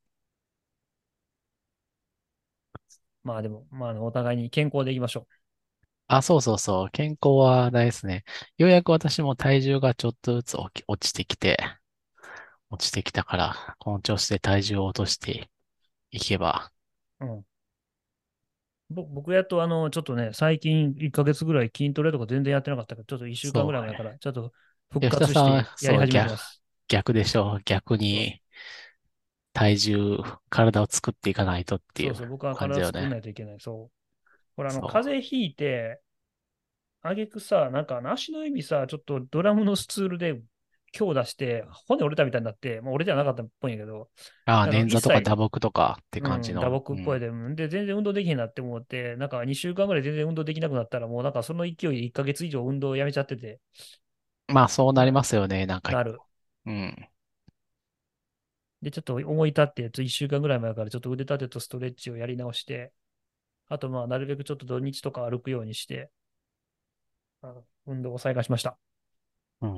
まあでも、まああのお互いに健康でいきましょあ、そうそうそう。健康は大事ですね。ようやく私も体重がちょっとずつ落ち落ちてきて、落ちてきたから、この調子で体重を落としていけば。 う。うん。ぼ僕やっとあの、ちょっとね、最近いっかげつぐらい筋トレとか全然やってなかったから、ちょっといっしゅうかんぐらい前かそう。 ら、ちょっと復吉田活しさんは、そう、 てやり始めて逆、 ます。 逆でしょう。逆そう。 に体重、体を作っていかないとっていうそうそう、僕は体作んな感じだよね。 いといけない。そう。これあの、 そ風邪ひいて、あげくさ、なんかあの足の指さ、ちょっとドラムのスツールで強打して、骨折れたみたいになって、もう折れてはなかったっぽいんやけど、 う。ああ、 なんか捻挫とか打一切、 撲とかってうん、打感じの。うん。 撲っぽいで、で、全然運動できへんなって思って、なんかにしゅうかんぐらい全然運動できなくなったら、もうなんかその勢いでいっかげつ以上運動をやめちゃってて、 まあ、そうなりな、 ますよね。なんか、 なる。 うん。 で、ちょっと思い立って、いっしゅうかんぐらい前からちょっと腕立てとストレッチをやり直して、あとまあ、なるべくちょっと土日とか歩くようにして、あの運動を再開しました。 うん。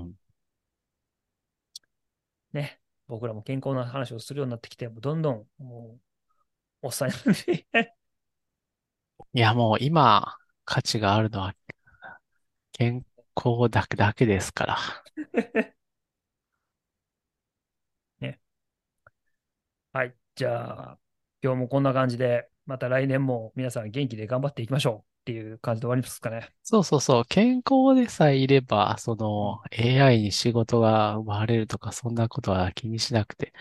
ね。僕らも健康な話をするようになってきて、どんどんもうおっさんなんでいや、もう今、価値があるのは健康だけだけですから。 ね。はい。じゃあ、今日もこんな感じで、また来年も皆さん元気で頑張っていきましょうっていう感じで終わりますかね。 そうそうそう。健康でさえいれば、そうん。 の エーアイ に仕事が奪われるとか、そんなことは気にしなくて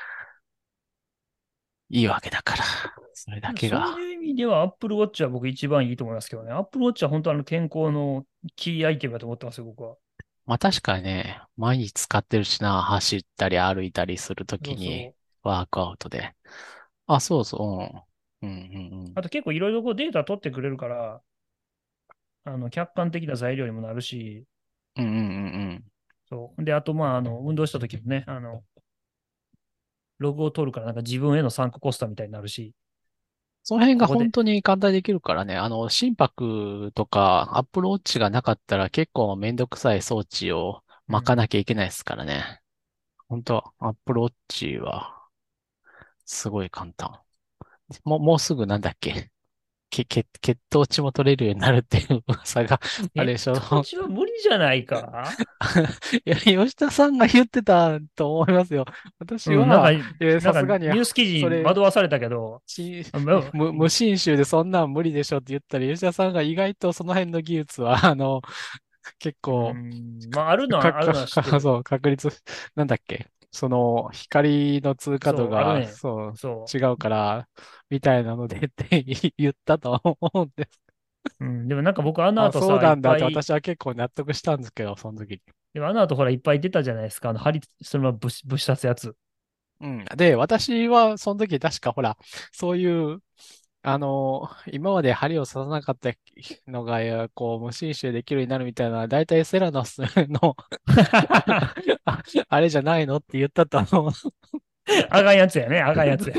いいわけだから。それだけが。 そういう意味では Apple Watch は僕一番いいと思いますけどね。Apple Watch は本当あの健康のキーアイテムだと思ってますよ、僕は。 まあ確かにね、毎日使ってるしな、走ったり歩いたりするときに、 そうそう。 ワークアウトで。あ、そうそう。うん、うん、うん。 あと結構いろいろこうデータ取ってくれるから、あの、客観的な材料にもなるし、 うん、うん、うんうん。 そう。で、あと、まあ、あの、運動した時のね、あの、ログを取るから、なんか自分への参考コストみたいになるし、 その辺がここで、 本当に簡単にできるからね、あの、心拍とかアップルウォッチがなかったら結構めんどくさい装置を巻かうん。 なきゃいけないですからね。本当アップルウォッチはすごい簡単。もう、もうすぐなんだっけけ、け、血糖値も取れるようになるっていう噂が、あれえ、 でしょ。 当時は無理じゃないか？ いや、吉田さんが言ってたと思いますよ。私うん、なんか、 は、えーなんかさすがに、 ニュース記事にそれ、 惑わされたけど、 しあま無、無侵襲でそんなん無理でしょって言ったら、吉田さんが意外とその辺の技術は、あの、結う構、 ん、まあ、あるのか、 は、あるか、 のは知ってる。 かそう、確率、なんだっけ、その、光の通過度そう、あるが、 ね。 そう、 そ違うから、みたいなのでって言ったと思うんです。 う。うん、でもなんか僕あのあ、 後さ、いっそうなんだっぱい、 て私は結構納得したんですけど、その時に。 でもあの後ほらいっぱい出たじゃないですか。あの、針、そのままぶし、ぶし刺すやつ。 うん。で、私はその時確かほら、そういう、あの、今まで針を刺さなかったのが、いやこう、無侵襲できるようになるみたいな、だいたいセラノスのああれじゃないのって言ったと思う。 あかんやつやね。あかんやつや。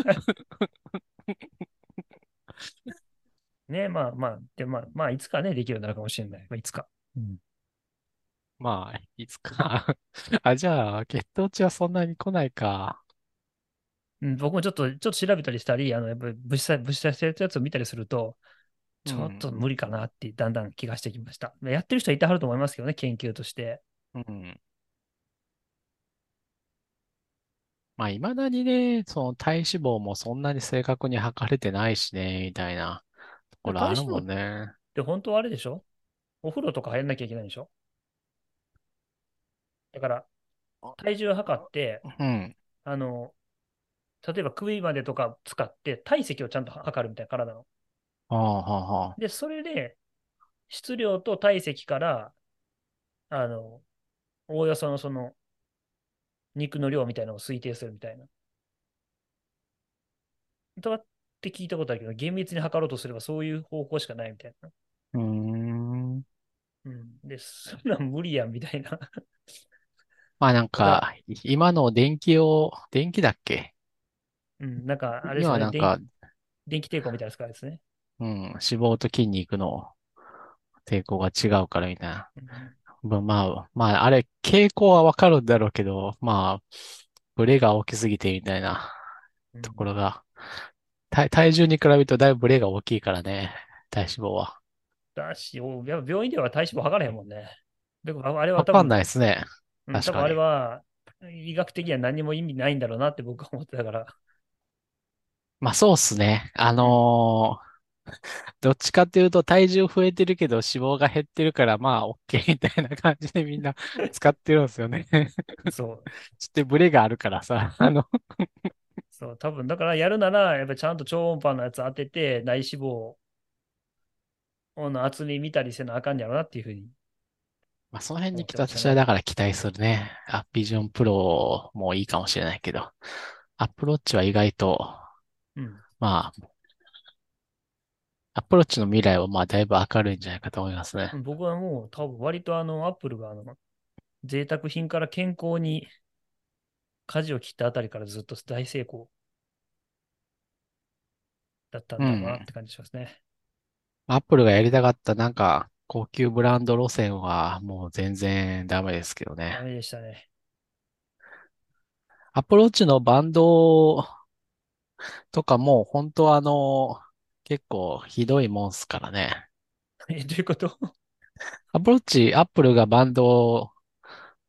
ね、まあまあ、で、まあ、まあ、いつかね、できるようになるかもしれない。まあ、いつか。うん。 まあ、いつかあ、じゃあ、血糖値はそんなに来ないか。 うん、僕もちょっと、ちょっと調べたりしたり、あの、やっぱり物質、物質してるやつを見たりすると、ちょっうん。 と無理かなってだんだん気がしてきました。やってる人はいてはると思いますけどね、研究として。 うん。まあ、未だにね、その体脂肪もそんなに正確に測れてないしね、みたいなところあるもで体脂肪っんね。 て本当はあれでしょ？お風呂とか入んなきゃいけないでしょ？だから、体重を測って、 うん。 あの、例えば首までとか使って体積をちゃんと測るみたいな体の。 はあ、はあ、はあ。 で、それで質量と体積から、あの、おおよそのその肉の量みたいなのを推定するみたいな。とかって聞いたことあるけど、厳密に測ろうとすればそういう方法しかないみたいな。 うーん。 うん。で、そんなん無理やんみたいな。 まあなんただ、 か、い今の電気を、電気だっけうん、なんか、あれですよね、電、 今なんか、 電気抵抗みたいな使いですね。 うん、脂肪と筋肉の抵抗が違うからみたいな。 うん、 ままあ、まあ、あれ、傾向はわかるんだろうけど、まあ、ブレが大きすぎてみたいなとこうん、 ろが、体、体重に比べるとだいぶブレが大きいからね、体脂肪は。 だし、おやっぱ病院では体脂肪測れへんもんね。でも、ああれはわかん多分、 ないですね。 うん、多分あれ確かに。 は医学的には何も意味ないんだろうなって僕は思ってたから。 まあそうっすね。あうん。 のーどっちかっていうと体重増えてるけど脂肪が減ってるからまあ OK みたいな感じでみんな使ってるんですよね。 そう。 ちょっとブレがあるからさ、あの、 そう、多分、だからやるなら、やっぱりちゃんと超音波のやつ当てて、内脂肪の厚み見たりせなあかんやろなっていうふうにまあその辺思っに来てましたね。 た私はだから期待するね。あ、ビジョンプロもいいかもしれないけど、アップローチは意外と、 うん。 まあ、アップローチの未来はまあだいぶ明るいんじゃないかと思いますね。 僕はもう多分割とあの、アップルがあの、贅沢品から健康に舵を切ったあたりからずっと大成功だったんだろうなっうん。 て感じしますね。 アップルがやりたかったなんか高級ブランド路線はもう全然ダメですけどね。 ダメでしたね。 アップローチのバンドとかも本当はあの、結構ひどいもんすからね。 え、どういうこと？ アップローチ、アップルがバンド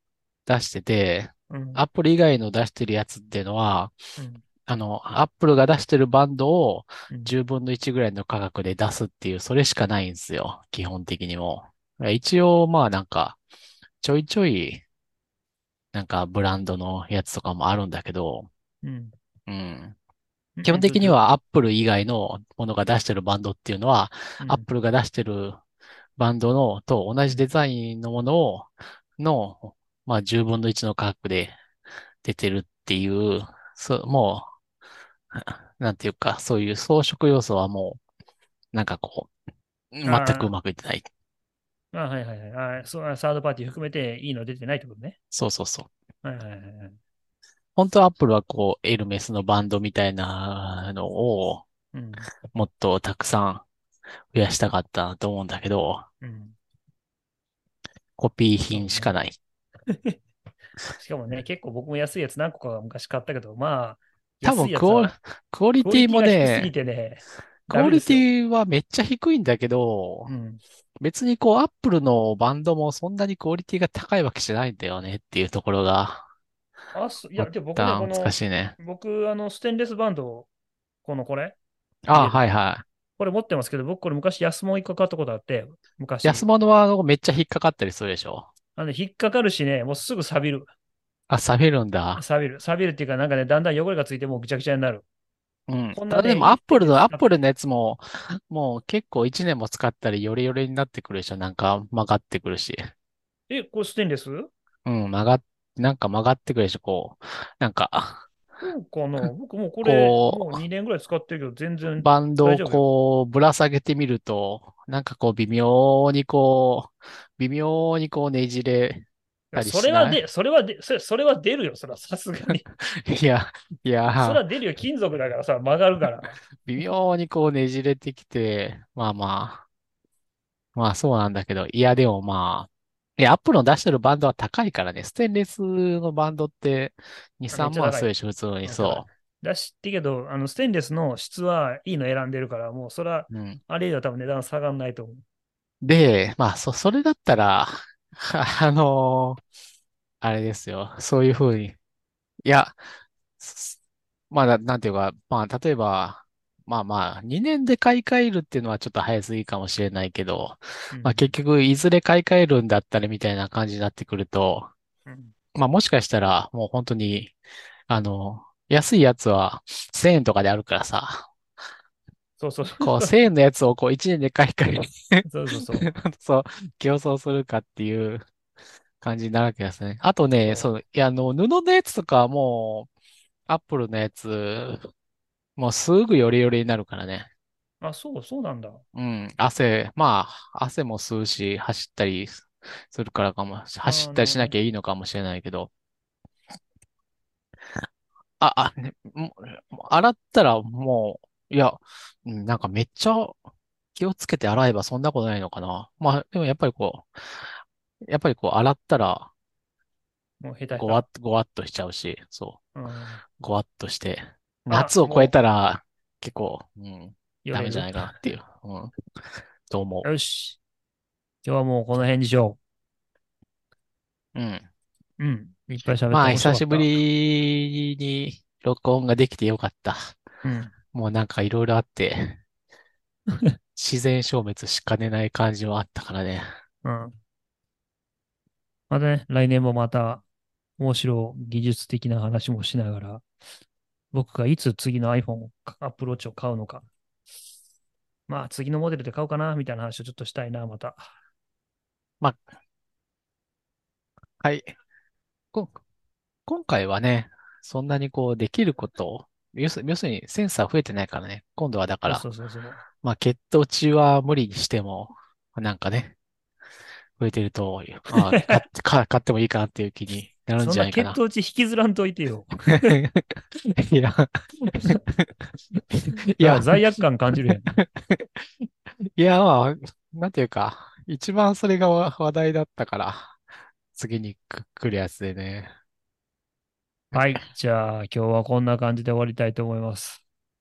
出してて、 うん。 アップル以外の出してるやつっていうのは、 うん。 あの、アップルが出してるバンドをうん。 じゅうぶんのいちぐらいの価格で出すっていう、それしかないんですよ。基本的にも。一応、まあなんか、ちょいちょい、なんかブランドのやつとかもあるんだけど、 うん。 うん。 うん。 基本えっと、ど、 的にはアップル以外のものが出してるバンドっていうのは、アッうん。 プルが出してるバンドのと同うん。 じデザインのものを、の、まあじゅうぶんのいちの価格で出てるっていう、そう、もう、なんていうか、そういう装飾要素はもう、なんかこう、全くうあまくいってない。 あ、あ、はいはいはい。あ、そう、あサードパーティー含めていいの出てないってことね。 そうそうそう。 はいはいはいはい。 本当はアップルはこう、エルメスのバンドみたいなのを、 うん。 もっとたくさん増やしたかったなと思うんだけど、 うん。 コピーそうね。 品しかない。 しかもね、結構僕も安いやつ何個か昔買ったけど、まあ、 多安分クオ、 いやつはクオリティもクオリティが低すぎね、 てね、 クオリテダメですよ。 ィはめっちゃ低いんだけど、 うん。 別にこう、アップルのバンドもそんなにクオリティが高いわけじゃないんだよねっていうところが、 あ、そいまや、で、僕ね、 た難この、 しいね。 僕、あの、ステンレスバンド、このこれ、入あ、 れる。 はいはい。 これ持ってますけど、僕これ昔安物一個買ったことあって、 安昔。 物はめっちゃ引っかかったりするでしょ。 あのね、引っかかるしね、もうすぐ錆びる。 あ、錆びるんだ。 錆びる。錆びるっていうか、なんかね、だんだん汚れがついてもうぐちゃぐちゃになる。 うん。 こんなね、 ただでも、 いいステンアップルの、アッレス使って、 プルのやつも、もう結構いちねんも使ったり、ヨレヨレになってくるでしょ。なんか曲がってくるし。 え、これステンレスうん、曲がっ、なんか曲がってくるでしょ。こう、なんか、 そうかな僕もうこれ、もうこう、 にねんぐらい使ってるけど、全然バンドを大丈夫よ。 こう、ぶら下げてみると、なんかこう、微妙にこう、微妙にこう、ねじれいやたりそれはで、 しない？ それはで、それ、それは出るよ。それはさすがに。 いや、いや、 それは出るよ。金属だからさ、曲がるから。 微妙にこう、ねじれてきて、まあまあ、まあそうなんだけど、いや、でもまあ、いや、アップルの出してるバンドは高いからね、ステンレスのバンドってに、 あめっ 3 ちゃ高い。 万するでしょ、普通に。 うん、高い。 そだし、ってけど、あの、ステンレスの質はいいの選んでるから、もうそれは、 う。うん。 あれ以上多分値段下がんないと思う。 で、まあ、そ、それだったら、あのあれですよ。そういうふうに。いや、すまあ、ななんていうか、まあ、例えば、まあまあ、にねんで買い替えるっていうのはちょっと早すぎかもしれないけど、まあ結うん。 局、いずれ買い替えるんだったらみたいな感じになってくると、 うん。 まあもしかしたら、もう本当に、あの、安いやつはせんえんとかであるからさ、 そうそう。 こうせんえんのやつをこういちねんで買い替え、 そうそうそそう、競争するかっていう感じになるわけですね。あとう。 ね、 そそう、いや、あの、布のやつとかはもう、アップルのやつ、もうすぐヨレヨレになるからね。 う。あ、そう、そうなんだ。 うん、汗、まあ、汗も吸うし、走ったりするからかも、走ああ、 ったりしななるほどね。 きゃいいのかもしれないけど、あ、あ、ね、もう洗ったらもう、いや、うんなんかめっちゃ気をつけて洗えばそんなことないのかな。まあ、でもやっぱりこう、やっぱりこう洗ったら、 もう下手下ごわっと、ごわっとしちゃうし、そ手。うん。 う、ごわっとして、 あ、 夏を超えもたら、結構、うん、 う、よれる。 ダメじゃないかなっていう、うん、と思よし。今日はもうこの辺にしよう。うん。 う。うん。いっぱい喋っまあ、 て面白久しぶかった。 りに録音ができてよかった。 うん。 もうなんかいろいろあって、自然消滅しかねない感じはあったからね。 うん。またね、来年もまた面白い技術的な話もしながら、僕がいつ次の iPhone を、Apple Watch を買うのか。まあ、次のモデルで買おうかな、みたいな話をちょっとしたいな、また。 まあ、はい。こ今回はね、そんなにこうできることを、要す、要するにセンサー増えてないからね。今度はだから、 そうそうそうそう。 まあ血糖値は無理にしても、なんかね、増えてると、ああ、買って、か買ってもいいかなっていう気になるんそんなじゃないかな。 血糖値引きずらんといてよ。 いや、いなんかや、 罪悪感感じるやん。 いや、まあ、なんていうか、一番それが話話題だったから、次にく来るやつでね。 はい。じゃあ、今日はこんな感じで終わりたいと思います。